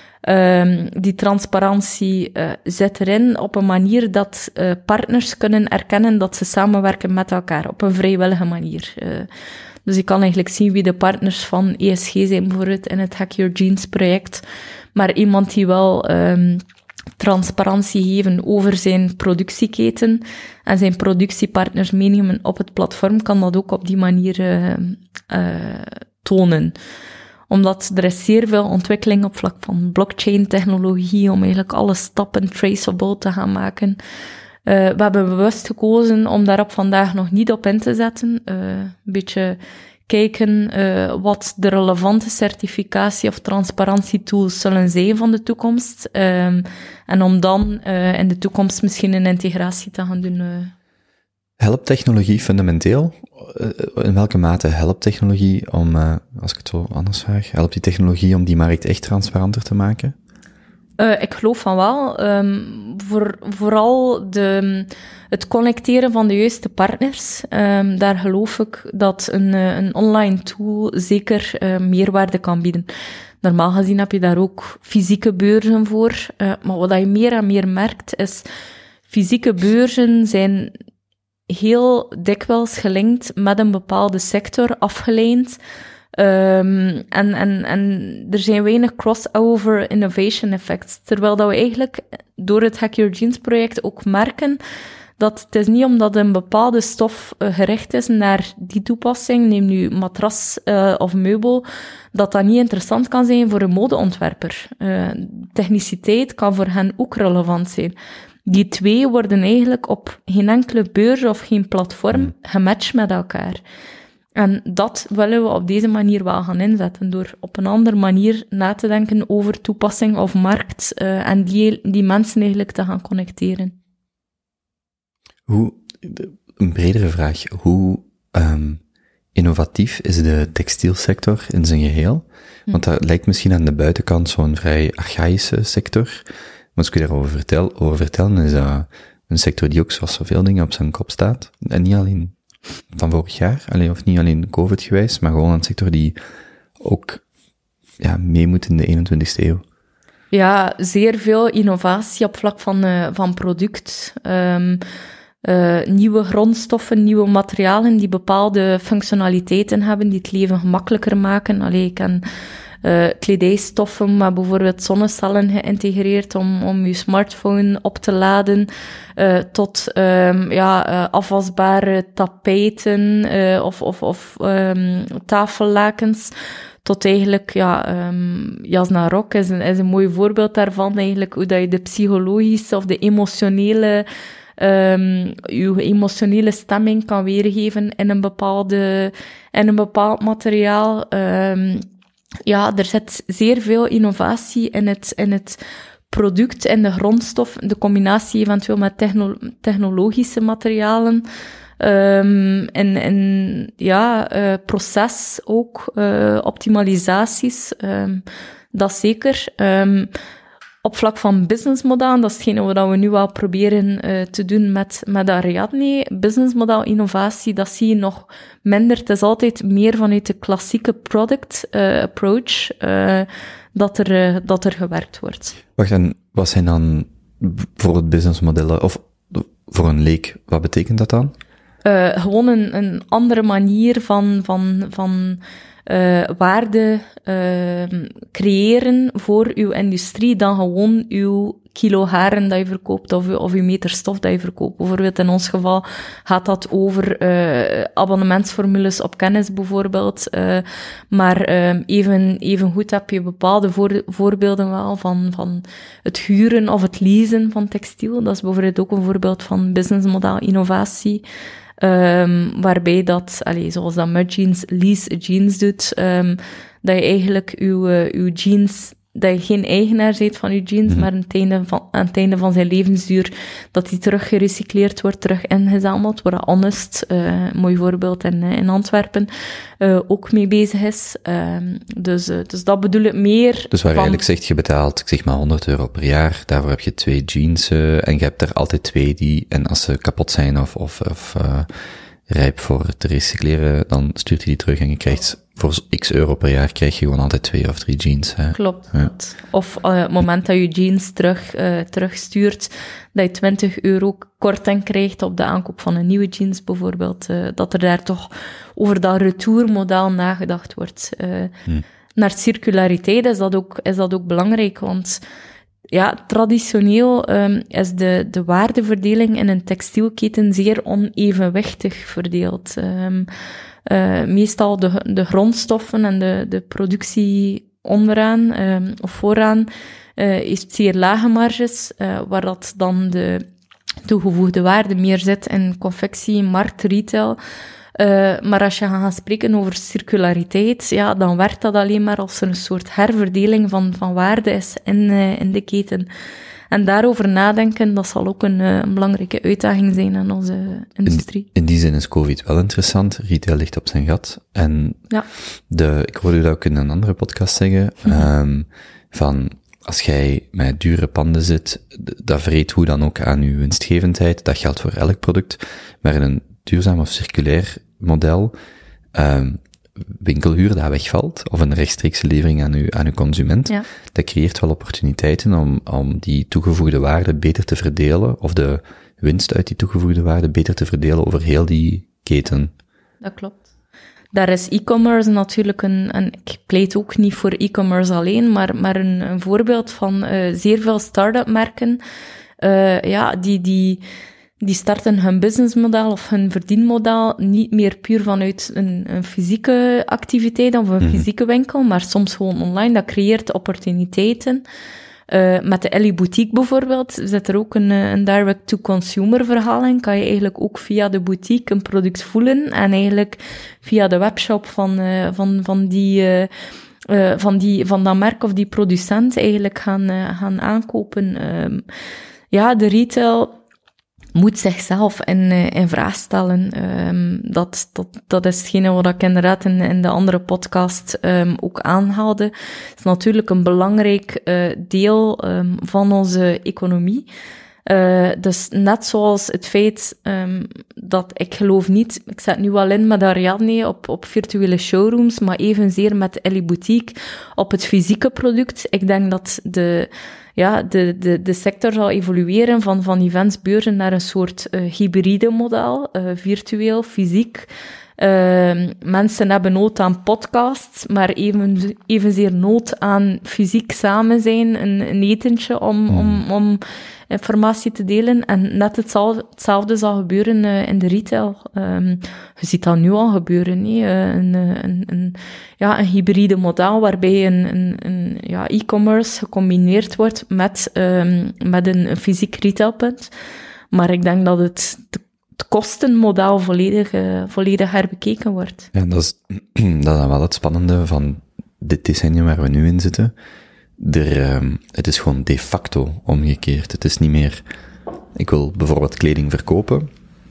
Um, die transparantie uh, zit erin op een manier dat uh, partners kunnen erkennen dat ze samenwerken met elkaar, op een vrijwillige manier. Uh, dus je kan eigenlijk zien wie de partners van E S G zijn, bijvoorbeeld in het Hack Your Jeans project, maar iemand die wel um, transparantie geven over zijn productieketen en zijn productiepartners meenemen op het platform, kan dat ook op die manier uh, uh, tonen. Omdat er is zeer veel ontwikkeling op vlak van blockchain-technologie om eigenlijk alle stappen traceable te gaan maken. Uh, we hebben bewust gekozen om daarop vandaag nog niet op in te zetten. Uh, een beetje kijken uh, wat de relevante certificatie- of transparantietools zullen zijn van de toekomst. Um, en om dan uh, in de toekomst misschien een integratie te gaan doen. Uh. Helpt technologie fundamenteel? In welke mate helpt technologie om, uh, als ik het zo anders vraag, helpt die technologie om die markt echt transparanter te maken? Uh, ik geloof van wel. Um, voor, vooral de, het connecteren van de juiste partners. Um, daar geloof ik dat een, een online tool zeker uh, meerwaarde kan bieden. Normaal gezien heb je daar ook fysieke beurzen voor. Uh, maar wat je meer en meer merkt is, fysieke beurzen zijn heel dikwijls gelinkt met een bepaalde sector, afgeleid. Um, en, en, en er zijn weinig crossover innovation effects. Terwijl dat we eigenlijk door het Hack Your Jeans project ook merken dat het is niet omdat een bepaalde stof uh, gericht is naar die toepassing, neem nu matras uh, of meubel, dat dat niet interessant kan zijn voor een modeontwerper. Uh, techniciteit kan voor hen ook relevant zijn. Die twee worden eigenlijk op geen enkele beurs of geen platform gematcht met elkaar. En dat willen we op deze manier wel gaan inzetten, door op een andere manier na te denken over toepassing of markt uh, en die, die mensen eigenlijk te gaan connecteren. Hoe, een bredere vraag, hoe um, innovatief is de textielsector in zijn geheel? Want dat lijkt misschien aan de buitenkant zo'n vrij archaïsche sector. Maar als ik je daarover vertel, over vertellen, is dat een sector die ook zoals zoveel dingen op zijn kop staat. En niet alleen van vorig jaar, alleen, of niet alleen COVID gewijs, maar gewoon een sector die ook ja, mee moet in de eenentwintigste eeuw. Ja, zeer veel innovatie op vlak van, uh, van product. Um, uh, nieuwe grondstoffen, nieuwe materialen die bepaalde functionaliteiten hebben, die het leven gemakkelijker maken. Allee, ik ken uh, kledijstoffen met bijvoorbeeld zonnecellen geïntegreerd om, om je smartphone op te laden, uh, tot um, ja, uh, afwasbare tapijten uh, of, of, of um, tafellakens. Tot eigenlijk, ja, um, jas naar rok is een, is een mooi voorbeeld daarvan. Eigenlijk hoe dat je de psychologische of de emotionele, um, je emotionele stemming kan weergeven in een bepaalde, in een bepaald materiaal. Um, ja, er zit zeer veel innovatie in het, in het product en de grondstof, de combinatie eventueel met techno- technologische materialen. Um, en, en ja, uh, proces ook, uh, optimalisaties, um, dat zeker. Um, op vlak van businessmodel, dat is hetgene wat we nu wel proberen uh, te doen met, met Ariadne, businessmodel innovatie, dat zie je nog minder. Het is altijd meer vanuit de klassieke product uh, approach uh, dat, er, uh, dat er gewerkt wordt. Wacht, en wat zijn dan bijvoorbeeld businessmodellen, of voor een leek, wat betekent dat dan? Uh, gewoon een, een andere manier van, van, van uh, waarde uh, creëren voor uw industrie dan gewoon uw kilo haren dat je verkoopt of, of uw meter stof dat je verkoopt. Bijvoorbeeld in ons geval gaat dat over uh, abonnementsformules op kennis bijvoorbeeld. Uh, maar uh, even, even goed heb je bepaalde voor, voorbeelden wel van, van het huren of het leasen van textiel. Dat is bijvoorbeeld ook een voorbeeld van businessmodel innovatie. Um, waarbij dat, allez, zoals dat Mud Jeans lease jeans doet, um, dat je eigenlijk uw, uh, uw jeans, dat je geen eigenaar bent van je jeans, mm-hmm. maar aan het, einde van, aan het einde van zijn levensduur, dat die terug gerecycleerd wordt, terug ingezameld, waar Honest, uh, een mooi voorbeeld in, in Antwerpen, uh, ook mee bezig is. Um, dus, uh, dus dat bedoel ik meer. Dus waar je eigenlijk zegt, je betaalt, ik zeg maar honderd euro per jaar, daarvoor heb je twee jeans, uh, en je hebt er altijd twee die, en als ze kapot zijn of, of, of uh, rijp voor te recycleren, dan stuurt je die terug en je krijgt voor x euro per jaar krijg je gewoon altijd twee of drie jeans. Hè? Klopt. Ja. Of uh, het moment dat je jeans terug, uh, terugstuurt, dat je twintig euro korting krijgt op de aankoop van een nieuwe jeans bijvoorbeeld. Uh, dat er daar toch over dat retourmodel nagedacht wordt. Uh, hmm. Naar circulariteit is dat ook, is dat ook belangrijk, want ja, traditioneel um, is de, de waardeverdeling in een textielketen zeer onevenwichtig verdeeld. Um, uh, meestal de, de grondstoffen en de, de productie onderaan um, of vooraan uh, heeft zeer lage marges, uh, waar dat dan de toegevoegde waarde meer zit in confectie, markt, retail. Uh, maar als je gaat spreken over circulariteit, ja, dan werkt dat alleen maar als er een soort herverdeling van, van waarde is in, uh, in de keten. En daarover nadenken, dat zal ook een, uh, een belangrijke uitdaging zijn aan onze industrie. In, in die zin is COVID wel interessant. Retail ligt op zijn gat. En ja. de, ik hoorde dat ook in een andere podcast zeggen, mm-hmm. um, van als jij met dure panden zit, dat vreet hoe dan ook aan je winstgevendheid. Dat geldt voor elk product. Maar in een duurzaam of circulair model, um, winkelhuur dat wegvalt, of een rechtstreekse levering aan uw, aan uw consument, ja. dat creëert wel opportuniteiten om, om die toegevoegde waarde beter te verdelen, of de winst uit die toegevoegde waarde beter te verdelen over heel die keten. Dat klopt. Daar is e-commerce natuurlijk een, en ik pleit ook niet voor e-commerce alleen, maar, maar een, een voorbeeld van uh, zeer veel start-up merken, uh, ja, die, die, die starten hun businessmodel of hun verdienmodel niet meer puur vanuit een, een fysieke activiteit of een mm-hmm. fysieke winkel, maar soms gewoon online. Dat creëert opportuniteiten. Uh, met de Ellie Boutique bijvoorbeeld zit er ook een, een direct-to-consumer verhaal in. Kan je eigenlijk ook via de boutique een product voelen en eigenlijk via de webshop van, uh, van, van die... Uh, Uh, van, die, van dat merk of die producent eigenlijk gaan, uh, gaan aankopen. Uh, ja, de retail moet zichzelf in, uh, in vraag stellen. Um, dat, dat, dat is hetgene wat ik inderdaad in, in de andere podcast um, ook aanhaalde. Het is natuurlijk een belangrijk uh, deel um, van onze economie. Uh, dus net zoals het feit um, dat ik geloof niet, ik zet nu wel in met Ariadne op, op virtuele showrooms, maar evenzeer met Ellie Boutique op het fysieke product. Ik denk dat de, ja, de, de, de sector zal evolueren van, van eventsbeurzen naar een soort uh, hybride model, uh, virtueel, fysiek. Uh, mensen hebben nood aan podcasts, maar even, evenzeer nood aan fysiek samen zijn, een, een etentje om, mm. om, om informatie te delen. En net hetzelfde, hetzelfde zal gebeuren uh, in de retail. Um, je ziet dat nu al gebeuren, nee? Uh, een, een, een, ja, een hybride model waarbij een, een, een ja, e-commerce gecombineerd wordt met, um, met een, een fysiek retailpunt. Maar ik denk dat het het kostenmodel volledig, uh, volledig herbekeken wordt. Ja, dat is, dat is dan wel het spannende van dit decennium waar we nu in zitten. Er, um, het is gewoon de facto omgekeerd. Het is niet meer, ik wil bijvoorbeeld kleding verkopen,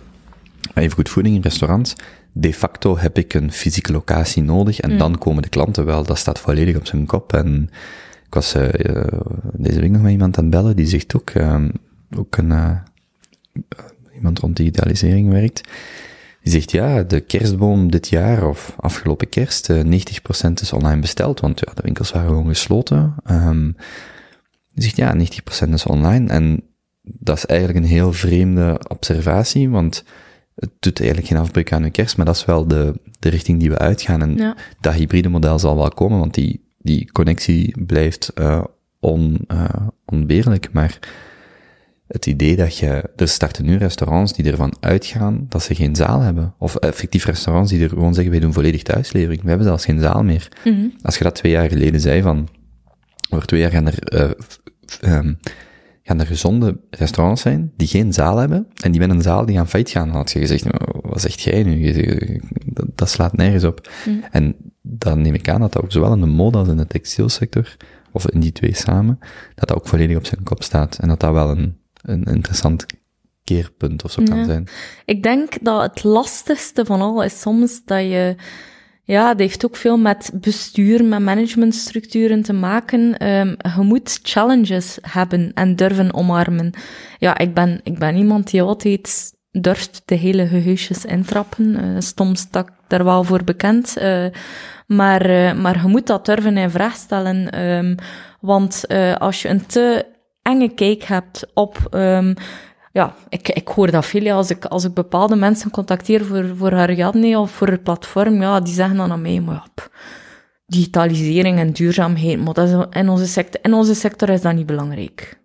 even goed voeding in restaurants. De facto heb ik een fysieke locatie nodig en mm. dan komen de klanten wel. Dat staat volledig op zijn kop en was uh, uh, deze week nog met iemand aan het bellen, die zegt ook, um, ook een, uh, iemand rond digitalisering werkt, die zegt, ja, de kerstboom dit jaar, of afgelopen kerst, uh, negentig procent is online besteld, want ja, de winkels waren gewoon gesloten. Um, die zegt, ja, negentig procent is online, en dat is eigenlijk een heel vreemde observatie, want het doet eigenlijk geen afbreuk aan hun kerst, maar dat is wel de, de richting die we uitgaan. En ja. dat hybride model zal wel komen, want die, die connectie blijft uh, on, uh, onbeerlijk. Maar het idee dat je... Er starten nu restaurants die ervan uitgaan dat ze geen zaal hebben. Of effectief restaurants die er gewoon zeggen, wij doen volledig thuislevering. We hebben zelfs geen zaal meer. Mm-hmm. Als je dat twee jaar geleden zei, van... Over twee jaar gaan er... Uh, um, gaan er gezonde restaurants zijn, die geen zaal hebben, en die met een zaal die gaan failliet gaan, dan had je gezegd, wat zegt jij nu? Dat, dat slaat nergens op. Mm. En dan neem ik aan dat dat ook zowel in de mode als in de textielsector, of in die twee samen, dat dat ook volledig op zijn kop staat. En dat dat wel een, een interessant keerpunt of zo ja. kan zijn. Ik denk dat het lastigste van al is soms dat je... Ja, dat heeft ook veel met bestuur, met managementstructuren te maken. Um, je moet challenges hebben en durven omarmen. Ja, ik ben, ik ben iemand die altijd durft de hele geheusjes intrappen. Uh, soms sta ik daar wel voor bekend. Uh, maar, uh, maar je moet dat durven in vraag stellen. Um, want uh, als je een te enge kijk hebt op... Um, Ja, ik, ik hoor dat veel, ja, als ik, als ik bepaalde mensen contacteer voor, voor Ariadne of voor het platform, ja, die zeggen dan aan mij, maar ja, pff, digitalisering en duurzaamheid, maar dat is, in, onze sector, in onze sector is dat niet belangrijk.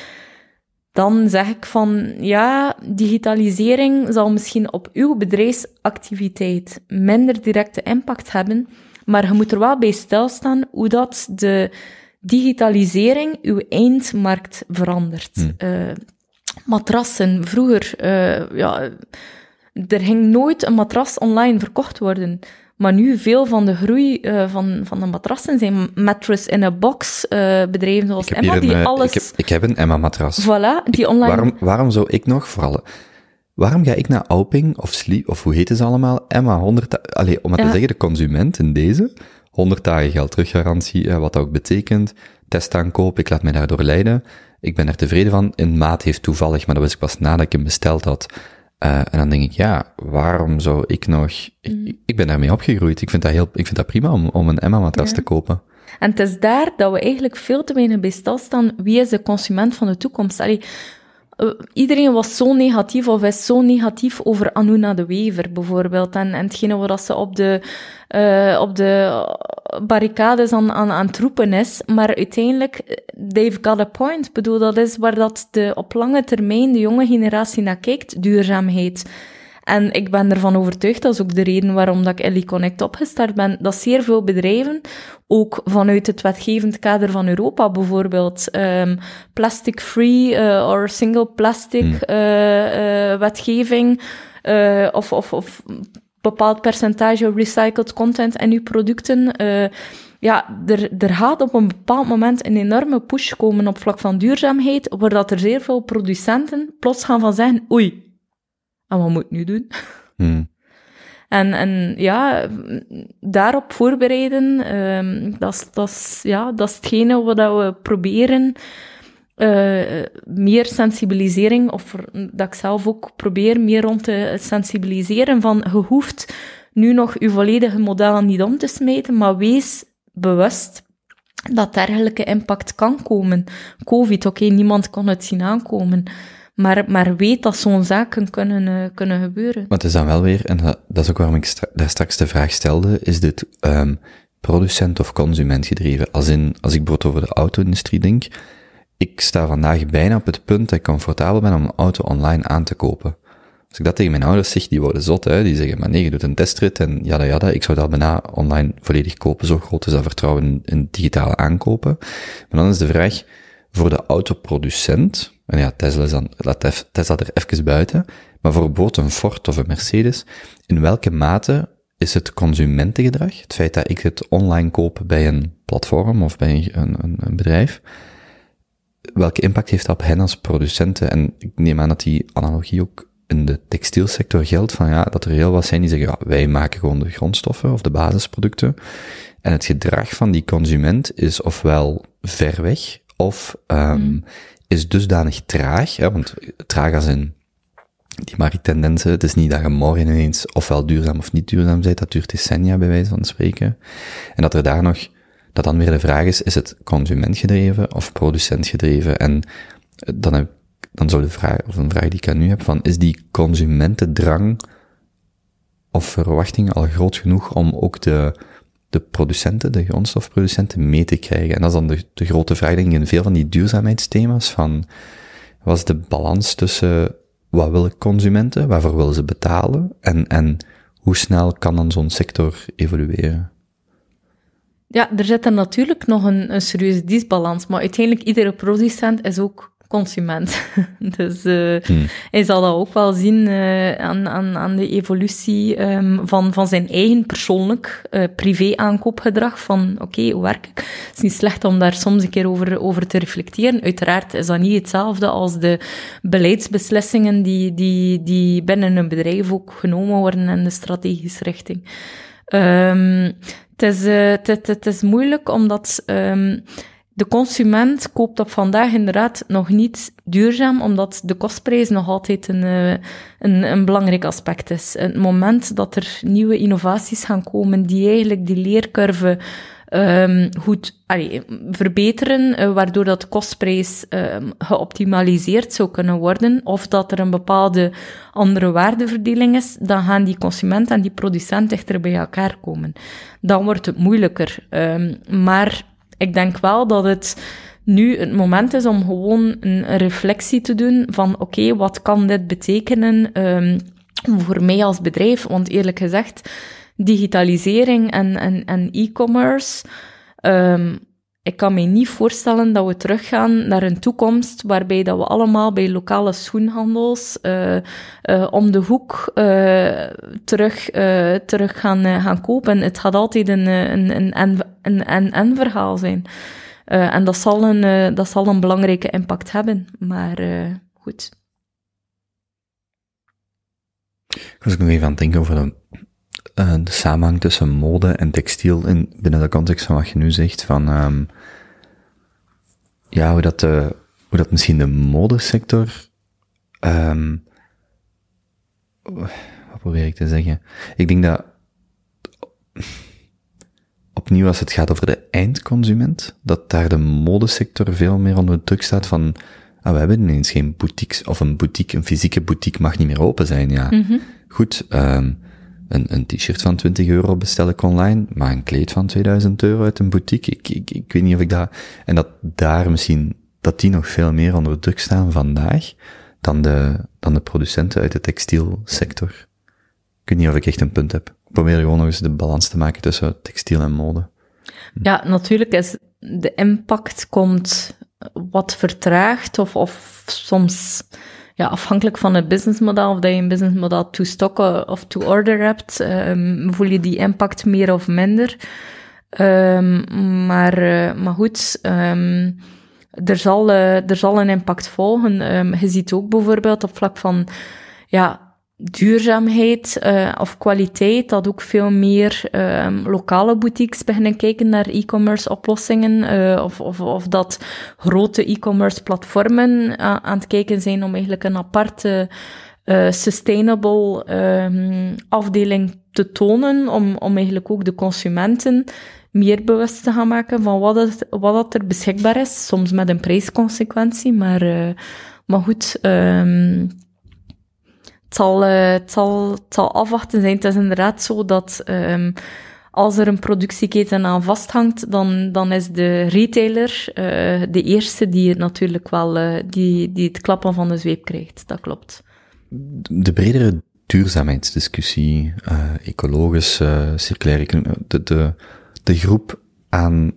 Dan zeg ik van, ja, digitalisering zal misschien op uw bedrijfsactiviteit minder directe impact hebben, maar je moet er wel bij stilstaan hoe dat de digitalisering uw eindmarkt verandert. Hmm. Uh, Matrassen. Vroeger, uh, ja, er ging nooit een matras online verkocht worden. Maar nu, veel van de groei uh, van, van de matrassen zijn mattress in a box uh, bedrijven zoals Emma, die een, alles... Ik heb, ik heb een Emma-matras. Voilà, die ik, online... Waarom, waarom zou ik nog, vooral... Waarom ga ik naar Auping of Sleep, of hoe heten ze allemaal? Emma, honderd... Allee, om maar ja. te zeggen, de consument in deze, honderd dagen geld teruggarantie, uh, wat dat ook betekent, testaankoop, ik laat mij daardoor leiden... Ik ben er tevreden van. In maat heeft toevallig, maar dat wist ik pas nadat ik hem besteld had. Uh, en dan denk ik, ja, waarom zou ik nog... Mm. Ik, ik ben daarmee opgegroeid. Ik vind dat, heel, ik vind dat prima om, om een Emma-matras ja. te kopen. En het is daar dat we eigenlijk veel te weinig bij stilstaan. Wie is de consument van de toekomst? Allee, uh, iedereen was zo negatief, of is zo negatief over Anuna de Wever, bijvoorbeeld. En, en hetgene wat ze op de, uh, op de barricades aan, aan, aan het roepen is. Maar uiteindelijk, they've got a point. Ik bedoel, dat is waar dat de, op lange termijn de jonge generatie naar kijkt, duurzaamheid. En ik ben ervan overtuigd, dat is ook de reden waarom dat ik Ellie Connect opgestart ben, dat zeer veel bedrijven, ook vanuit het wetgevend kader van Europa bijvoorbeeld, um, plastic-free uh, or single plastic mm. uh, uh, wetgeving, uh, of, of, of bepaald percentage recycled content in uw producten. Uh, ja, er, er gaat op een bepaald moment een enorme push komen op vlak van duurzaamheid, waar dat er zeer veel producenten plots gaan van zeggen, oei, en wat moet ik nu doen? Hmm. En, en ja, daarop voorbereiden, um, dat is, dat is, ja, dat is hetgene wat we proberen, uh, meer sensibilisering, of dat ik zelf ook probeer meer rond te sensibiliseren van, je hoeft nu nog je volledige model niet om te smijten, maar wees bewust dat dergelijke impact kan komen. Covid, oké, okay, niemand kon het zien aankomen. Maar, maar weet dat zo'n zaken kunnen, uh, kunnen gebeuren. Maar het is dan wel weer, en dat is ook waarom ik stra- daar straks de vraag stelde, is dit um, producent of consument gedreven? Als in, als ik bijvoorbeeld over de auto-industrie denk, ik sta vandaag bijna op het punt dat ik comfortabel ben om een auto online aan te kopen. Als ik dat tegen mijn ouders zeg, die worden zot, hè. Die zeggen, maar nee, je doet een testrit en jada jada, ik zou dat bijna online volledig kopen, zo groot is dat vertrouwen in, in digitale aankopen. Maar dan is de vraag, voor de autoproducent, en ja, Tesla is dan, laat Tesla er even buiten, maar voor bijvoorbeeld een Ford of een Mercedes, in welke mate is het consumentengedrag, het feit dat ik het online koop bij een platform of bij een, een, een bedrijf, welke impact heeft dat op hen als producenten? En ik neem aan dat die analogie ook in de textielsector geldt, van ja, dat er heel wat zijn die zeggen, ja, wij maken gewoon de grondstoffen of de basisproducten, En het gedrag van die consument is ofwel ver weg, of um, mm. is dusdanig traag, hè, want traag als in die markttendensen, het is niet dat je morgen ineens ofwel duurzaam of niet duurzaam bent, dat duurt decennia bij wijze van spreken. En dat er daar nog, dat dan weer de vraag is, is het consumentgedreven of producentgedreven? En dan, heb, dan zou de vraag, of een vraag die ik aan u heb, van, is die consumentendrang of verwachting al groot genoeg om ook de, de producenten, de grondstofproducenten mee te krijgen? En dat is dan de, de grote vraag, denk ik, in veel van die duurzaamheidsthema's, van, wat is de balans tussen wat willen consumenten, waarvoor willen ze betalen, en, en hoe snel kan dan zo'n sector evolueren? Ja, er zit er natuurlijk nog een, een serieuze disbalans, maar uiteindelijk iedere producent is ook consument. Dus uh, hmm. hij zal dat ook wel zien uh, aan, aan, aan de evolutie um, van, van zijn eigen persoonlijk uh, privé-aankoopgedrag, van oké, okay, hoe werk ik? Het is niet slecht om daar soms een keer over, over te reflecteren. Uiteraard is dat niet hetzelfde als de beleidsbeslissingen die, die, die binnen een bedrijf ook genomen worden en de strategische richting. Um, het, is, uh, het, het, het is moeilijk, omdat um, de consument koopt op vandaag inderdaad nog niet duurzaam, omdat de kostprijs nog altijd een, een, een belangrijk aspect is. Het moment dat er nieuwe innovaties gaan komen die eigenlijk die leercurve um, goed allee, verbeteren, uh, waardoor dat de kostprijs um, geoptimaliseerd zou kunnen worden, of dat er een bepaalde andere waardeverdeling is, dan gaan die consument en die producent dichter bij elkaar komen. Dan wordt het moeilijker. Um, maar ik denk wel dat het nu het moment is om gewoon een reflectie te doen van oké, okay, wat kan dit betekenen um, voor mij als bedrijf? Want eerlijk gezegd, digitalisering en, en, en e-commerce, um, ik kan me niet voorstellen dat we teruggaan naar een toekomst waarbij dat we allemaal bij lokale schoenhandels uh, uh, om de hoek uh, terug, uh, terug gaan, uh, gaan kopen. Het gaat altijd een, een, een, een, een, een, een verhaal zijn. Uh, en dat zal, een, uh, dat zal een belangrijke impact hebben. Maar uh, goed. Ik was ook nog even aan het denken over de, uh, de samenhang tussen mode en textiel in, binnen de context van wat je nu zegt, van um, ja, hoe dat, de, hoe dat misschien de modesector um, wat probeer ik te zeggen? Ik denk dat opnieuw, als het gaat over de eindconsument, dat daar de modesector veel meer onder druk staat van, ah, we hebben ineens geen boutiques, of een boutique, een fysieke boutique mag niet meer open zijn, ja. Mm-hmm. Goed, um, een, een t-shirt van twintig euro bestel ik online, maar een kleed van tweeduizend euro uit een boutique, ik, ik, ik weet niet of ik dat, en dat daar misschien, dat die nog veel meer onder druk staan vandaag, dan de, dan de producenten uit de textielsector. Ik weet niet of ik echt een punt heb. Ik probeer gewoon nog eens de balans te maken tussen textiel en mode. Ja, natuurlijk is de impact komt wat vertraagd, of, of soms, ja, afhankelijk van het businessmodel, of dat je een businessmodel to stock of to order hebt, um, voel je die impact meer of minder. Um, maar, uh, maar goed, um, er zal, uh, er zal een impact volgen. Um, je ziet ook bijvoorbeeld op vlak van, ja, duurzaamheid uh, of kwaliteit, dat ook veel meer uh, lokale boutiques beginnen kijken naar e-commerce oplossingen, uh, of, of, of dat grote e-commerce platformen uh, aan het kijken zijn om eigenlijk een aparte uh, sustainable um, afdeling te tonen, om, om eigenlijk ook de consumenten meer bewust te gaan maken van wat, het, wat dat er beschikbaar is, soms met een prijsconsequentie, maar, uh, maar goed, um, Het zal, uh, het, zal, het zal afwachten zijn. Het is inderdaad zo dat um, als er een productieketen aan vasthangt, dan, dan is de retailer uh, de eerste die het natuurlijk wel, uh, die, die het klappen van de zweep krijgt. Dat klopt. De bredere duurzaamheidsdiscussie, uh, ecologisch, uh, circulaire economie, de, de, de groep aan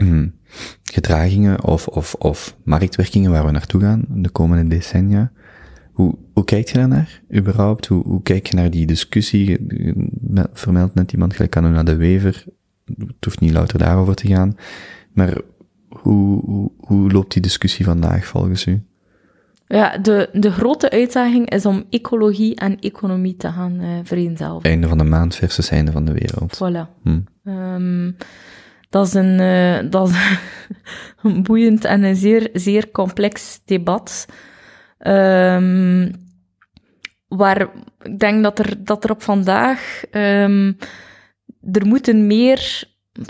gedragingen of, of, of marktwerkingen waar we naartoe gaan de komende decennia, Hoe, hoe kijk je daarnaar, überhaupt? Hoe, hoe kijk je naar die discussie? Vermeldt net iemand, gelijk aan naar de Wever. Het hoeft niet louter daarover te gaan. Maar hoe, hoe, hoe loopt die discussie vandaag volgens u? Ja, de, de grote uitdaging is om ecologie en economie te gaan uh, vereenzelvigen. Einde van de maand versus einde van de wereld. Voilà. Hm. Um, dat is een, uh, dat is een boeiend en een zeer, zeer complex debat. Um, waar ik denk dat er, dat er op vandaag... Um, er moeten meer...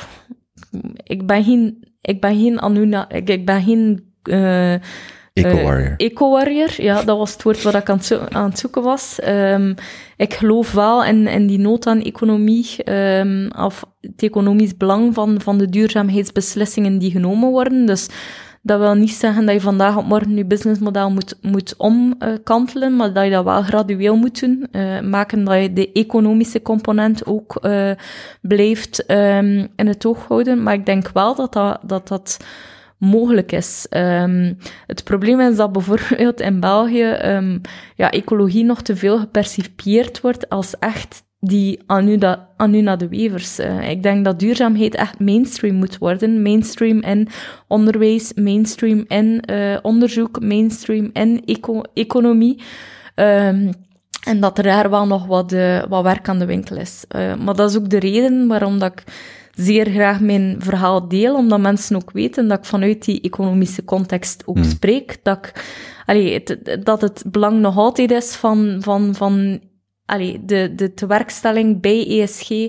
Ik ben geen... Ik ben geen Anuna... Ik, ik ben geen... Uh, Eco-warrior. Uh, Eco-warrior, ja, dat was het woord wat ik aan het, zo- aan het zoeken was. Um, ik geloof wel in, in die nood aan economie, um, of het economisch belang van, van de duurzaamheidsbeslissingen die genomen worden. Dus dat wil niet zeggen dat je vandaag op morgen je businessmodel moet, moet omkantelen, maar dat je dat wel gradueel moet doen. Uh, maken dat je de economische component ook uh, blijft um, in het oog houden. Maar ik denk wel dat dat... dat, dat mogelijk is. Um, het probleem is dat bijvoorbeeld in België um, ja, ecologie nog te veel gepercipieerd wordt als echt die Anuna, Anuna de Wevers. Uh, ik denk dat duurzaamheid echt mainstream moet worden. Mainstream in onderwijs, mainstream in uh, onderzoek, mainstream in eco- economie. Um, en dat er daar wel nog wat, uh, wat werk aan de winkel is. Uh, maar dat is ook de reden waarom dat ik zeer graag mijn verhaal deel, omdat mensen ook weten dat ik vanuit die economische context ook mm. spreek, dat, ik, allee, het, dat het belang nog altijd is van, van, van allee, de, de tewerkstelling bij E S G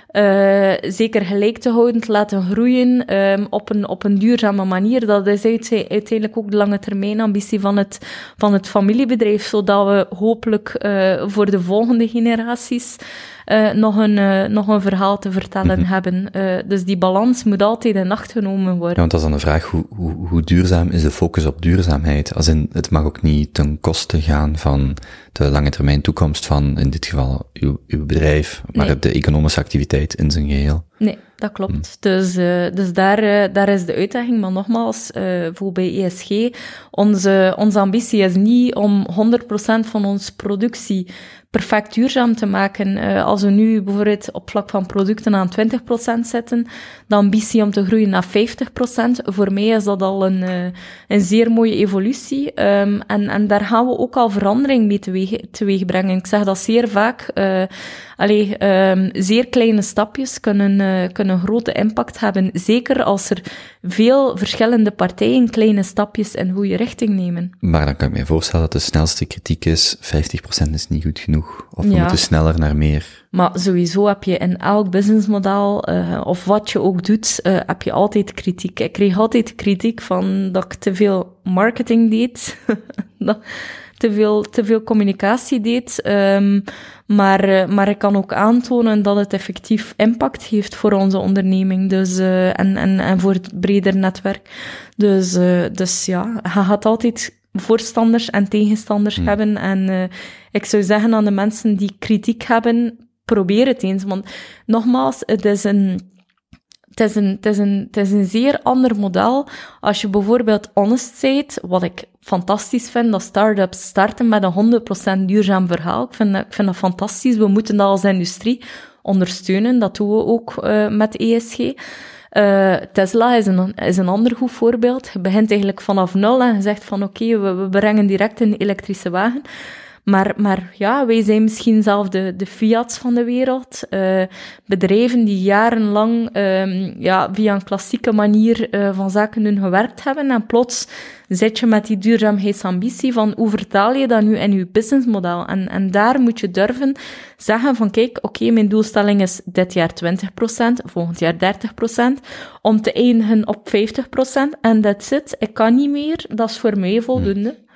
uh, zeker gelijk te houden, te laten groeien um, op, een, op een duurzame manier. Dat is uiteindelijk ook de lange termijn ambitie van het, van het familiebedrijf, zodat we hopelijk uh, voor de volgende generaties Uh, nog, een, uh, nog een verhaal te vertellen mm-hmm. hebben. Uh, dus die balans moet altijd in acht genomen worden. Ja, want dat is dan de vraag, hoe, hoe, hoe duurzaam is de focus op duurzaamheid? Als in, het mag ook niet ten koste gaan van de lange termijn toekomst van, in dit geval, uw, uw bedrijf, maar nee. de economische activiteit in zijn geheel. Nee, dat klopt. Mm. Dus, uh, dus daar, uh, daar is de uitdaging. Maar nogmaals, uh, voor bij E S G, onze, onze ambitie is niet om honderd procent van onze productie perfect duurzaam te maken. Uh, als we nu bijvoorbeeld op vlak van producten aan twintig procent zetten, de ambitie om te groeien naar vijftig procent, voor mij is dat al een, uh, een zeer mooie evolutie. Um, en, en daar gaan we ook al verandering mee teweeg, teweeg brengen. Ik zeg dat zeer vaak. Uh, allee, um, zeer kleine stapjes kunnen, uh, kunnen grote impact hebben. Zeker als er veel verschillende partijen kleine stapjes in goede richting nemen. Maar dan kan ik me voorstellen dat de snelste kritiek is, vijftig procent is niet goed genoeg. Of we ja. moeten sneller naar meer. Maar sowieso heb je in elk businessmodel, uh, of wat je ook doet, uh, heb je altijd kritiek. Ik kreeg altijd kritiek van dat ik te veel marketing deed, dat te veel, te veel communicatie deed. Um, maar, uh, maar ik kan ook aantonen dat het effectief impact heeft voor onze onderneming, dus, uh, en, en, en voor het breder netwerk. Dus, uh, dus ja, je gaat altijd voorstanders en tegenstanders hmm. hebben. En uh, ik zou zeggen aan de mensen die kritiek hebben, probeer het eens. Want nogmaals, het is een, het is een, het is een, het is een zeer ander model. Als je bijvoorbeeld honest bent, wat ik fantastisch vind, dat start-ups starten met een honderd procent duurzaam verhaal. Ik vind dat, ik vind dat fantastisch. We moeten dat als industrie ondersteunen. Dat doen we ook uh, met E S G. Uh, Tesla is een, is een ander goed voorbeeld. Je begint eigenlijk vanaf nul en je zegt van oké, okay, we, we brengen direct een elektrische wagen. Maar, maar ja, wij zijn misschien zelf de, de Fiats van de wereld. Uh, bedrijven die jarenlang um, ja, via een klassieke manier uh, van zaken doen gewerkt hebben. En plots zit je met die duurzaamheidsambitie van hoe vertaal je dat nu in je businessmodel? En, en daar moet je durven zeggen van kijk, oké, okay, mijn doelstelling is dit jaar twintig procent, volgend jaar dertig procent, om te eindigen op vijftig procent. En that's it. Ik kan niet meer. Dat is voor mij voldoende. Hmm.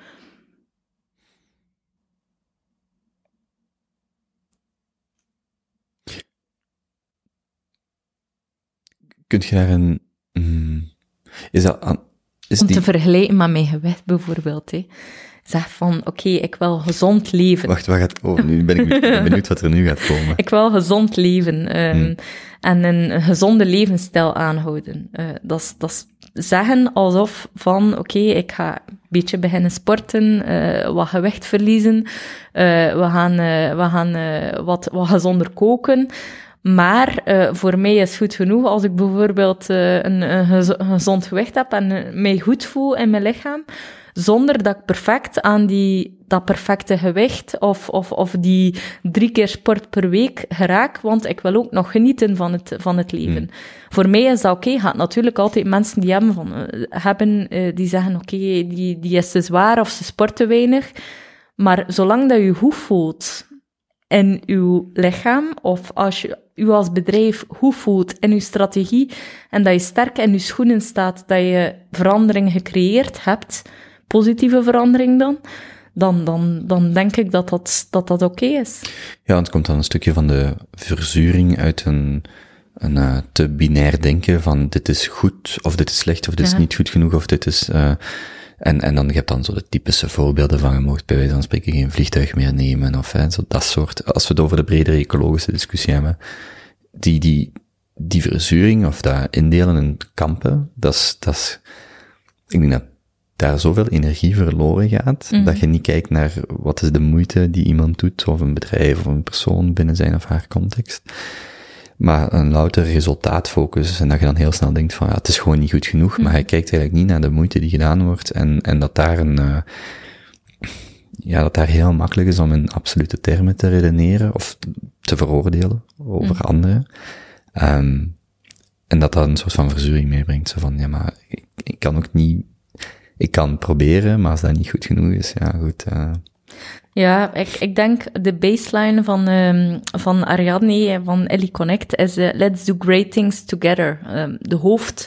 Kunt je daar een... Mm, is dat... Is Om die... te vergelijken met mijn gewicht bijvoorbeeld. Hè. Zeg van, oké, okay, ik wil gezond leven. Wacht, wat gaat... Oh, nu ben ik benieuwd wat er nu gaat komen. Ik wil gezond leven um, hmm. en een gezonde levensstijl aanhouden. Uh, dat is, dat is zeggen alsof van, oké, okay, ik ga een beetje beginnen sporten, uh, wat gewicht verliezen, uh, we gaan, uh, we gaan uh, wat, wat gezonder koken. Maar uh, voor mij is het goed genoeg als ik bijvoorbeeld uh, een, een gezond gewicht heb en uh, mij goed voel in mijn lichaam, zonder dat ik perfect aan die, dat perfecte gewicht of, of, of die drie keer sport per week geraak, want ik wil ook nog genieten van het, van het leven. Mm. Voor mij is dat oké. Okay. Gaat natuurlijk altijd mensen die hebben, van, uh, hebben uh, die zeggen, oké, okay, die, die is te zwaar of ze sport te weinig. Maar zolang dat je goed voelt in uw lichaam, of als je u als bedrijf goed voelt in uw strategie, en dat je sterk in uw schoenen staat, dat je verandering gecreëerd hebt, positieve verandering dan, dan, dan, dan denk ik dat dat, dat, dat oké okay is. Ja, want het komt dan een stukje van de verzuring uit een, een uh, te binair denken van dit is goed, of dit is slecht, of dit ja. is niet goed genoeg, of dit is... Uh, En, en dan, je hebt dan zo de typische voorbeelden van, je mocht bij wijze van spreken geen vliegtuig meer nemen, of hè, zo dat soort, als we het over de bredere ecologische discussie hebben, die, die, die verzuring, of dat indelen in kampen, dat is, dat is, ik denk dat daar zoveel energie verloren gaat, mm-hmm. dat je niet kijkt naar wat is de moeite die iemand doet, of een bedrijf, of een persoon binnen zijn of haar context. Maar een louter resultaatfocus, en dat je dan heel snel denkt van, ja, het is gewoon niet goed genoeg, mm. maar je kijkt eigenlijk niet naar de moeite die gedaan wordt, en, en dat daar een, uh, ja, dat daar heel makkelijk is om in absolute termen te redeneren, of te veroordelen over mm. anderen. Um, en dat dat een soort van verzuring meebrengt, zo van, ja, maar ik, ik kan ook niet, ik kan proberen, maar als dat niet goed genoeg is, ja, goed, uh, Ja, ik, ik denk de baseline van, um, van Ariadne, van Ellie Connect, is uh, let's do great things together. Um, de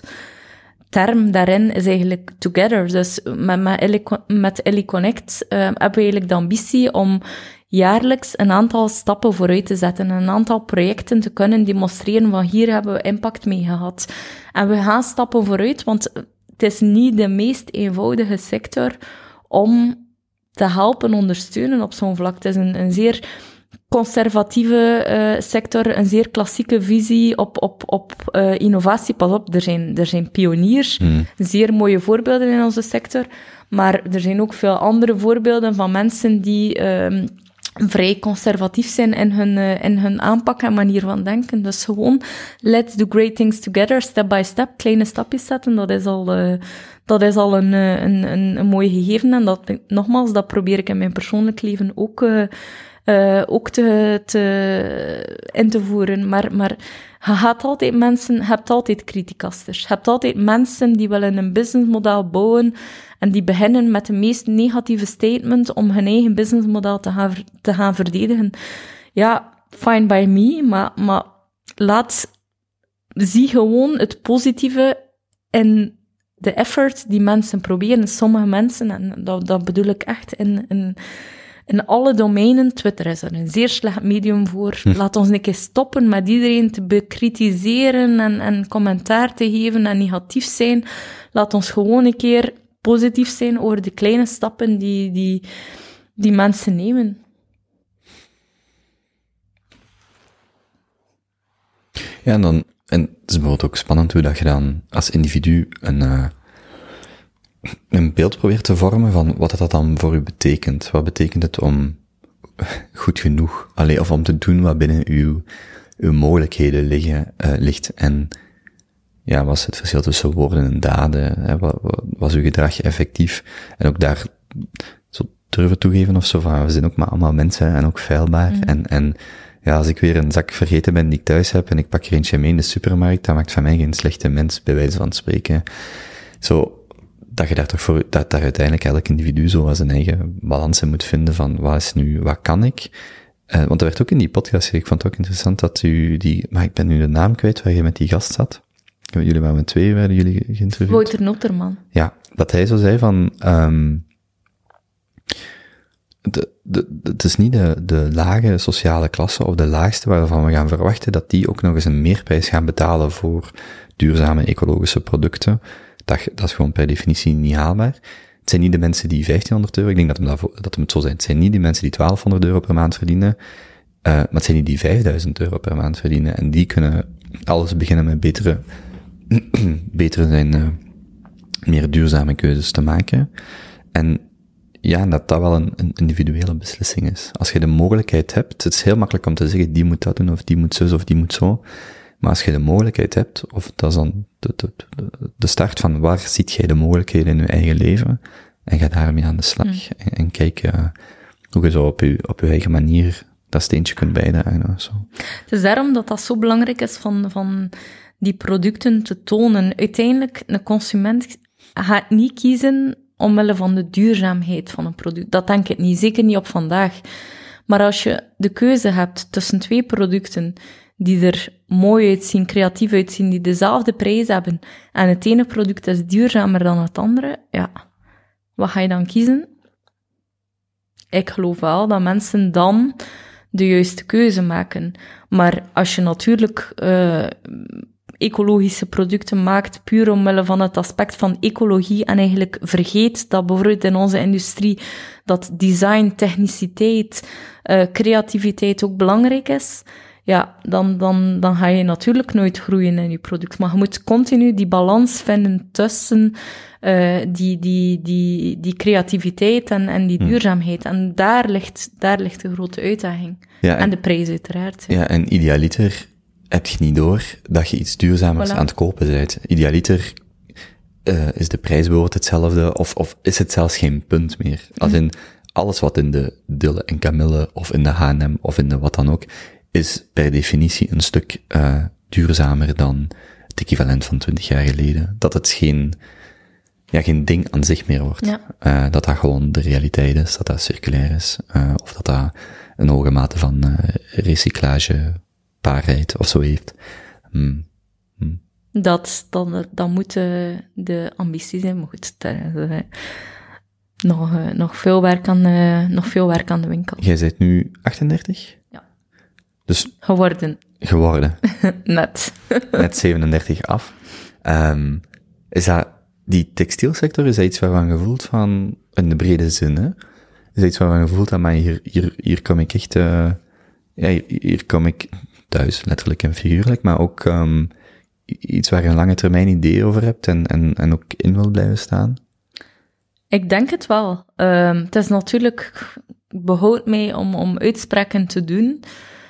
hoofdterm daarin is eigenlijk together. Dus met, met, Ellie, met Ellie Connect um, hebben we eigenlijk de ambitie om jaarlijks een aantal stappen vooruit te zetten, een aantal projecten te kunnen demonstreren van hier hebben we impact mee gehad. En we gaan stappen vooruit, want het is niet de meest eenvoudige sector om te helpen ondersteunen op zo'n vlak. Het is een, een zeer conservatieve uh, sector, een zeer klassieke visie op, op, op uh, innovatie. Pas op, er zijn, er zijn pioniers, mm. zeer mooie voorbeelden in onze sector, maar er zijn ook veel andere voorbeelden van mensen die uh, vrij conservatief zijn in hun, uh, in hun aanpak en manier van denken. Dus gewoon, let's do great things together, step by step, kleine stapjes zetten, dat is al... Uh, Dat is al een, een, een, een mooi gegeven. En dat, nogmaals, dat probeer ik in mijn persoonlijk leven ook, uh, uh, ook te, te, in te voeren. Maar, maar je gaat altijd mensen, je hebt altijd criticasters. Je hebt altijd mensen die willen een businessmodel bouwen en die beginnen met de meest negatieve statement om hun eigen businessmodel te gaan, te gaan verdedigen. Ja, fine by me, maar, maar laat, zie gewoon het positieve in de effort die mensen proberen, sommige mensen, en dat, dat bedoel ik echt in, in, in alle domeinen. Twitter is er een zeer slecht medium voor. Hm. Laat ons een keer stoppen met iedereen te bekritiseren en, en commentaar te geven en negatief zijn. Laat ons gewoon een keer positief zijn over de kleine stappen die, die, die mensen nemen. Ja, en dan... En het is bijvoorbeeld ook spannend hoe dat je dan als individu een, uh, een beeld probeert te vormen van wat dat dan voor u betekent. Wat betekent het om goed genoeg, allee, of om te doen wat binnen uw, uw mogelijkheden liggen, uh, ligt. En ja, wat is het verschil tussen woorden en daden? Hè? Wat, wat, was uw gedrag effectief? En ook daar zo durven toegeven of zo van, we zijn ook maar allemaal mensen en ook feilbaar. Mm. En, en ja, als ik weer een zak vergeten ben die ik thuis heb en ik pak er eentje mee in de supermarkt, dat maakt van mij geen slechte mens, bij wijze van spreken. Zo, dat je daar toch voor, dat daar uiteindelijk elk individu zo zijn eigen balans in moet vinden van, wat is nu, wat kan ik? Uh, want er werd ook in die podcast, ik vond het ook interessant dat u die, maar ik ben nu de naam kwijt waar je met die gast zat. Jullie waren met twee, werden jullie geïnterviewd? Wouter Notterman. Ja, dat hij zo zei van, um, De, de, de, het is niet de, de lage sociale klasse of de laagste waarvan we gaan verwachten dat die ook nog eens een meerprijs gaan betalen voor duurzame ecologische producten. Dat, dat is gewoon per definitie niet haalbaar. Het zijn niet de mensen die vijftienhonderd euro, ik denk dat hem, dat, dat hem het zo zijn, het zijn niet die mensen die twaalfhonderd euro per maand verdienen, uh, maar het zijn niet die vijfduizend euro per maand verdienen. En die kunnen alles beginnen met betere, betere zijn, uh, meer duurzame keuzes te maken. En ja, dat dat wel een, een individuele beslissing is. Als je de mogelijkheid hebt, het is heel makkelijk om te zeggen, die moet dat doen, of die moet zus, of die moet zo. Maar als je de mogelijkheid hebt, of dat is dan de, de, de, de start van waar ziet jij de mogelijkheden in je eigen leven, en ga daarmee aan de slag. Mm. En, en kijk uh, hoe je zo op je, op je eigen manier dat steentje kunt bijdragen. Of zo. Het is daarom dat dat zo belangrijk is van, van die producten te tonen. Uiteindelijk, een consument gaat niet kiezen omwille van de duurzaamheid van een product. Dat denk ik niet, zeker niet op vandaag. Maar als je de keuze hebt tussen twee producten die er mooi uitzien, creatief uitzien, die dezelfde prijs hebben, en het ene product is duurzamer dan het andere, ja, wat ga je dan kiezen? Ik geloof wel dat mensen dan de juiste keuze maken. Maar als je natuurlijk uh, ecologische producten maakt, puur omwille van het aspect van ecologie, en eigenlijk vergeet dat bijvoorbeeld in onze industrie dat design, techniciteit, uh, creativiteit ook belangrijk is, ja, dan, dan, dan ga je natuurlijk nooit groeien in je product. Maar je moet continu die balans vinden tussen uh, die, die, die, die creativiteit en, en die duurzaamheid. En daar ligt, daar ligt de grote uitdaging. Ja, en, en de prijs uiteraard. Ja, en idealiter heb je niet door dat je iets duurzamers Voilà. aan het kopen bent. Idealiter uh, is de prijs bijvoorbeeld hetzelfde, of, of is het zelfs geen punt meer. Als in alles wat in de Dille en Camille, of in de H en M, of in de wat dan ook, is per definitie een stuk uh, duurzamer dan het equivalent van twintig jaar geleden. Dat het geen, ja, geen ding aan zich meer wordt. Ja. Uh, dat dat gewoon de realiteit is, dat dat circulair is, uh, of dat dat een hoge mate van uh, recyclage, paarheid of zo heeft. Hmm. Hmm. Dat, dan, dan moet de, de ambitie zijn, maar goed, daar, uh, nog, uh, nog, veel werk aan, uh, nog veel werk aan de winkel. Jij bent nu achtendertig? Ja. Dus Geworden. geworden. Net. Net zevenendertig af. Um, is dat, die textielsector, is dat iets waarvan je voelt van, in de brede zin, hè? Is dat iets waarvan je voelt dat, maar hier, hier, hier kom ik echt, uh, ja, hier, hier kom ik thuis, letterlijk en figuurlijk, maar ook, um, iets waar je een lange termijn idee over hebt en, en, en ook in wil blijven staan? Ik denk het wel. Um, het is natuurlijk, behoudt mij om, om uitspraken te doen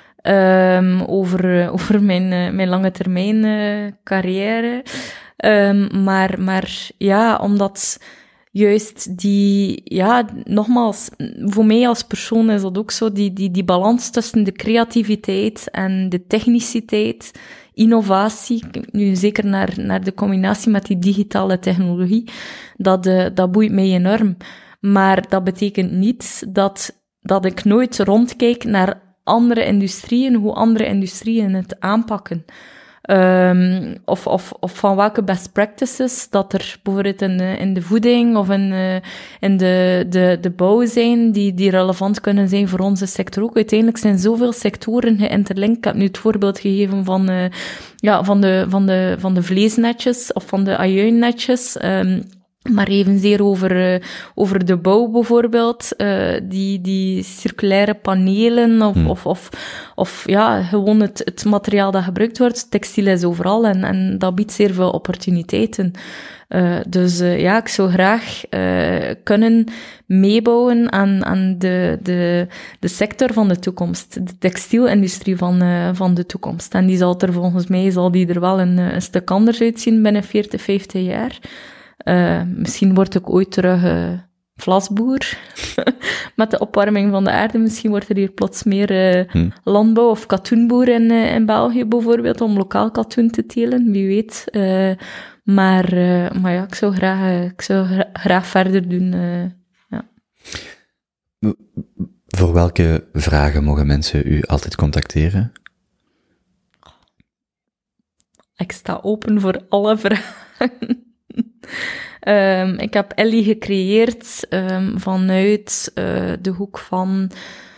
um, over, over mijn, uh, mijn lange termijn uh, carrière. Um, maar, maar ja, omdat juist die, ja, nogmaals, voor mij als persoon is dat ook zo, die, die, die balans tussen de creativiteit en de techniciteit, innovatie, nu zeker naar, naar de combinatie met die digitale technologie, dat, uh, dat boeit mij enorm. Maar dat betekent niet dat, dat ik nooit rondkijk naar andere industrieën, hoe andere industrieën het aanpakken. Um, of, of, of van welke best practices dat er bijvoorbeeld in de, in de voeding of in, uh, in de, de, de bouw zijn, die, die relevant kunnen zijn voor onze sector ook. Uiteindelijk zijn zoveel sectoren geïnterlinkt. Ik heb nu het voorbeeld gegeven van, uh, ja, van, de, van, de, van de vleesnetjes of van de ajuinnetjes. Um, Maar evenzeer over, uh, over de bouw bijvoorbeeld, uh, die, die circulaire panelen of, hmm. of, of, of ja, gewoon het, het materiaal dat gebruikt wordt. Textiel is overal en, en dat biedt zeer veel opportuniteiten. Uh, dus uh, ja, ik zou graag uh, kunnen meebouwen aan, aan de, de, de sector van de toekomst, de textielindustrie van, uh, van de toekomst. En die zal er volgens mij, zal die er wel een, een stuk anders uitzien binnen veertig, vijftig jaar. Uh, misschien word ik ooit terug uh, vlasboer met de opwarming van de aarde. Misschien wordt er hier plots meer uh, hmm. landbouw of katoenboer in, uh, in België bijvoorbeeld, om lokaal katoen te telen, wie weet. Uh, maar, uh, maar ja, ik zou graag, uh, ik zou gra- graag verder doen. Uh, ja. Voor welke vragen mogen mensen u altijd contacteren? Ik sta open voor alle vragen. Um, ik heb Ellie gecreëerd um, vanuit uh, de hoek van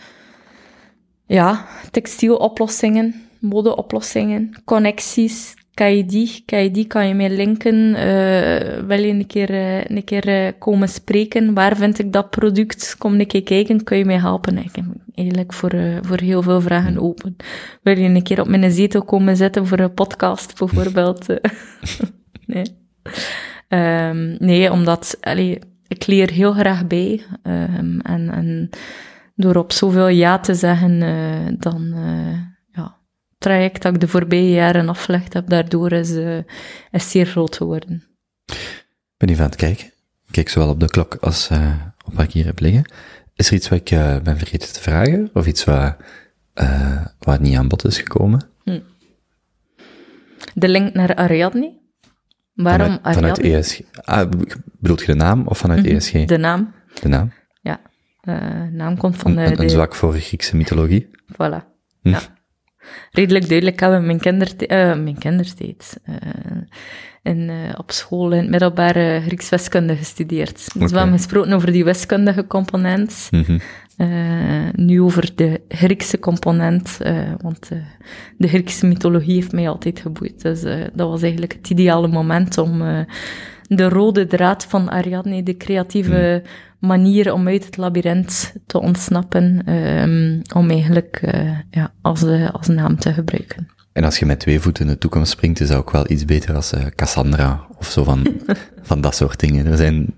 ja, textieloplossingen, modeoplossingen, connecties. Kan je die, kan je, die, kan je mij linken? Uh, wil je een keer, uh, een keer uh, komen spreken? Waar vind ik dat product? Kom een keer kijken, kun je mij helpen? Ik ben eigenlijk voor, uh, voor heel veel vragen open. Wil je een keer op mijn zetel komen zitten voor een podcast bijvoorbeeld? nee. Um, nee, omdat allee, ik leer heel graag bij. Um, en, en door op zoveel ja te zeggen, uh, dan uh, ja, het traject dat ik de voorbije jaren afgelegd heb, daardoor is, uh, is zeer groot geworden. Ben even aan het kijken. kijk zowel op de klok als uh, op wat ik hier heb liggen. Is er iets wat ik uh, ben vergeten te vragen? Of iets wat, uh, wat niet aan bod is gekomen? Hm. De link naar Ariadne? Waarom vanuit, Ariadne? Vanuit E S G. Ah, bedoelt je de naam of vanuit Mm-hmm. E S G? De naam. De naam? Ja. Uh, naam komt van een, de... Een, een de... zwak voor Griekse mythologie? Voilà. Hm. Ja. Redelijk duidelijk hebben we mijn, kindertijd, uh, mijn kindertijd uh, in, uh, op school in het middelbare Grieks wiskunde gestudeerd. Dus okay. We hebben gesproken over die wiskundige component, mm-hmm. uh, nu over de Griekse component, uh, want uh, de Griekse mythologie heeft mij altijd geboeid. Dus uh, dat was eigenlijk het ideale moment om uh, de rode draad van Ariadne, de creatieve mm. manier om uit het labyrint te ontsnappen, um, om eigenlijk uh, ja, als, uh, als naam te gebruiken. En als je met twee voeten in de toekomst springt, is dat ook wel iets beter als uh, Cassandra, of zo van, van dat soort dingen. Er zijn...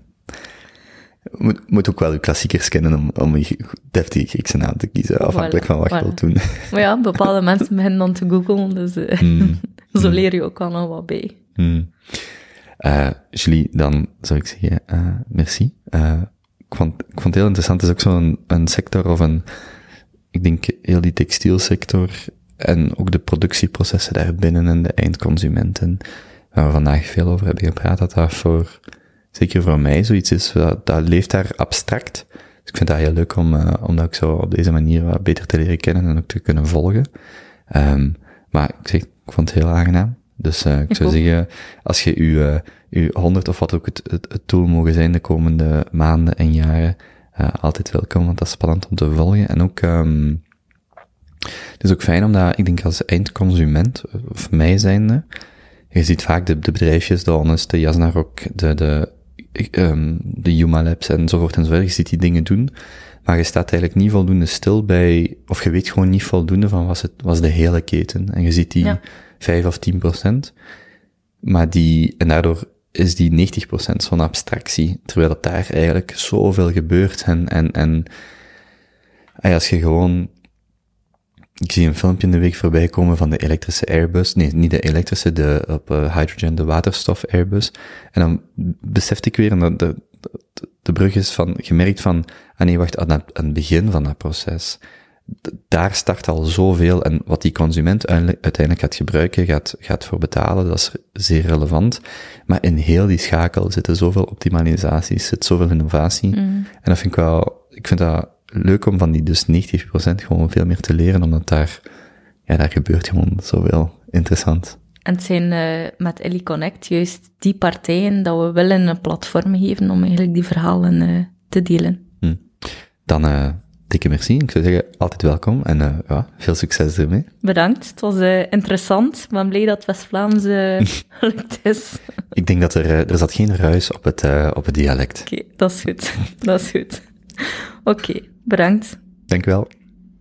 Moet, moet ook wel je klassiekers kennen om, om een deftige Griekse naam te kiezen, afhankelijk voilà, van wat je voilà. wilt doen. Maar ja, bepaalde mensen beginnen dan te googlen, dus uh, mm. zo leer je ook al nog wat bij. Mm. Uh, Julie, dan zou ik zeggen, uh, merci. Uh, ik, vond, ik vond het heel interessant. Het is ook zo'n een sector of een, ik denk heel die textielsector en ook de productieprocessen daarbinnen en de eindconsumenten, waar we vandaag veel over hebben gepraat, dat dat voor, zeker voor mij zoiets is, dat, dat leeft daar abstract. Dus ik vind dat heel leuk om, uh, om dat ook zo op deze manier wat beter te leren kennen en ook te kunnen volgen. Um, maar ik zeg, ik vond het heel aangenaam. Dus uh, ik zou ik zeggen, als je je, uh, je honderd of wat ook het, het, het doel mogen zijn de komende maanden en jaren, uh, altijd welkom, want dat is spannend om te volgen. En ook, um, het is ook fijn omdat, ik denk als eindconsument, of mij zijnde, je ziet vaak de, de bedrijfjes, de Honest, de Jasnarok, de, de, um, de Yuma Labs enzovoort enzovoort, je ziet die dingen doen, maar je staat eigenlijk niet voldoende stil bij, of je weet gewoon niet voldoende van wat het was de hele keten. En je ziet die ja. vijf of tien procent, maar die, en daardoor is die negentig procent zo'n abstractie, terwijl dat daar eigenlijk zoveel gebeurt en, en, en, als je gewoon, ik zie een filmpje in de week voorbij komen van de elektrische Airbus, nee, niet de elektrische, de, op uh, hydrogen, de waterstof Airbus, en dan besefte ik weer, en dat de, de, de brug is van, gemerkt van, ah nee, wacht, aan het, aan het begin van dat proces, daar start al zoveel, en wat die consument uiteindelijk gaat gebruiken, gaat, gaat voor betalen, dat is zeer relevant. Maar in heel die schakel zitten zoveel optimalisaties, zit zoveel innovatie. Mm. En dat vind ik wel, ik vind dat leuk om van die dus negentig procent gewoon veel meer te leren, omdat daar, ja, daar gebeurt gewoon zoveel interessant. En het zijn uh, met Ellie Connect juist die partijen dat we willen een platform geven om eigenlijk die verhalen uh, te delen. Mm. Dan, uh, dikke merci. Ik zou zeggen, altijd welkom en uh, ja, veel succes ermee. Bedankt. Het was uh, interessant. Ik ben blij dat West-Vlaams uh, gelukt is. Ik denk dat er, uh, er zat geen ruis op het, uh, op het dialect. Oké, okay, dat is goed. Dat is goed. Oké, okay, bedankt. Dank u wel.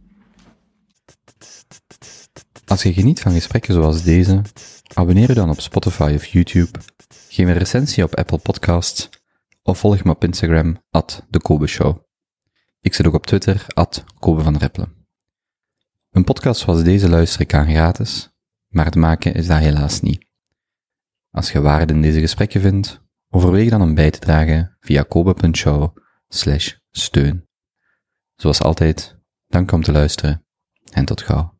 Als je geniet van gesprekken zoals deze, abonneer je dan op Spotify of YouTube, geef een recensie op Apple Podcasts of volg me op Instagram, at de Kobe Show. Ik zit ook op Twitter, at Kobe van Reppelen. Een podcast zoals deze luister ik aan gratis, maar het maken is dat helaas niet. Als je waarde in deze gesprekken vindt, overweeg dan om bij te dragen via kobe.show slash steun. Zoals altijd, dank om te luisteren en tot gauw.